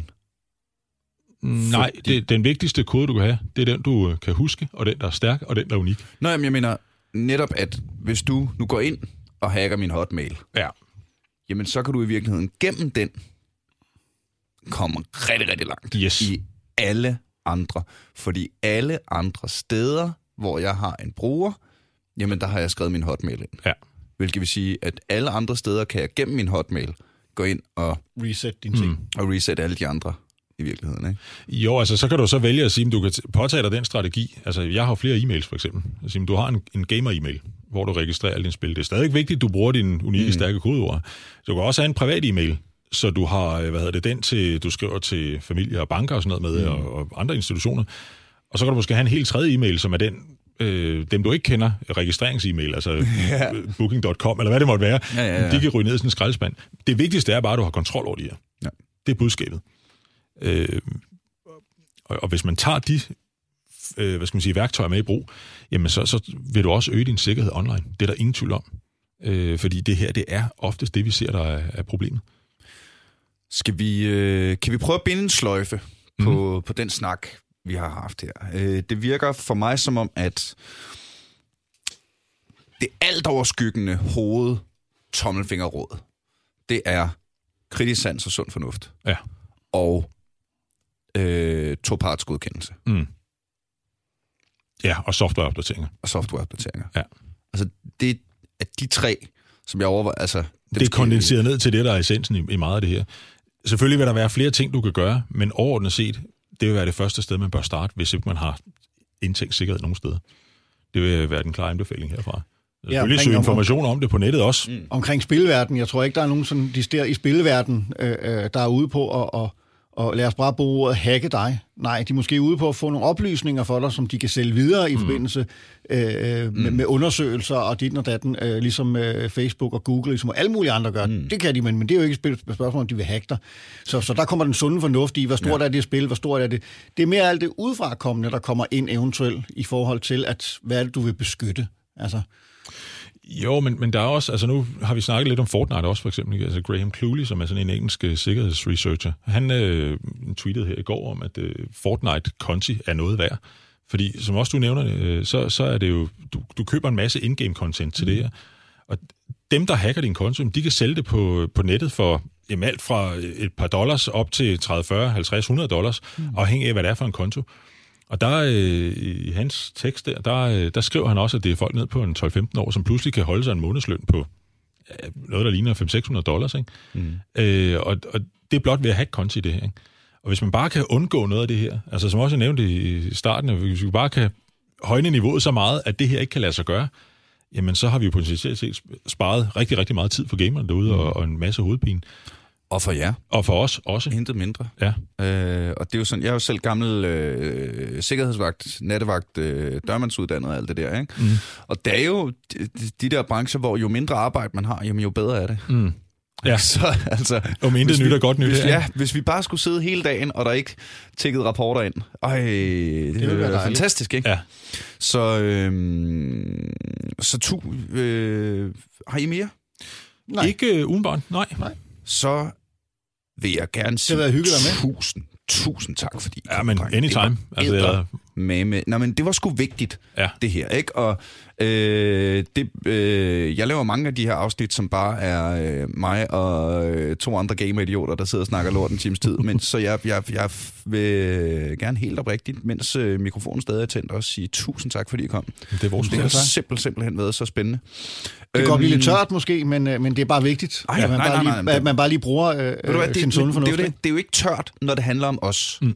Speaker 2: Nej, Fordi... det, den vigtigste kode, du kan have, det er den, du kan huske, og den, der er stærk, og den, der er unik.
Speaker 1: Nå, jamen, jeg mener netop, at hvis du nu går ind og hacker min hotmail,
Speaker 2: ja.
Speaker 1: jamen så kan du i virkeligheden gennem den komme rigtig, rigtig langt
Speaker 2: yes.
Speaker 1: i alle andre. Fordi alle andre steder, hvor jeg har en bruger, jamen der har jeg skrevet min hotmail ind.
Speaker 2: Ja.
Speaker 1: Hvilket vil sige, at alle andre steder kan jeg gennem min hotmail gå ind og
Speaker 3: reset dine ting.
Speaker 1: Mm. Og reset alle de andre i virkeligheden, ikke?
Speaker 2: Jo, altså så kan du så vælge at sige, at du kan påtage dig den strategi. Altså jeg har flere e-mails for eksempel. Altså, du har en, en gamer-e-mail, hvor du registrerer alle dine spil. Det er stadig vigtigt, at du bruger dine unikke, mm. stærke kodeord. Så du kan også have en privat e-mail, så du har, hvad hedder det, den til, du skriver til familie og banker og sådan noget med, mm. og, og andre institutioner. Og så kan du måske have en helt tredje e-mail, som er den, øh, dem du ikke kender, registrerings-e-mail, altså ja. booking punktum com, eller hvad det måtte være. Ja, ja, ja. De kan ryge ned i sådan en skraldespand. Det vigtigste er bare, at du har kontrol over de her. Ja. Det er budskabet. Øh, og, og hvis man tager de øh, hvad skal man sige, værktøjer med i brug, jamen så, så vil du også øge din sikkerhed online. Det er der ingen tvivl om. Øh, fordi det her, det er oftest det, vi ser, der er, er problemet.
Speaker 1: Skal vi, øh, kan vi prøve at binde en sløjfe mm. på, på den snak, vi har haft her? Øh, det virker for mig som om, at det alt overskyggende hoved tommelfingerråd, det er kritisk sans og sund fornuft.
Speaker 2: Ja.
Speaker 1: Og øh, topartsgodkendelse.
Speaker 2: Mm. Ja, og softwareopdateringer.
Speaker 1: Og softwareopdateringer.
Speaker 2: Ja.
Speaker 1: Altså, det er de tre, som jeg overvejer. Altså,
Speaker 2: det er kondenseret ned til det, der er essensen i, i meget af det her. Selvfølgelig vil der være flere ting, du kan gøre, men overordnet set, det vil være det første sted, man bør starte, hvis ikke man har indtænkt sikkerhed nogen steder. Det vil være den klare anbefaling herfra. Ja, selvfølgelig søge information om det på nettet også.
Speaker 3: Mm. Omkring spilverden. Jeg tror ikke, der er nogen sådan, de steder i spilverden, øh, der er ude på at, at, at lad os bare bruge ordet hacke dig. Nej, de er måske ude på at få nogle oplysninger for dig, som de kan sælge videre i mm. forbindelse øh, mm. med, med undersøgelser og dit og datten, øh, ligesom øh, Facebook og Google, ligesom alle mulige andre gør. Mm. Det kan de, men, men det er jo ikke et spørgsmål, om de vil hacke dig. Så, så der kommer den sunde fornuft i, hvor stort ja. er det spil, hvor stort er det. Det er mere alt det udefrakommende, der kommer ind eventuelt i forhold til, at hvad er det, du vil beskytte. Altså...
Speaker 2: Jo, men, men der er også, altså nu har vi snakket lidt om Fortnite også, for eksempel, altså Graham Cluley, som er sådan en engelsk sikkerhedsresearcher, han øh, tweetede her i går om, at øh, Fortnite-konti er noget værd. Fordi, som også du nævner, øh, så, så er det jo, du, du køber en masse in-game-content til mm. det her, og dem, der hacker din konto, de kan sælge det på, på nettet for jamen, alt fra et par dollars op til tredive, fyrre, halvtreds, hundrede dollars, mm. afhængig af, hvad det er for en konto. Og der øh, i hans tekst der, der, øh, der skriver han også, at det er folk ned på en tolv femten år, som pludselig kan holde sig en månedsløn på ja, noget, der ligner fem til seks hundrede dollars. Ikke? Mm. Øh, og, og det er blot ved at have et konto i det her. Ikke? Og hvis man bare kan undgå noget af det her, altså som også jeg nævnte i starten, hvis vi bare kan højne niveauet så meget, at det her ikke kan lade sig gøre, jamen så har vi jo potentielt set sparet rigtig, rigtig meget tid for gamerne derude, mm. og, og en masse hovedpine.
Speaker 1: Og for jer.
Speaker 2: Og for os også.
Speaker 1: Intet mindre.
Speaker 2: Ja.
Speaker 1: Øh, og det er jo sådan, jeg er jo selv gammel øh, sikkerhedsvagt, nattevagt, øh, dørmandsuddannet og alt det der, ikke? Mm. Og det er jo de, de der brancher, hvor jo mindre arbejde man har, jamen jo bedre er det.
Speaker 2: Mm. Ja,
Speaker 1: så, altså,
Speaker 2: om intet nyt er godt nyt.
Speaker 1: Hvis,
Speaker 2: her.
Speaker 1: Ja, hvis vi bare skulle sidde hele dagen, og der ikke tækkede rapporter ind. Ej, det, det ville være fantastisk, ikke?
Speaker 2: Ja.
Speaker 1: Så, øh, så tu, øh, har I mere?
Speaker 2: Nej. Ikke uh, udenbart, nej.
Speaker 3: nej.
Speaker 1: Så vil jeg gerne sige
Speaker 3: det med.
Speaker 1: tusind, tusind tak, fordi I
Speaker 2: ja, men anytime. Altså, jeg...
Speaker 1: med, med. Nå, men det var sgu vigtigt,
Speaker 2: ja.
Speaker 1: det her, ikke? Og øh, det, øh, jeg laver mange af de her afsnit, som bare er øh, mig og øh, to andre gamer-idioter, der sidder og snakker lort en times tid. Men så jeg, jeg, jeg vil gerne helt oprigtigt, mens øh, mikrofonen stadig er tændt, også sige tusind tak, fordi I kom.
Speaker 2: Det er vores
Speaker 1: det har simpel, simpelthen været så spændende.
Speaker 3: Det kan godt blive lidt tørt måske, men, men det er bare vigtigt,
Speaker 1: Ej,
Speaker 3: at, man
Speaker 1: nej,
Speaker 3: bare
Speaker 1: nej,
Speaker 3: lige,
Speaker 1: nej,
Speaker 3: at man bare lige bruger øh,
Speaker 1: hvad,
Speaker 3: sin
Speaker 1: det,
Speaker 3: sunde fornuft.
Speaker 1: Det, det, det, det er jo ikke tørt, når det handler om os.
Speaker 2: Mm.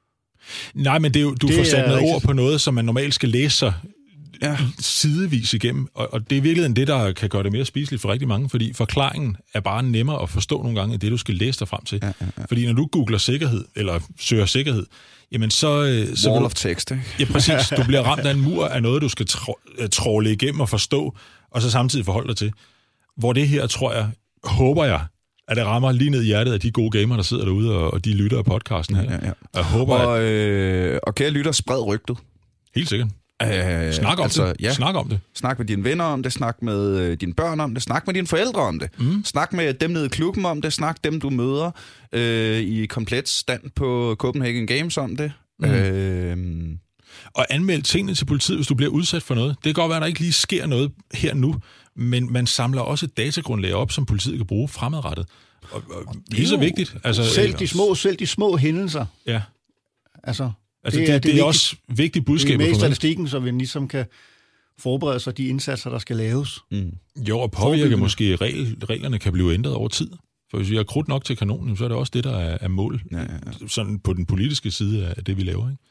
Speaker 2: Nej, men det er jo, du det får sat noget ord på noget, som man normalt skal læse sig ja. sidevis igennem, og, og det er virkelig det, der kan gøre det mere spiseligt for rigtig mange, fordi forklaringen er bare nemmere at forstå nogle gange, end det, du skal læse dig frem til. Ja, ja, ja. Fordi når du googler sikkerhed, eller søger sikkerhed, jamen så... så
Speaker 1: Wall
Speaker 2: du,
Speaker 1: of text, ikke?
Speaker 2: Ja, præcis. Du bliver ramt af en mur af noget, du skal tråle igennem og forstå, og så samtidig forholde dig til. Hvor det her, tror jeg, håber jeg, at det rammer lige ned i hjertet af de gode gamer, der sidder derude, og, og de lytter af podcasten her. Ja, ja, ja. Jeg håber,
Speaker 1: og,
Speaker 2: at...
Speaker 1: øh, og kære lytter, spred rygtet.
Speaker 2: Helt sikkert.
Speaker 1: Øh,
Speaker 2: snak om
Speaker 1: altså,
Speaker 2: det.
Speaker 1: Ja.
Speaker 2: Snak om det.
Speaker 1: Snak med dine venner om det, snak med øh, dine børn om det, snak med dine forældre om det. Mm. Snak med dem nede i klubben om det, snak dem, du møder øh, i komplet stand på Copenhagen Games om det. Mm. Øh,
Speaker 2: og anmeld tingene til politiet, hvis du bliver udsat for noget. Det kan godt være, at der ikke lige sker noget her nu, men man samler også et datagrundlag op, som politiet kan bruge fremadrettet. Og, og det er så vigtigt. Altså,
Speaker 3: selv, de små, selv de små hændelser.
Speaker 2: Ja.
Speaker 3: Altså,
Speaker 2: altså det, det, det, det er vigtigt, også vigtigt budskab.
Speaker 3: Det er med i statistikken, så vi ligesom kan forberede sig de indsatser, der skal laves.
Speaker 2: Mm. Jo, og påvirke måske regel, reglerne kan blive ændret over tid. For hvis vi har krudt nok til kanonen, så er det også det, der er, er mål. Ja, ja, ja. Sådan på den politiske side af det, vi laver. Ikke?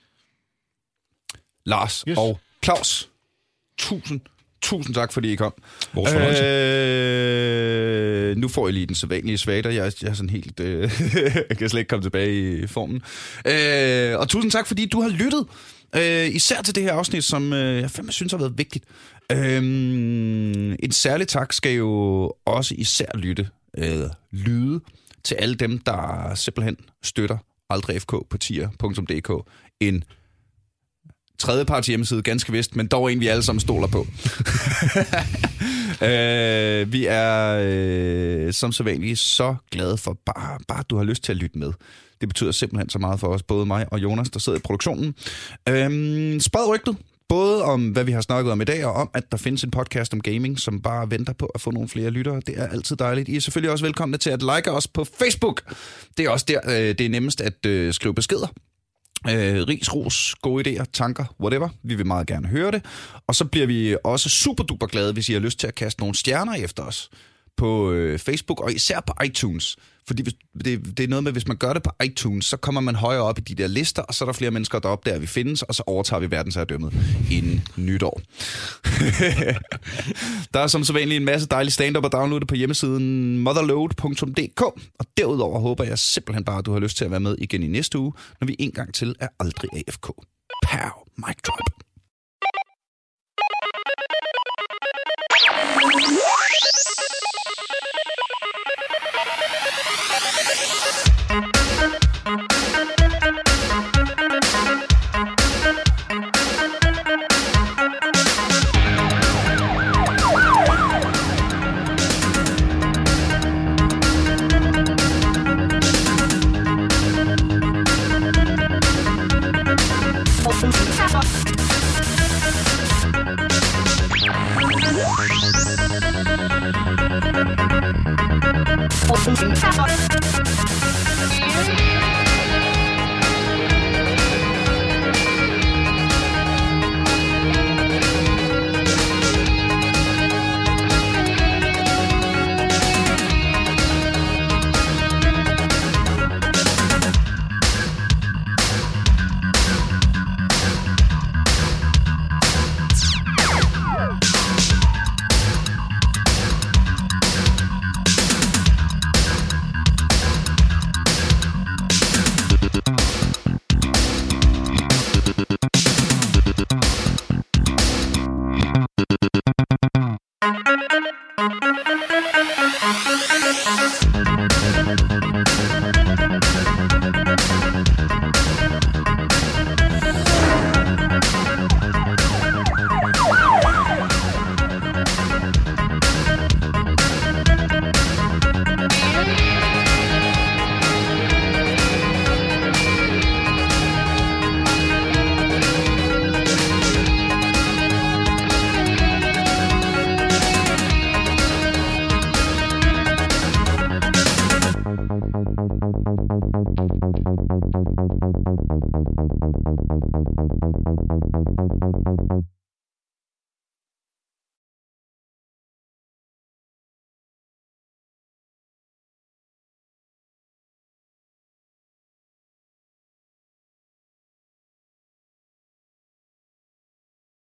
Speaker 1: Lars yes. og Claus, tusind Tusind tak, fordi I kom.
Speaker 2: Vores fornøjelse.
Speaker 1: Øh, nu får I lige den sædvanlige svater. Jeg, jeg er sådan helt... Øh, jeg kan slet ikke komme tilbage i formen. Øh, og tusind tak, fordi du har lyttet. Øh, især til det her afsnit, som øh, jeg fandme synes har været vigtigt. Øh, en særlig tak skal jo også især lytte, øh, lyde til alle dem, der simpelthen støtter aldrig f k på tier punktum d k. En tredjeparts hjemmeside, ganske vist, men dog en, vi alle sammen stoler på. øh, vi er øh, som sædvanligt så glade for, bare, bare du har lyst til at lytte med. Det betyder simpelthen så meget for os, både mig og Jonas, der sidder i produktionen. Øh, spred rygtet, både om, hvad vi har snakket om i dag, og om, at der findes en podcast om gaming, som bare venter på at få nogle flere lyttere. Det er altid dejligt. I er selvfølgelig også velkomne til at like os på Facebook. Det er også der, øh, det er nemmest at øh, skrive beskeder. Øh, ris, ros, gode idéer, tanker, whatever. Vi vil meget gerne høre det. Og så bliver vi også super duper glade, hvis I har lyst til at kaste nogle stjerner efter os på øh, Facebook, og især på iTunes. Fordi hvis, det, det er noget med, hvis man gør det på iTunes, så kommer man højere op i de der lister, og så er der flere mennesker, der opdager, at vi findes, og så overtager vi verdensherredømmet inden nytår. Der er som sædvanligt en masse dejlig stand-up at downloade på hjemmesiden motherload punktum d k, og derudover håber jeg simpelthen bare, at du har lyst til at være med igen i næste uge, når vi en gang til er aldrig A F K. Pow, mic drop.